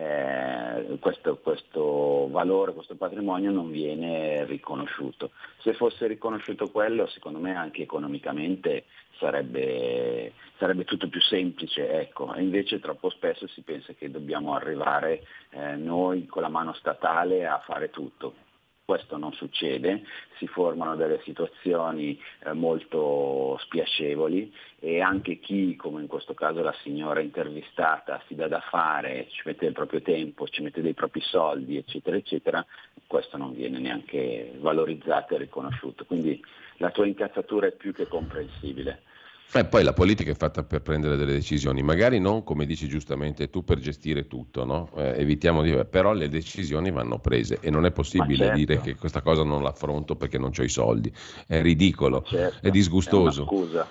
questo valore, questo patrimonio non viene riconosciuto. Se fosse riconosciuto quello, secondo me anche economicamente sarebbe tutto più semplice, ecco. E invece troppo spesso si pensa che dobbiamo arrivare noi con la mano statale a fare tutto. Questo non succede, si formano delle situazioni molto spiacevoli, e anche chi, come in questo caso la signora intervistata, si dà da fare, ci mette il proprio tempo, ci mette dei propri soldi, eccetera, eccetera, questo non viene neanche valorizzato e riconosciuto. Quindi la tua incazzatura è più che comprensibile. Poi la politica è fatta per prendere delle decisioni, magari non come dici giustamente tu per gestire tutto, no? Evitiamo però le decisioni vanno prese, e non è possibile dire che questa cosa non l'affronto perché non ho i soldi, è ridicolo, è disgustoso.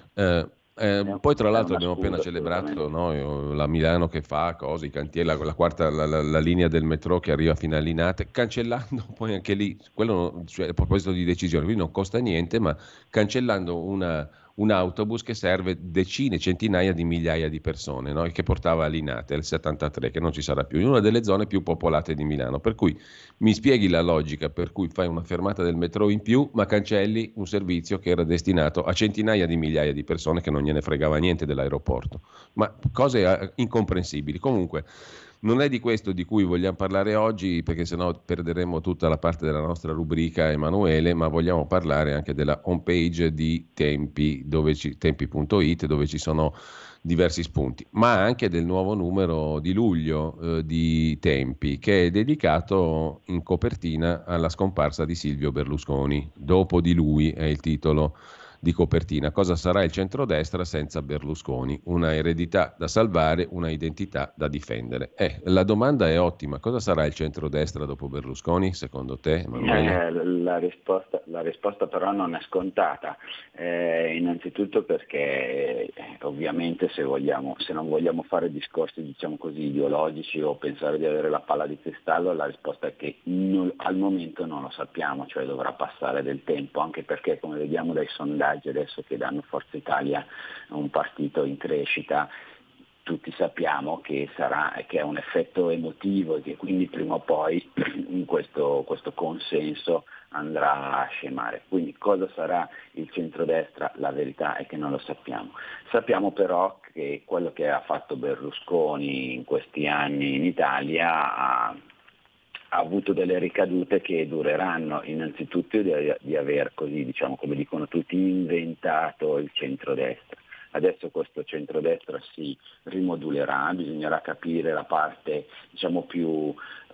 Poi tra l'altro abbiamo appena celebrato, no, la Milano che fa cose, i cantieri, la quarta la linea del metro che arriva fino a Linate, cancellando poi anche lì, quello, cioè, a proposito di decisioni, quindi non costa niente, ma cancellando un autobus che serve decine, centinaia di migliaia di persone, no? E che portava a Linate, al 73, che non ci sarà più, in una delle zone più popolate di Milano. Per cui mi spieghi la logica per cui fai una fermata del metro in più, ma cancelli un servizio che era destinato a centinaia di migliaia di persone che non gliene fregava niente dell'aeroporto. Ma cose incomprensibili. Comunque, non è di questo di cui vogliamo parlare oggi, perché sennò perderemo tutta la parte della nostra rubrica, Emanuele, ma vogliamo parlare anche della homepage di Tempi, tempi.it, dove ci sono diversi spunti, ma anche del nuovo numero di luglio di Tempi, che è dedicato in copertina alla scomparsa di Silvio Berlusconi. Dopo di lui è il titolo di copertina. Cosa sarà il centrodestra senza Berlusconi? Una eredità da salvare, una identità da difendere. La domanda è ottima. Cosa sarà il centrodestra dopo Berlusconi, secondo te, Emanuele? La risposta però non è scontata. Innanzitutto perché ovviamente se non vogliamo fare discorsi, diciamo così, ideologici o pensare di avere la palla di cristallo, la risposta è che al momento non lo sappiamo, cioè dovrà passare del tempo, anche perché, come vediamo dai sondaggi adesso che danno Forza Italia, un partito in crescita, tutti sappiamo che è un effetto emotivo e che quindi prima o poi questo consenso andrà a scemare. Quindi cosa sarà il centrodestra? La verità è che non lo sappiamo. Sappiamo però che quello che ha fatto Berlusconi in questi anni in Italia ha avuto delle ricadute che dureranno. Innanzitutto di aver, così, diciamo, come dicono tutti, inventato il centrodestra. Adesso questo centrodestra si rimodulerà, bisognerà capire la parte, diciamo, più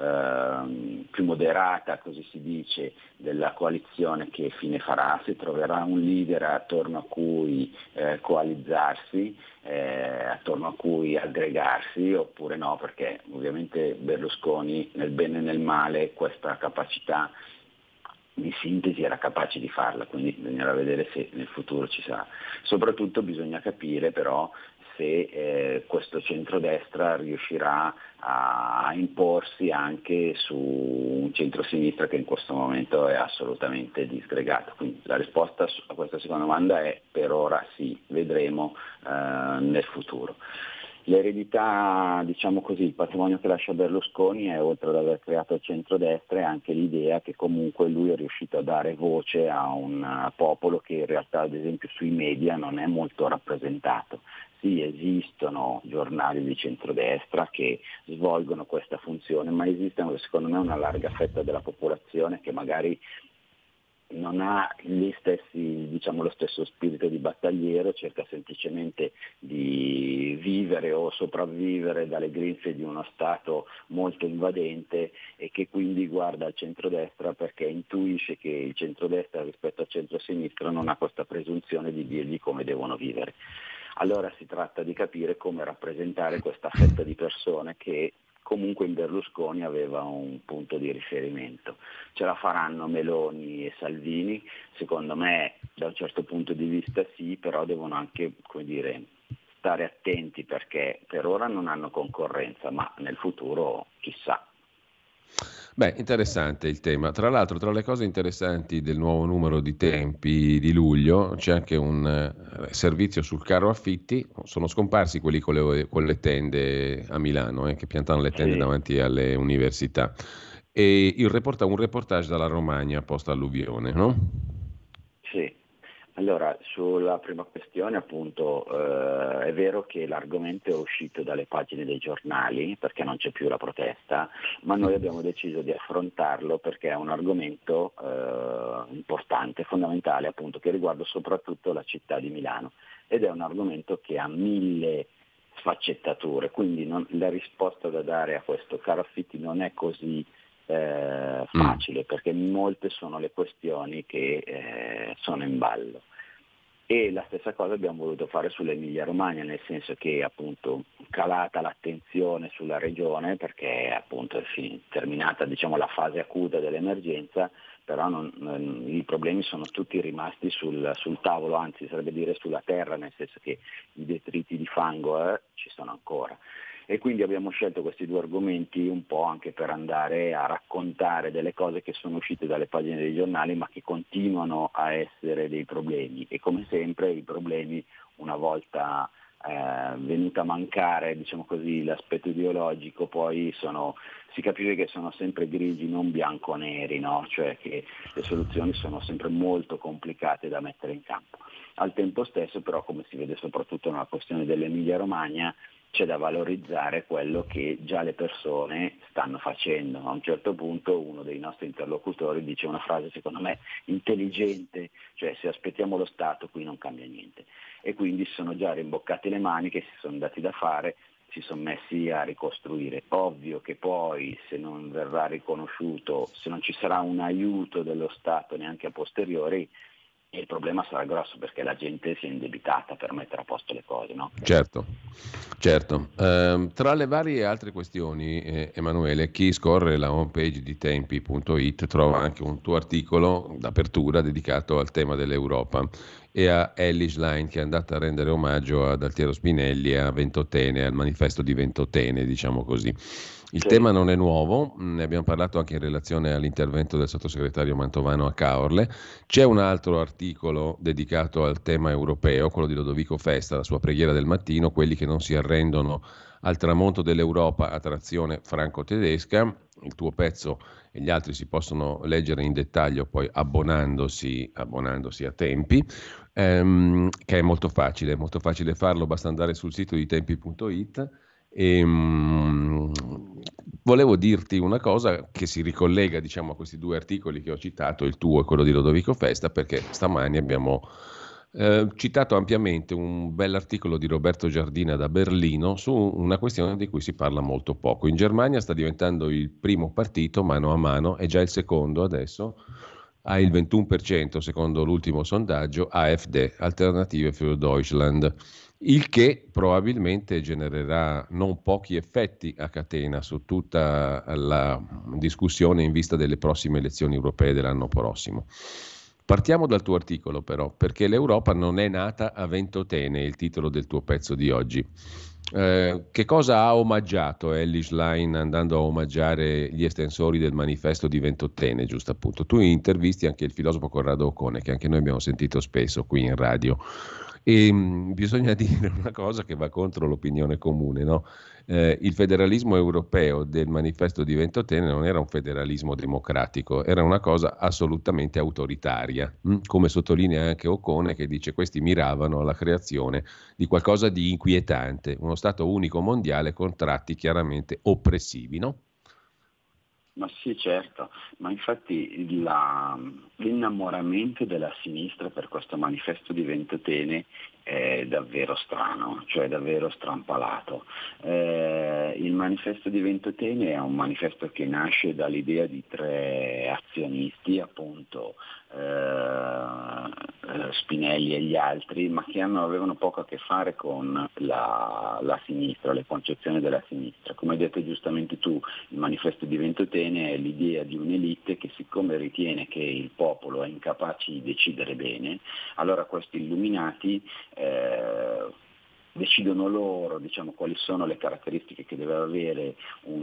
moderata, così si dice, della coalizione che fine farà, se troverà un leader attorno a cui coalizzarsi, attorno a cui aggregarsi, oppure no, perché ovviamente Berlusconi nel bene e nel male questa capacità di sintesi era capace di farla, quindi bisognerà vedere se nel futuro ci sarà. Soprattutto bisogna capire però se questo centrodestra riuscirà a imporsi anche su un centrosinistra che in questo momento è assolutamente disgregato. Quindi la risposta a questa seconda domanda è per ora sì, vedremo nel futuro. L'eredità, diciamo così, il patrimonio che lascia Berlusconi è, oltre ad aver creato il centrodestra, è anche l'idea che comunque lui è riuscito a dare voce a un popolo che in realtà, ad esempio, sui media non è molto rappresentato. Sì, esistono giornali di centrodestra che svolgono questa funzione, ma esistono, secondo me, una larga fetta della popolazione che magari non ha gli stessi, diciamo, lo stesso spirito di battagliero, cerca semplicemente di vivere o sopravvivere dalle grinfie di uno Stato molto invadente e che quindi guarda al centrodestra perché intuisce che il centrodestra rispetto al centrosinistra non ha questa presunzione di dirgli come devono vivere. Allora si tratta di capire come rappresentare questa fetta di persone che comunque in Berlusconi aveva un punto di riferimento. Ce la faranno Meloni e Salvini? Secondo me da un certo punto di vista sì, però devono anche, come dire, stare attenti perché per ora non hanno concorrenza, ma nel futuro chissà. Beh, interessante il tema. Tra l'altro, tra le cose interessanti del nuovo numero di Tempi di luglio c'è anche un servizio sul caro affitti. Sono scomparsi quelli con le tende a Milano, che piantano le tende davanti alle università. E un reportage dalla Romagna post-alluvione, no? Sì. Allora, sulla prima questione appunto è vero che l'argomento è uscito dalle pagine dei giornali perché non c'è più la protesta, ma noi abbiamo deciso di affrontarlo perché è un argomento importante, fondamentale appunto, che riguarda soprattutto la città di Milano ed è un argomento che ha 1000 sfaccettature, quindi la risposta da dare a questo caro affitti non è così facile perché molte sono le questioni che sono in ballo e la stessa cosa abbiamo voluto fare sull'Emilia Romagna, nel senso che appunto calata l'attenzione sulla regione perché appunto è terminata, diciamo, la fase acuta dell'emergenza, però i problemi sono tutti rimasti sul tavolo, anzi sarebbe dire sulla terra, nel senso che i detriti di fango ci sono ancora. E quindi abbiamo scelto questi due argomenti un po' anche per andare a raccontare delle cose che sono uscite dalle pagine dei giornali ma che continuano a essere dei problemi e come sempre i problemi una volta venuto a mancare, diciamo così, l'aspetto ideologico poi si capisce che sono sempre grigi, non bianco-neri, no? Cioè che le soluzioni sono sempre molto complicate da mettere in campo. Al tempo stesso però, come si vede soprattutto nella questione dell'Emilia Romagna, c'è da valorizzare quello che già le persone stanno facendo. A un certo punto uno dei nostri interlocutori dice una frase secondo me intelligente, cioè se aspettiamo lo Stato qui non cambia niente. E quindi si sono già rimboccati le maniche, si sono dati da fare, si sono messi a ricostruire. Ovvio che poi se non verrà riconosciuto, se non ci sarà un aiuto dello Stato neanche a posteriori, il problema sarà grosso perché la gente si è indebitata per mettere a posto le cose, no? Certo. Tra le varie altre questioni, Emanuele, chi scorre la homepage di tempi.it trova anche un tuo articolo d'apertura dedicato al tema dell'Europa e a Elly Schlein che è andata a rendere omaggio ad Altiero Spinelli e a Ventotene, al manifesto di Ventotene, diciamo così. Il tema non è nuovo, ne abbiamo parlato anche in relazione all'intervento del sottosegretario Mantovano a Caorle. C'è un altro articolo dedicato al tema europeo, quello di Lodovico Festa, la sua preghiera del mattino, quelli che non si arrendono al tramonto dell'Europa a trazione franco-tedesca. Il tuo pezzo e gli altri si possono leggere in dettaglio poi abbonandosi a Tempi, che è molto facile farlo, basta andare sul sito di tempi.it. Volevo dirti una cosa che si ricollega, diciamo, a questi due articoli che ho citato, il tuo e quello di Lodovico Festa, perché stamani abbiamo citato ampiamente un bell'articolo di Roberto Giardina da Berlino su una questione di cui si parla molto poco. In Germania sta diventando il primo partito mano a mano, è già il secondo adesso, ha il 21% secondo l'ultimo sondaggio, AfD, Alternative für Deutschland. Il che probabilmente genererà non pochi effetti a catena su tutta la discussione in vista delle prossime elezioni europee dell'anno prossimo. Partiamo dal tuo articolo però, perché l'Europa non è nata a Ventotene, il titolo del tuo pezzo di oggi. Che cosa ha omaggiato Elly Schlein andando a omaggiare gli estensori del manifesto di Ventotene, giusto appunto? Tu intervisti anche il filosofo Corrado Ocone, che anche noi abbiamo sentito spesso qui in radio. E bisogna dire una cosa che va contro l'opinione comune, no? Il federalismo europeo del manifesto di Ventotene non era un federalismo democratico, era una cosa assolutamente autoritaria, come sottolinea anche Ocone, che dice questi miravano alla creazione di qualcosa di inquietante, uno Stato unico mondiale con tratti chiaramente oppressivi, no? Ma sì, certo, ma infatti l'innamoramento della sinistra per questo manifesto di Ventotene è davvero strano, cioè davvero strampalato. Il manifesto di Ventotene è un manifesto che nasce dall'idea di 3 azionisti, appunto Spinelli e gli altri, ma che avevano poco a che fare con la sinistra, le concezioni della sinistra. Come hai detto giustamente tu, il manifesto di Ventotene è l'idea di un'elite che, siccome ritiene che il popolo è incapace di decidere bene, allora questi illuminati decidono loro, diciamo, quali sono le caratteristiche che deve avere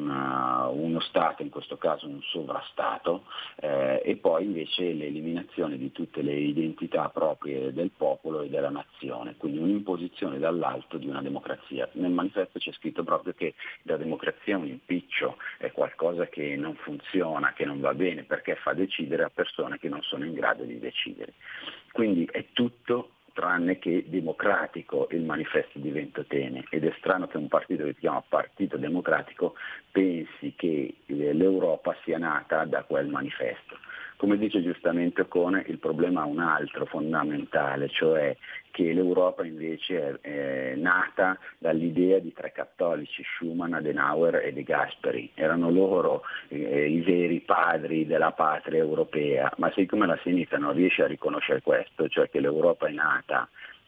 uno Stato, in questo caso un sovrastato, e poi invece l'eliminazione di tutte le identità proprie del popolo e della nazione, quindi un'imposizione dall'alto di una democrazia. Nel manifesto c'è scritto proprio che la democrazia è un impiccio, è qualcosa che non funziona, che non va bene, perché fa decidere a persone che non sono in grado di decidere. Quindi è tutto tranne che democratico il manifesto di Ventotene, ed è strano che un partito che si chiama Partito Democratico pensi che l'Europa sia nata da quel manifesto. Come dice giustamente Ocone, il problema è un altro fondamentale, cioè che l'Europa invece è nata dall'idea di 3 cattolici, Schuman, Adenauer e De Gasperi. Erano loro i veri padri della patria europea, ma siccome la sinistra non riesce a riconoscere questo, cioè che l'Europa è nata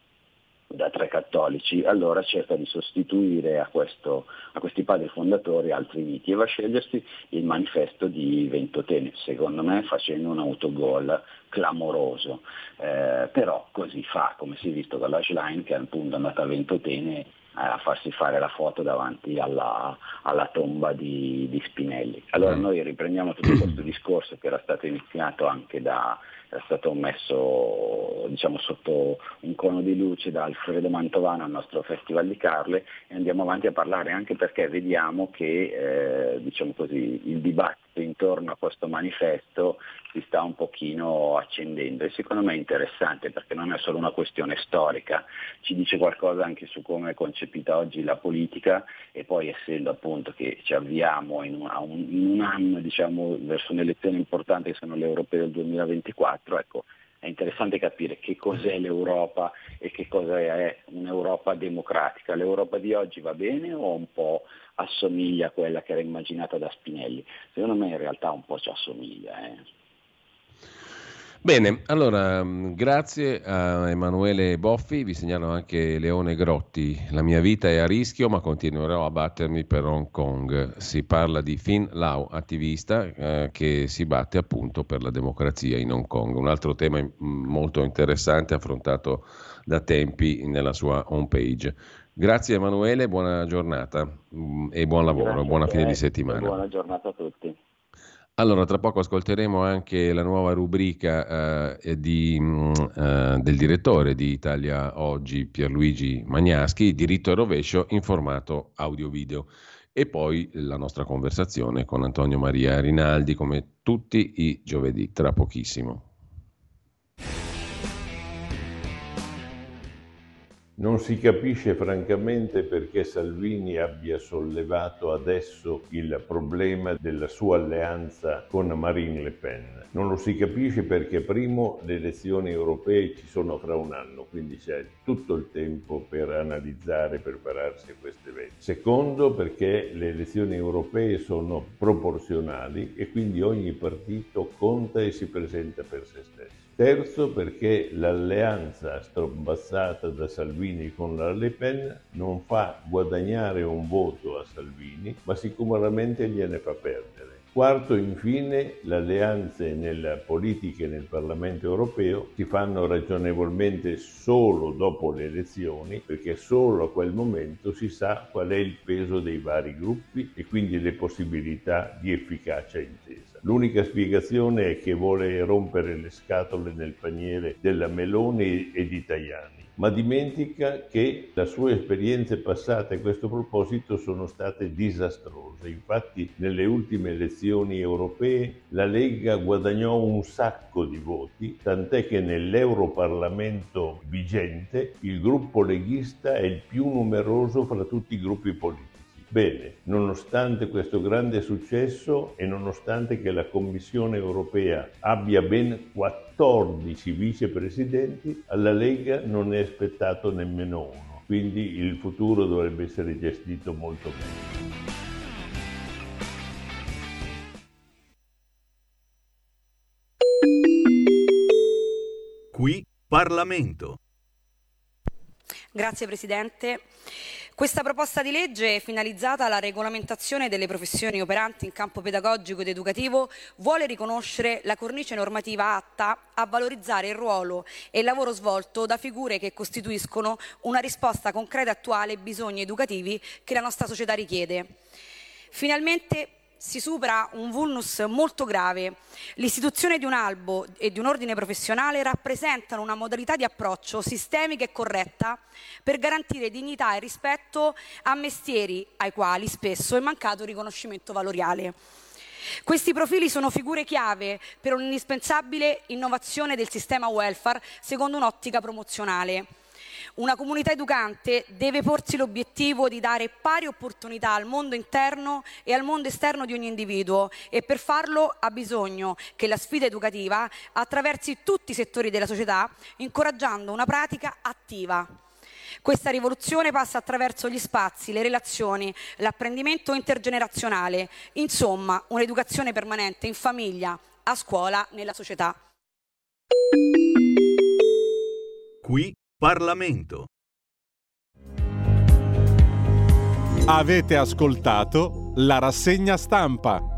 da 3 cattolici, allora cerca di sostituire a questi padri fondatori altri miti e va a scegliersi il manifesto di Ventotene, secondo me facendo un autogol clamoroso, però così fa, come si è visto con la Schlein, che è appunto andata a Ventotene a farsi fare la foto davanti alla tomba di Spinelli. Allora noi riprendiamo tutto questo discorso che era stato iniziato anche era stato messo, diciamo, sotto un cono di luce da Alfredo Mantovano al nostro Festival di Carle, e andiamo avanti a parlare anche perché vediamo che diciamo così, il dibattito intorno a questo manifesto si sta un pochino accendendo, e secondo me è interessante perché non è solo una questione storica, ci dice qualcosa anche su come è concepita oggi la politica, e poi essendo appunto che ci avviamo in un anno, diciamo, verso un'elezione importante che sono le europee del 2024, ecco, è interessante capire che cos'è l'Europa e che cosa è un'Europa democratica. L'Europa di oggi va bene o un po' assomiglia a quella che era immaginata da Spinelli? Secondo me in realtà un po' ci assomiglia. Bene, allora grazie a Emanuele Boffi, vi segnalo anche Leone Grotti, la mia vita è a rischio ma continuerò a battermi per Hong Kong. Si parla di Finn Lau, attivista che si batte appunto per la democrazia in Hong Kong, un altro tema molto interessante affrontato da Tempi nella sua homepage. Grazie Emanuele, buona giornata e buon lavoro, Grazie, buona fine di settimana. Buona giornata a tutti. Allora, tra poco ascolteremo anche la nuova rubrica del direttore di Italia Oggi, Pierluigi Magnaschi, Diritto e Rovescio in formato audio-video. E poi la nostra conversazione con Antonio Maria Rinaldi, come tutti i giovedì, tra pochissimo. Non si capisce francamente perché Salvini abbia sollevato adesso il problema della sua alleanza con Marine Le Pen. Non lo si capisce perché, primo, le elezioni europee ci sono fra un anno, quindi c'è tutto il tempo per analizzare e prepararsi a questo evento. Secondo, perché le elezioni europee sono proporzionali e quindi ogni partito conta e si presenta per se stesso. Terzo, perché l'alleanza strombazzata da Salvini con la Le Pen non fa guadagnare un voto a Salvini, ma sicuramente gliene fa perdere. Quarto, infine, le alleanze nella politica e nel Parlamento europeo si fanno ragionevolmente solo dopo le elezioni, perché solo a quel momento si sa qual è il peso dei vari gruppi e quindi le possibilità di efficacia intesa. L'unica spiegazione è che vuole rompere le scatole nel paniere della Meloni e di Tajani, ma dimentica che le sue esperienze passate a questo proposito sono state disastrose. Infatti nelle ultime elezioni europee la Lega guadagnò un sacco di voti, tant'è che nell'Europarlamento vigente il gruppo leghista è il più numeroso fra tutti i gruppi politici. Bene, nonostante questo grande successo e nonostante che la Commissione europea abbia ben 14 vicepresidenti, alla Lega non è aspettato nemmeno uno. Quindi il futuro dovrebbe essere gestito molto meglio. Qui Parlamento. Grazie Presidente. Questa proposta di legge, finalizzata alla regolamentazione delle professioni operanti in campo pedagogico ed educativo, vuole riconoscere la cornice normativa atta a valorizzare il ruolo e il lavoro svolto da figure che costituiscono una risposta concreta e attuale ai bisogni educativi che la nostra società richiede. Finalmente si supera un vulnus molto grave. L'istituzione di un albo e di un ordine professionale rappresentano una modalità di approccio sistemica e corretta per garantire dignità e rispetto a mestieri ai quali spesso è mancato riconoscimento valoriale. Questi profili sono figure chiave per un'indispensabile innovazione del sistema welfare secondo un'ottica promozionale. Una comunità educante deve porsi l'obiettivo di dare pari opportunità al mondo interno e al mondo esterno di ogni individuo e per farlo ha bisogno che la sfida educativa attraversi tutti i settori della società, incoraggiando una pratica attiva. Questa rivoluzione passa attraverso gli spazi, le relazioni, l'apprendimento intergenerazionale, insomma un'educazione permanente in famiglia, a scuola, nella società. Qui Parlamento. Avete ascoltato la rassegna stampa.